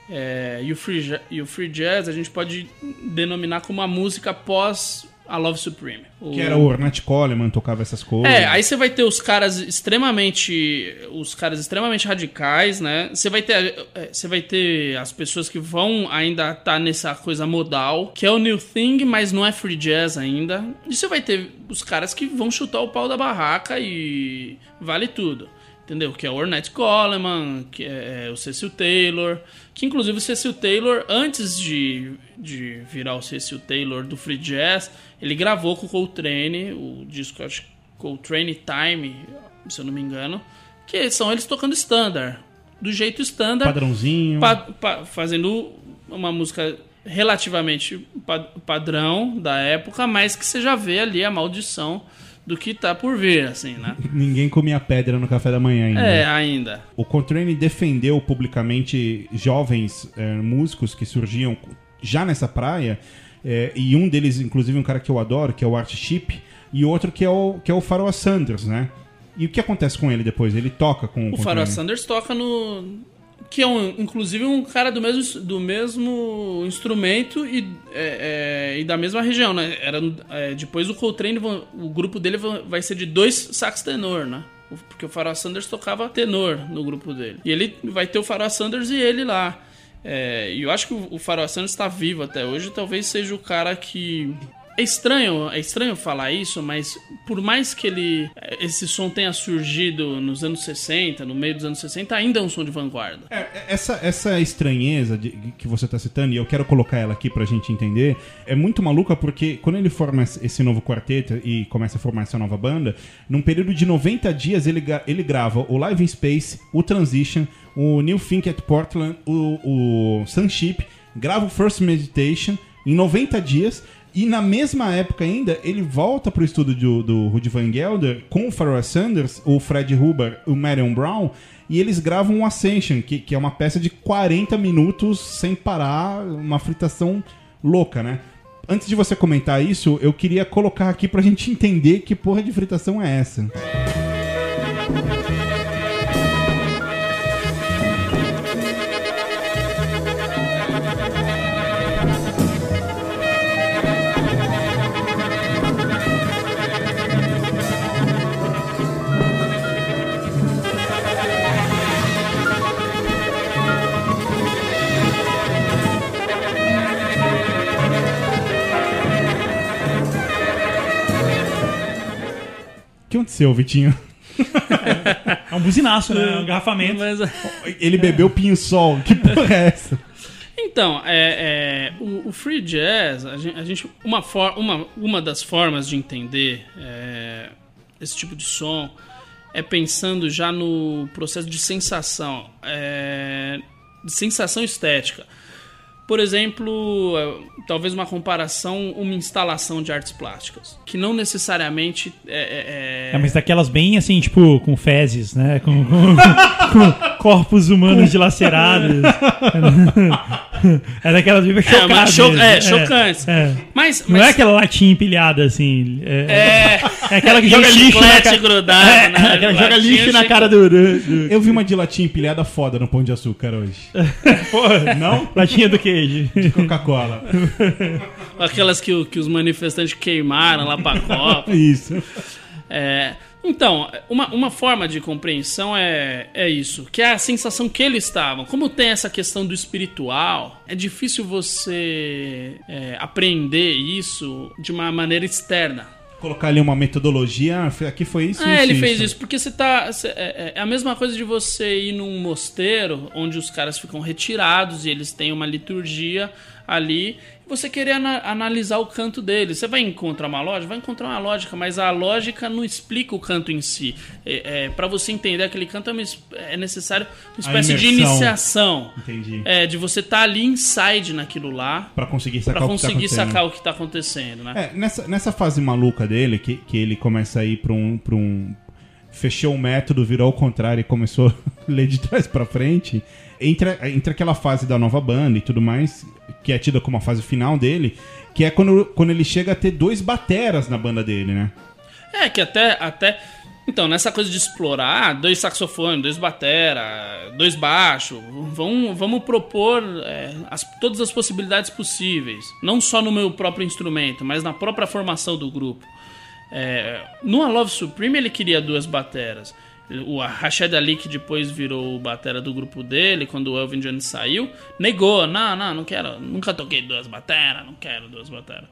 É, e, o free, ja- e o free jazz a gente pode denominar como a música pós a Love Supreme. O- Que era o Ornette Coleman, tocava essas coisas. É, aí você vai ter os caras extremamente os caras extremamente radicais, né? Você vai ter é, você vai ter as pessoas que vão ainda estar nessa coisa modal, que é o New Thing, mas não é free jazz ainda. E você vai ter os caras que vão chutar o pau da barraca e vale tudo. Entendeu? Que é o Ornette Coleman, que é o Cecil Taylor. Que inclusive o Cecil Taylor, antes de, de virar o Cecil Taylor do Free Jazz, ele gravou com o Coltrane, o disco, acho que Coltrane Time, se eu não me engano, que são eles tocando standard, do jeito standard, Padrãozinho. pa- pa- fazendo uma música relativamente pa- padrão da época, mas que você já vê ali a maldição do que tá por vir, assim, né? Ninguém comia pedra no café da manhã ainda. É, ainda. O Coltrane defendeu publicamente jovens é, músicos que surgiam já nessa praia, é, e um deles, inclusive, um cara que eu adoro, que é o Art Chip, e outro que é o, que é o Pharoah Sanders, né? E o que acontece com ele depois? Ele toca com O Coltrane. Pharoah Sanders toca no... Que é, um, inclusive, um cara do mesmo, do mesmo instrumento e, é, é, e da mesma região, né? Era, é, depois o Coltrane, o grupo dele vai ser de dois sax tenor, né? porque o Pharoah Sanders tocava tenor no grupo dele. E ele vai ter o Pharoah Sanders e ele lá. É, e eu acho que o Pharoah Sanders está vivo até hoje, talvez seja o cara que... É estranho, é estranho falar isso, mas por mais que ele esse som tenha surgido nos anos sessenta, no meio dos anos sessenta, ainda é um som de vanguarda. É, essa, essa estranheza de, que você está citando, e eu quero colocar ela aqui pra gente entender, é muito maluca porque quando ele forma esse novo quarteto e começa a formar essa nova banda, num período de noventa dias ele, ele grava o Live in Space, o Transition, o New Think at Portland, o, o Sunship, grava o First Meditation em noventa dias. E na mesma época ainda, ele volta pro estúdio do, do Rudy Van Gelder com o Pharoah Sanders, o Fred Huber, o Marion Brown, e eles gravam o Ascension, que, que é uma peça de quarenta minutos sem parar, uma fritação louca, né? Antes de você comentar isso, eu queria colocar aqui pra gente entender que porra de fritação é essa. O que aconteceu, Vitinho? É um buzinaço, né? Um garrafamento. Mas, Ele bebeu pinho-sol. Que porra é essa? então, é, é, o, o free jazz, a gente, a gente- uma, for, uma, uma das formas de entender é, esse tipo de som é pensando já no processo de sensação, é, de sensação estética. Por exemplo, eh, talvez uma comparação, uma instalação de artes plásticas, que não necessariamente é... é- É, mas daquelas bem assim, tipo, com fezes, né? Com, com- com corpos humanos dilacerados. É daquelas bem é, chocadas. uma cho- mesmo. é, chocantes. é. Mas, Não mas é aquela latinha empilhada, assim. É, é, é aquela que e joga o lixo na chiclete cara. grudado, É, né? aquela que joga Latinha, lixo na chic- cara do... do, do... Eu vi uma de latinha empilhada foda no Pão de Açúcar hoje. Porra, Não? latinha do queijo. Coca-Cola. Aquelas que, o- que os manifestantes queimaram lá pra Copa. Isso. É, então, uma, uma forma de compreensão é, é isso, que é a sensação que eles estavam. Como tem essa questão do espiritual, é difícil você é, apreender isso de uma maneira externa. Colocar ali uma metodologia. ah, Aqui foi isso, É, isso, ele fez isso, porque você tá. cê- é, é a mesma coisa de você ir num mosteiro onde os caras ficam retirados e eles têm uma liturgia ali. E você querer ana- analisar o canto deles. Você vai encontrar uma lógica? Vai encontrar uma lógica, mas a lógica não explica o canto em si. É, é, para você entender aquele canto é, uma es- é necessário uma espécie de imersão. iniciação. Entendi. É, de você estar ali inside naquilo lá Pra conseguir pra sacar o que tá conseguir acontecendo. sacar o que tá acontecendo, né? É, nessa, nessa fase maluca dele, que, que ele começa a ir pra um, pra um... Fechou o método, virou ao contrário e começou a ler de trás pra frente. Entre, entre aquela fase da nova banda e tudo mais, que é tida como a fase final dele, que é quando, quando ele chega a ter dois bateras na banda dele, né? É, que até, até... Então, nessa coisa de explorar, dois saxofones, dois batera, dois baixos, vamos, vamos propor é, as- todas as possibilidades possíveis. Não só no meu próprio instrumento, mas na própria formação do grupo. É, no A Love Supreme ele queria duas bateras. O Rashid Ali, que depois virou o batera do grupo dele, quando o Elvin Jones saiu, negou. Não, não, não quero, nunca toquei duas bateras, não quero duas bateras.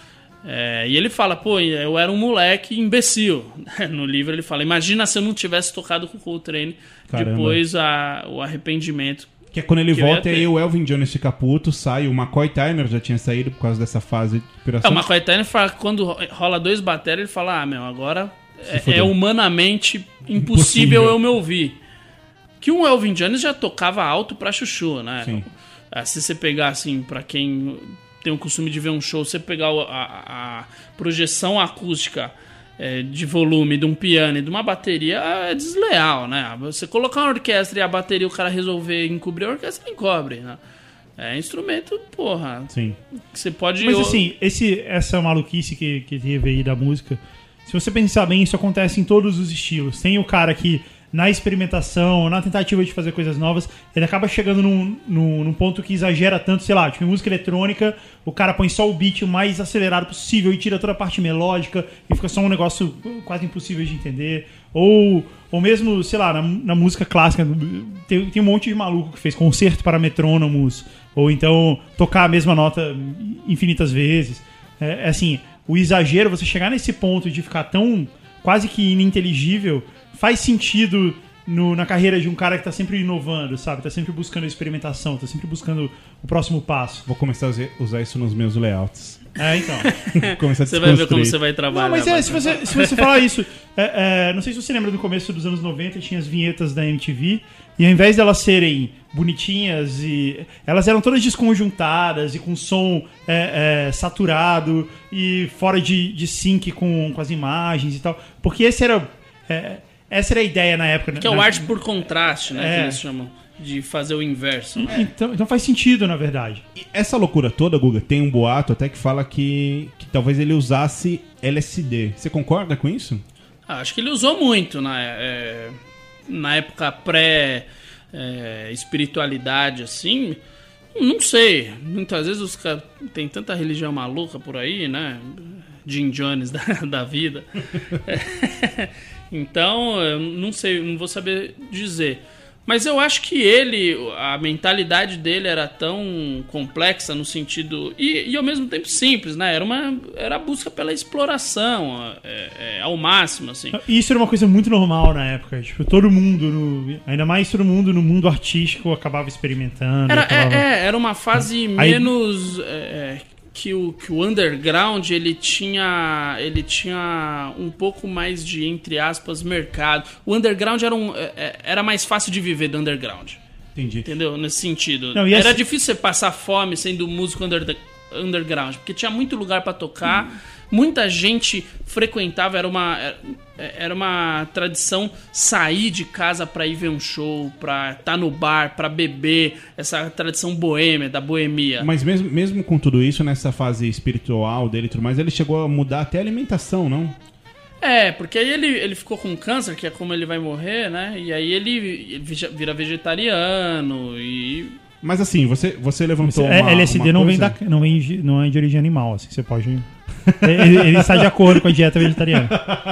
É, e ele fala, pô, eu era um moleque imbecil. No livro ele fala, imagina se eu não tivesse tocado com o Coltrane. Caramba. Depois a, o arrependimento. Que é quando ele Que eu ia volta e ter. aí o Elvin Jones fica puto, sai, o McCoy Tyner já tinha saído por causa dessa fase de É, inspiração. o McCoy Tyner fala que quando rola dois bateras, ele fala, ah, meu, agora é, fudeu. é humanamente impossível, Impossível. eu me ouvir. Que o Elvin Jones já tocava alto pra chuchu, né? Sim. Ah, se você pegar, assim, pra quem tem o costume de ver um show, você pegar o- a, a projeção acústica é, de volume de um piano e de uma bateria, é desleal, né? Você colocar uma orquestra e a bateria o cara resolver encobrir, a orquestra encobre, né? É instrumento, porra, Sim. que você pode... Mas assim, esse, essa maluquice que, que teve aí da música, se você pensar bem, isso acontece em todos os estilos. Tem o cara que na experimentação, na tentativa de fazer coisas novas, ele acaba chegando num, num, num ponto que exagera tanto, sei lá, tipo, em música eletrônica, o cara põe só o beat o mais acelerado possível e tira toda a parte melódica e fica só um negócio quase impossível de entender. Ou, ou mesmo, sei lá, na, na música clássica, tem, tem um monte de maluco que fez concerto para metrônomos, ou então tocar a mesma nota infinitas vezes. É, é assim, o exagero, você chegar nesse ponto de ficar tão quase que ininteligível, faz sentido no, na carreira de um cara que tá sempre inovando, sabe? Tá sempre buscando experimentação, tá sempre buscando o próximo passo. Vou começar a usar- usar isso nos meus layouts. É, então. Começar a Você vai ver como desconstruir. você vai trabalhar. Não, mas é, mas- se você, se você falar isso, é, é, não sei se você lembra do começo dos anos noventa, tinha as vinhetas da M T V, e ao invés delas serem bonitinhas, e elas eram todas desconjuntadas e com som é, é, saturado e fora de, de sync com, com as imagens e tal, porque esse era, é, essa era a ideia na época. Que é o na, arte por contraste, né? É. Que eles chamam de fazer o inverso. Né? Então, então faz sentido, na verdade. E essa loucura toda, Guga, tem um boato até que fala que, que talvez ele usasse L S D. Você concorda com isso? Ah, acho que ele usou muito na, é, na época pré é, espiritualidade, assim. Não sei. Muitas vezes os caras tem tanta religião maluca por aí, né? Jim Jones da, da vida. Então, eu não sei, não vou saber dizer. Mas eu acho que ele, a mentalidade dele era tão complexa no sentido... E, e ao mesmo tempo simples, né? Era, uma, era a busca pela exploração é, é, ao máximo, assim. Isso era uma coisa muito normal na época. Tipo, todo mundo, no, ainda mais todo mundo no mundo artístico, acabava experimentando. Era, acabava... é, é, era uma fase Aí- menos... é, que, o, que o underground, ele tinha, ele tinha um pouco mais de, entre aspas, mercado. O underground era, um, é, é, era mais fácil de viver do underground. Entendi. Entendeu? Nesse sentido. Não, e Era essa- difícil você passar fome sendo músico under, underground, porque tinha muito lugar pra tocar, muita gente frequentava, era uma, era uma tradição sair de casa pra ir ver um show, pra estar no bar, pra beber, essa tradição boêmia, da boemia. Mas mesmo, mesmo com tudo isso, nessa fase espiritual dele e tudo mais, ele chegou a mudar até a alimentação, não? É, porque aí ele, ele ficou com câncer, que é como ele vai morrer, né? E aí ele vira vegetariano e... Mas assim, você, você levantou É, uma, L S D uma não, coisa... vem da, não, vem de, não é de origem animal, assim, você pode... ele, ele está de acordo com a dieta vegetariana.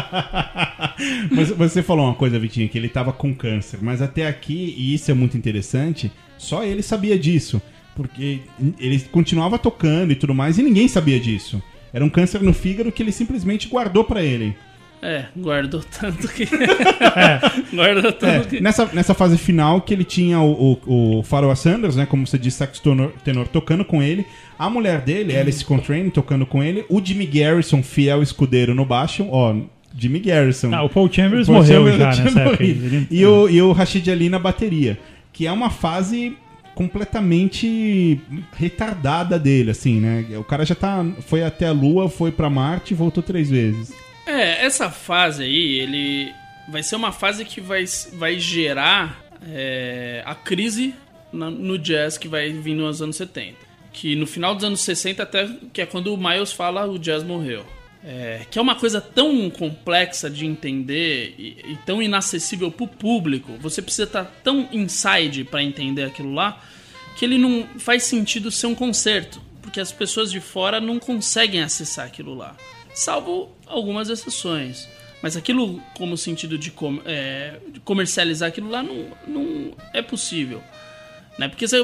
Mas você falou uma coisa, Vitinho, que ele tava com câncer. Mas até aqui, e isso é muito interessante, só ele sabia disso. Porque ele continuava tocando e tudo mais, e ninguém sabia disso. Era um câncer no fígado que ele simplesmente guardou pra ele. É, guardou tanto que... guardou tanto É, que... nessa, nessa fase final que ele tinha o, o, o Pharoah Sanders, né, como você disse, sax tenor, tenor tocando com ele, a mulher dele, Alice Coltrane, tocando com ele, o Jimmy Garrison, fiel escudeiro no baixo, ó, Jimmy Garrison. Ah, o Paul Chambers Paul morreu Chambers já tinha nessa época. morrido. Ele- E, o, e o Rashid Ali na bateria, que é uma fase completamente retardada dele, assim, né? O cara já tá, foi até a Lua, foi pra Marte e voltou três vezes. É, essa fase aí, ele vai ser uma fase que vai, vai gerar é, a crise na- no jazz que vai vir nos anos setenta. Que no final dos anos sessenta, até que é quando o Miles fala o jazz morreu. É, que é uma coisa tão complexa de entender e, e tão inacessível pro público. Você precisa estar tão inside pra entender aquilo lá, que ele não faz sentido ser um concerto. Porque as pessoas de fora não conseguem acessar aquilo lá. Salvo algumas exceções. Mas aquilo, como sentido de, com, é, de comercializar aquilo lá, não, não é possível. Né? Porque você...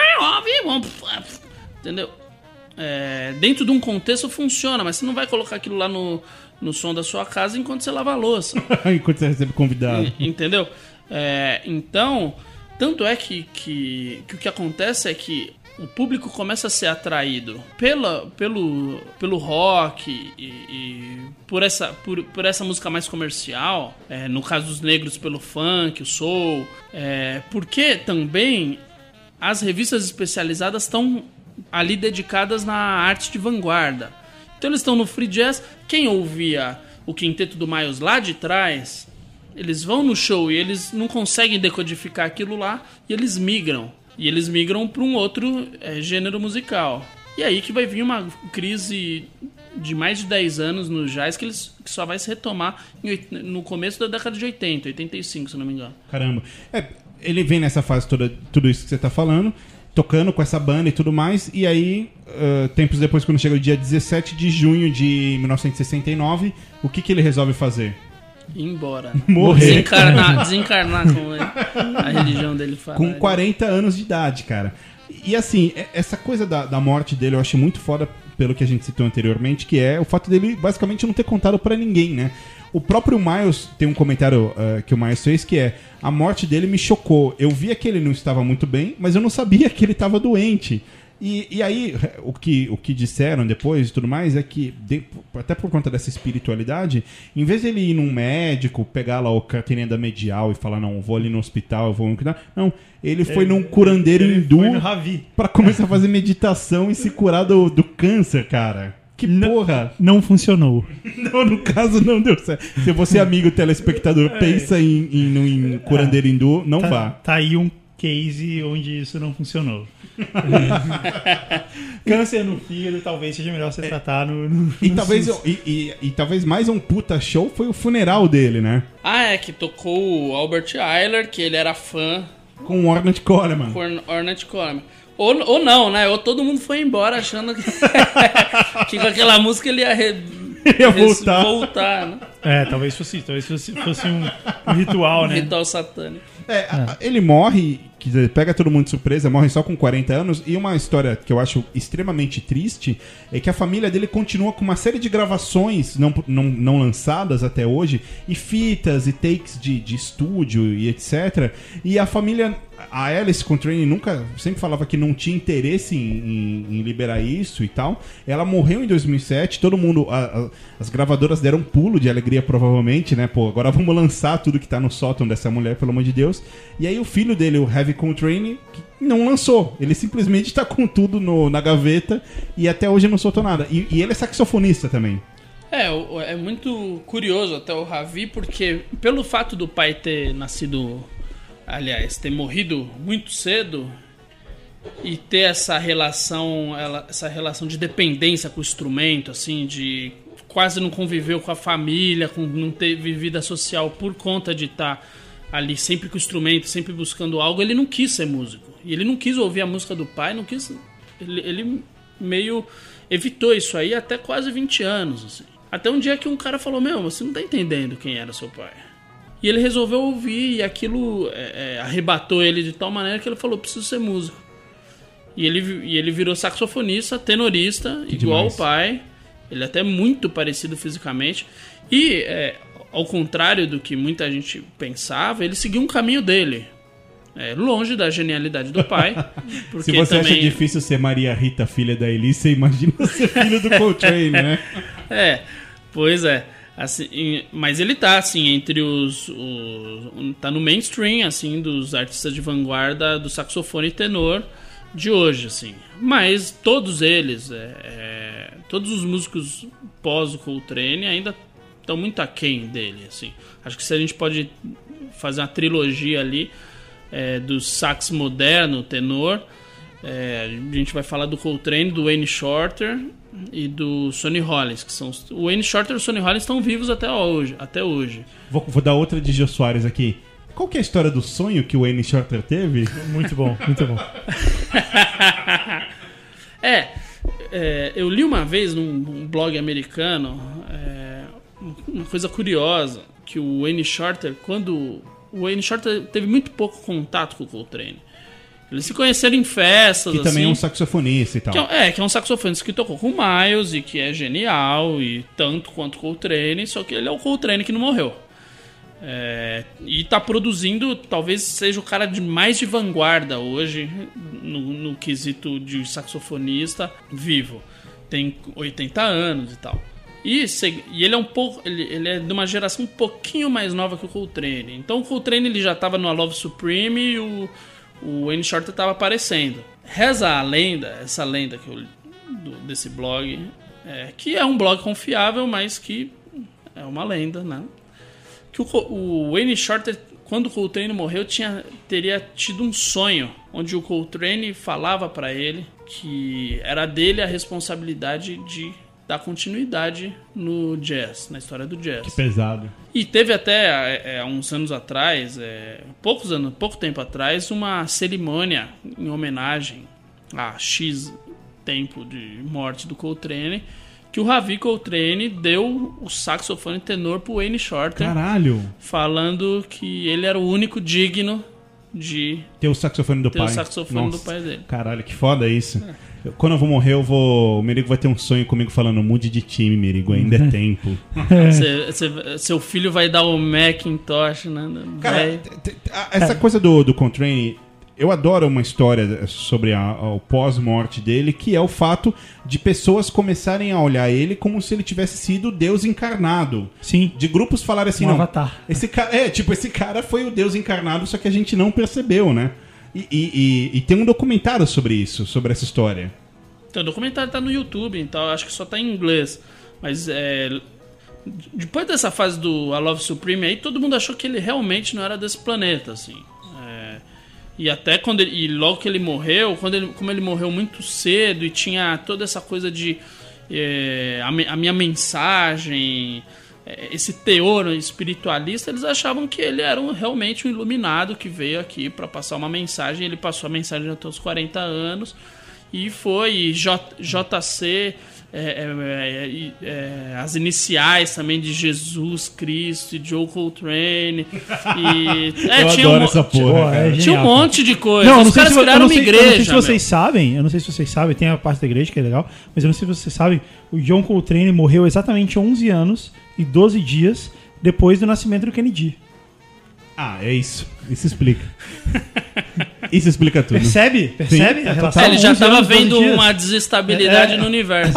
Entendeu? É, dentro de um contexto funciona, mas você não vai colocar aquilo lá no, no som da sua casa enquanto você lava a louça. Enquanto você recebe convidado. Entendeu? É, então, tanto é que, que, que o que acontece é que o público começa a ser atraído pela, pelo, pelo rock e, e por, essa, por, por essa música mais comercial, é, no caso dos negros pelo funk, o soul, é, porque também as revistas especializadas estão ali dedicadas na arte de vanguarda. Então eles estão no free jazz. Quem ouvia o quinteto do Miles lá de trás, eles vão no show e eles não conseguem decodificar aquilo lá e eles migram. E eles migram para um outro é, gênero musical. E aí que vai vir uma crise de mais de dez anos no jazz que, eles, que só vai se retomar em, oit- no começo da década de oitenta, oitenta e cinco, se não me engano. Caramba. É, ele vem nessa fase toda, tudo isso que você tá falando, tocando com essa banda e tudo mais, e aí, uh, tempos depois, quando chega o dia dezessete de junho de mil novecentos e sessenta e nove, o que que ele resolve fazer? Ir embora. Morrer. Desencarnar, desencarnar como ele- a religião dele fala. Com quarenta anos de idade, cara. E assim, é- essa coisa da, da morte dele eu acho muito foda pelo que a gente citou anteriormente, que é o fato dele basicamente não ter contado pra ninguém, né? O próprio Miles tem um comentário uh, que o Miles fez que é: a morte dele me chocou. Eu via que ele não estava muito bem, mas eu não sabia que ele estava doente. E, e aí, o que, o que disseram depois e tudo mais é que, de- até por conta dessa espiritualidade, em vez de ele ir num médico, pegar lá o carteirinha da medial e falar, não, vou ali no hospital, eu vou... Não, ele foi num curandeiro ele hindu foi no Ravi. pra começar a fazer meditação e se curar do, do câncer, cara. Que porra! Não funcionou. Não, no caso não deu certo. Se você, amigo telespectador, pensa em, em, em, em curandeiro hindu, não Tá, vá. tá aí um case onde isso não funcionou. Câncer no fígado talvez seja melhor você tratar no... no E no talvez, SUS. e, e- e talvez mais um puta show foi o funeral dele, né? Ah, é, que tocou o Albert Ayler, que ele era fã Com o Ornette Coleman. por Ornette Coleman. Ou, ou não, né? Ou todo mundo foi embora achando que, que com aquela música ele ia, re... Ia res- voltar. voltar, né? É, talvez fosse, talvez fosse, fosse um, um ritual, né? Ritual satânico. É, a- ele morre, quer dizer, pega todo mundo de surpresa, morre só com quarenta anos. E uma história que eu acho extremamente triste é que a família dele continua com uma série de gravações não, não, não lançadas até hoje, e fitas e takes de, de estúdio e etcétera. E a família, a Alice Coltrane nunca, sempre falava que não tinha interesse em, em- em liberar isso e tal. Ela morreu em dois mil e sete, todo mundo, a- a- as gravadoras deram um pulo de alegria provavelmente, né? Pô, agora vamos lançar tudo que tá no sótão dessa mulher, pelo amor de Deus. E aí o filho dele, o Heavy Coltrane, que não lançou. Ele simplesmente tá com tudo no- na gaveta e até hoje não soltou nada. E, e ele é saxofonista também. É, o- é muito curioso até o Ravi, porque pelo fato do pai ter nascido, aliás, ter morrido muito cedo e ter essa relação, ela- essa relação de dependência com o instrumento, assim, de quase não conviveu com a família, com não ter vida social por conta de estar ali sempre com o instrumento, sempre buscando algo, ele não quis ser músico. E ele não quis ouvir a música do pai, não quis. Ele, ele meio evitou isso aí até quase vinte anos, assim. Até um dia que um cara falou: meu, você não tá entendendo quem era seu pai. E ele resolveu ouvir, e aquilo é, é, arrebatou ele de tal maneira que ele falou: preciso ser músico. E ele, e ele virou saxofonista, tenorista, Que igual demais. o pai. Ele é até muito parecido fisicamente. E, é, ao contrário do que muita gente pensava, ele seguiu um caminho dele. É, longe da genialidade do pai. Porque Se você também... acha difícil ser Maria Rita, filha da Elise, você imagina ser filho do Coltrane, né? É, pois é. Assim, em- mas ele tá, assim, entre os, os... Tá no mainstream, assim, dos artistas de vanguarda do saxofone e tenor de hoje, assim. Mas todos eles, é, é, todos os músicos pós o Coltrane ainda estão muito aquém dele, assim. Acho que se a gente pode fazer uma trilogia ali é, do sax moderno, tenor, é, a gente vai falar do Coltrane, do Wayne Shorter e do Sonny Rollins, que são os, o Wayne Shorter e o Sonny Rollins estão vivos até hoje, até hoje. Vou, vou dar outra de Jô Soares aqui. Qual que é a história do sonho que o Wayne Shorter teve? Muito bom, muito bom. É, é, eu li uma vez num, num blog americano é, uma coisa curiosa, que o Wayne Shorter, quando o Wayne Shorter teve muito pouco contato com o Coltrane. Eles se conheceram em festas, Que também é assim. um saxofonista e tal. Que é, um- é, que é um saxofonista que tocou com o Miles e que é genial, e tanto quanto o Coltrane, só que ele é o Coltrane que não morreu. É, e tá produzindo, talvez seja o cara de mais de vanguarda hoje no, no quesito de saxofonista vivo. Tem oitenta anos e tal. E, se- e ele é um pouco, ele, ele é de uma geração um pouquinho mais nova que o Coltrane. Então o Coltrane ele já tava no A Love Supreme e o, o Wayne Shorter tava aparecendo. Reza a lenda, essa lenda que eu li do- desse blog, é, que é um blog confiável, mas que é uma lenda, né? Que o, Co- o Wayne Shorter, quando o Coltrane morreu, tinha, teria tido um sonho onde o Coltrane falava pra ele que era dele a responsabilidade de dar continuidade no jazz, na história do jazz. Que pesado. E teve até, é, há uns anos atrás, é, poucos anos, pouco tempo atrás, uma cerimônia em homenagem a X tempo de morte do Coltrane, que o Ravi Coltrane deu o saxofone tenor pro Wayne Shorter, Caralho. falando que ele era o único digno de Ter o saxofone do ter pai. o saxofone Nossa. do pai dele. Caralho, que foda isso. Eu- Quando eu vou morrer, eu vou. O Merigo vai ter um sonho comigo falando: mude de time, Merigo, ainda é tempo. Cê- cê- seu filho vai dar o Macintosh, né? Cara, Vai- t- t- a- essa coisa do, do Coltrane, eu adoro uma história sobre a- a- o pós-morte dele, que é o fato de pessoas começarem a olhar ele como se ele tivesse sido Deus encarnado. Sim. De grupos falarem assim, Um não. avatar. Esse cara, é, tipo, esse cara foi o Deus encarnado, só que a gente não percebeu, né? E, e- e- e tem um documentário sobre isso, sobre essa história. Então, o documentário tá no YouTube, então acho que só tá em inglês. Mas é, depois dessa fase do A Love Supreme aí, todo mundo achou que ele realmente não era desse planeta, assim. É, e até quando ele, e logo que ele morreu, quando ele, como ele morreu muito cedo e tinha toda essa coisa de é, a, me- a minha mensagem, é, esse teor espiritualista, eles achavam que ele era um- realmente um iluminado que veio aqui para passar uma mensagem. Ele passou a mensagem até os quarenta anos e foi e J, JC, é, é, é, é, as iniciais também de Jesus Cristo e Joe Coltrane. E, é, Eu tinha adoro um, essa Pô, porra, é cara. genial, tinha um cara. monte de coisa. Não, eu não Os sei caras se, eu criaram não uma sei, igreja. eu não sei se meu. vocês sabem, eu não sei se vocês sabem, tem a parte da igreja que é legal, mas eu não sei se vocês sabem, o John Coltrane morreu exatamente onze anos e doze dias depois do nascimento do Kennedy. Ah, é isso. Isso explica. Isso explica tudo. Percebe? Percebe? Sim, a é relação? É, ele já onze tava anos, doze vendo dias. uma desestabilidade É. no universo.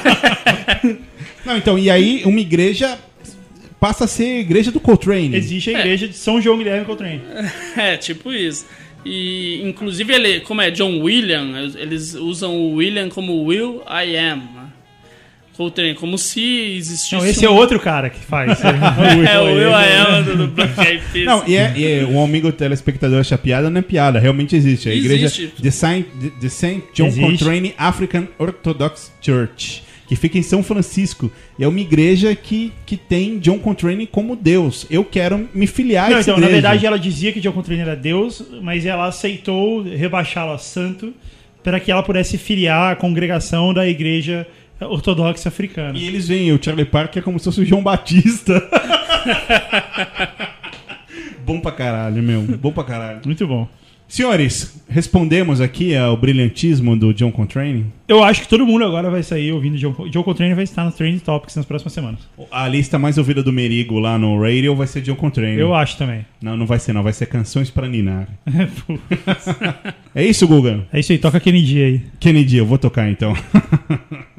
Não, então, e aí uma igreja passa a ser a igreja do Coltrane. Existe a igreja de São João Guilherme Coltrane. É, tipo isso. E, inclusive, ele, como é John William, eles usam o William como Will I Am. Né? Coltrane, como se existisse. Não, esse é um- outro cara que faz. É o Will I Am do, do Black Eyed Peas. Não, e, é, e é, o amigo telespectador acha piada, não é piada, realmente existe. A igreja Existe. The Saint, The Saint John Existe. Coltrane African Orthodox Church, que fica em São Francisco. E é uma igreja que, que tem John Coltrane como Deus. Eu quero me filiar Não, a essa então, na igreja. verdade, ela dizia que John Coltrane era Deus, mas ela aceitou rebaixá-lo a santo para que ela pudesse filiar a congregação da igreja ortodoxa africana. E eles veem o Charlie Parker como se fosse o João Batista. Bom pra caralho, meu. Bom pra caralho. Muito bom. Senhores, respondemos aqui ao brilhantismo do John Coltrane. Eu acho que todo mundo agora vai sair ouvindo John, John Coltrane vai estar no Trending Topics nas próximas semanas. A lista mais ouvida do Merigo lá no radio vai ser John Coltrane. Eu acho também. Não, não vai ser não. Vai ser Canções pra Ninar. É isso, Guga? É isso aí, toca Kennedy aí. Kennedy, eu vou tocar então.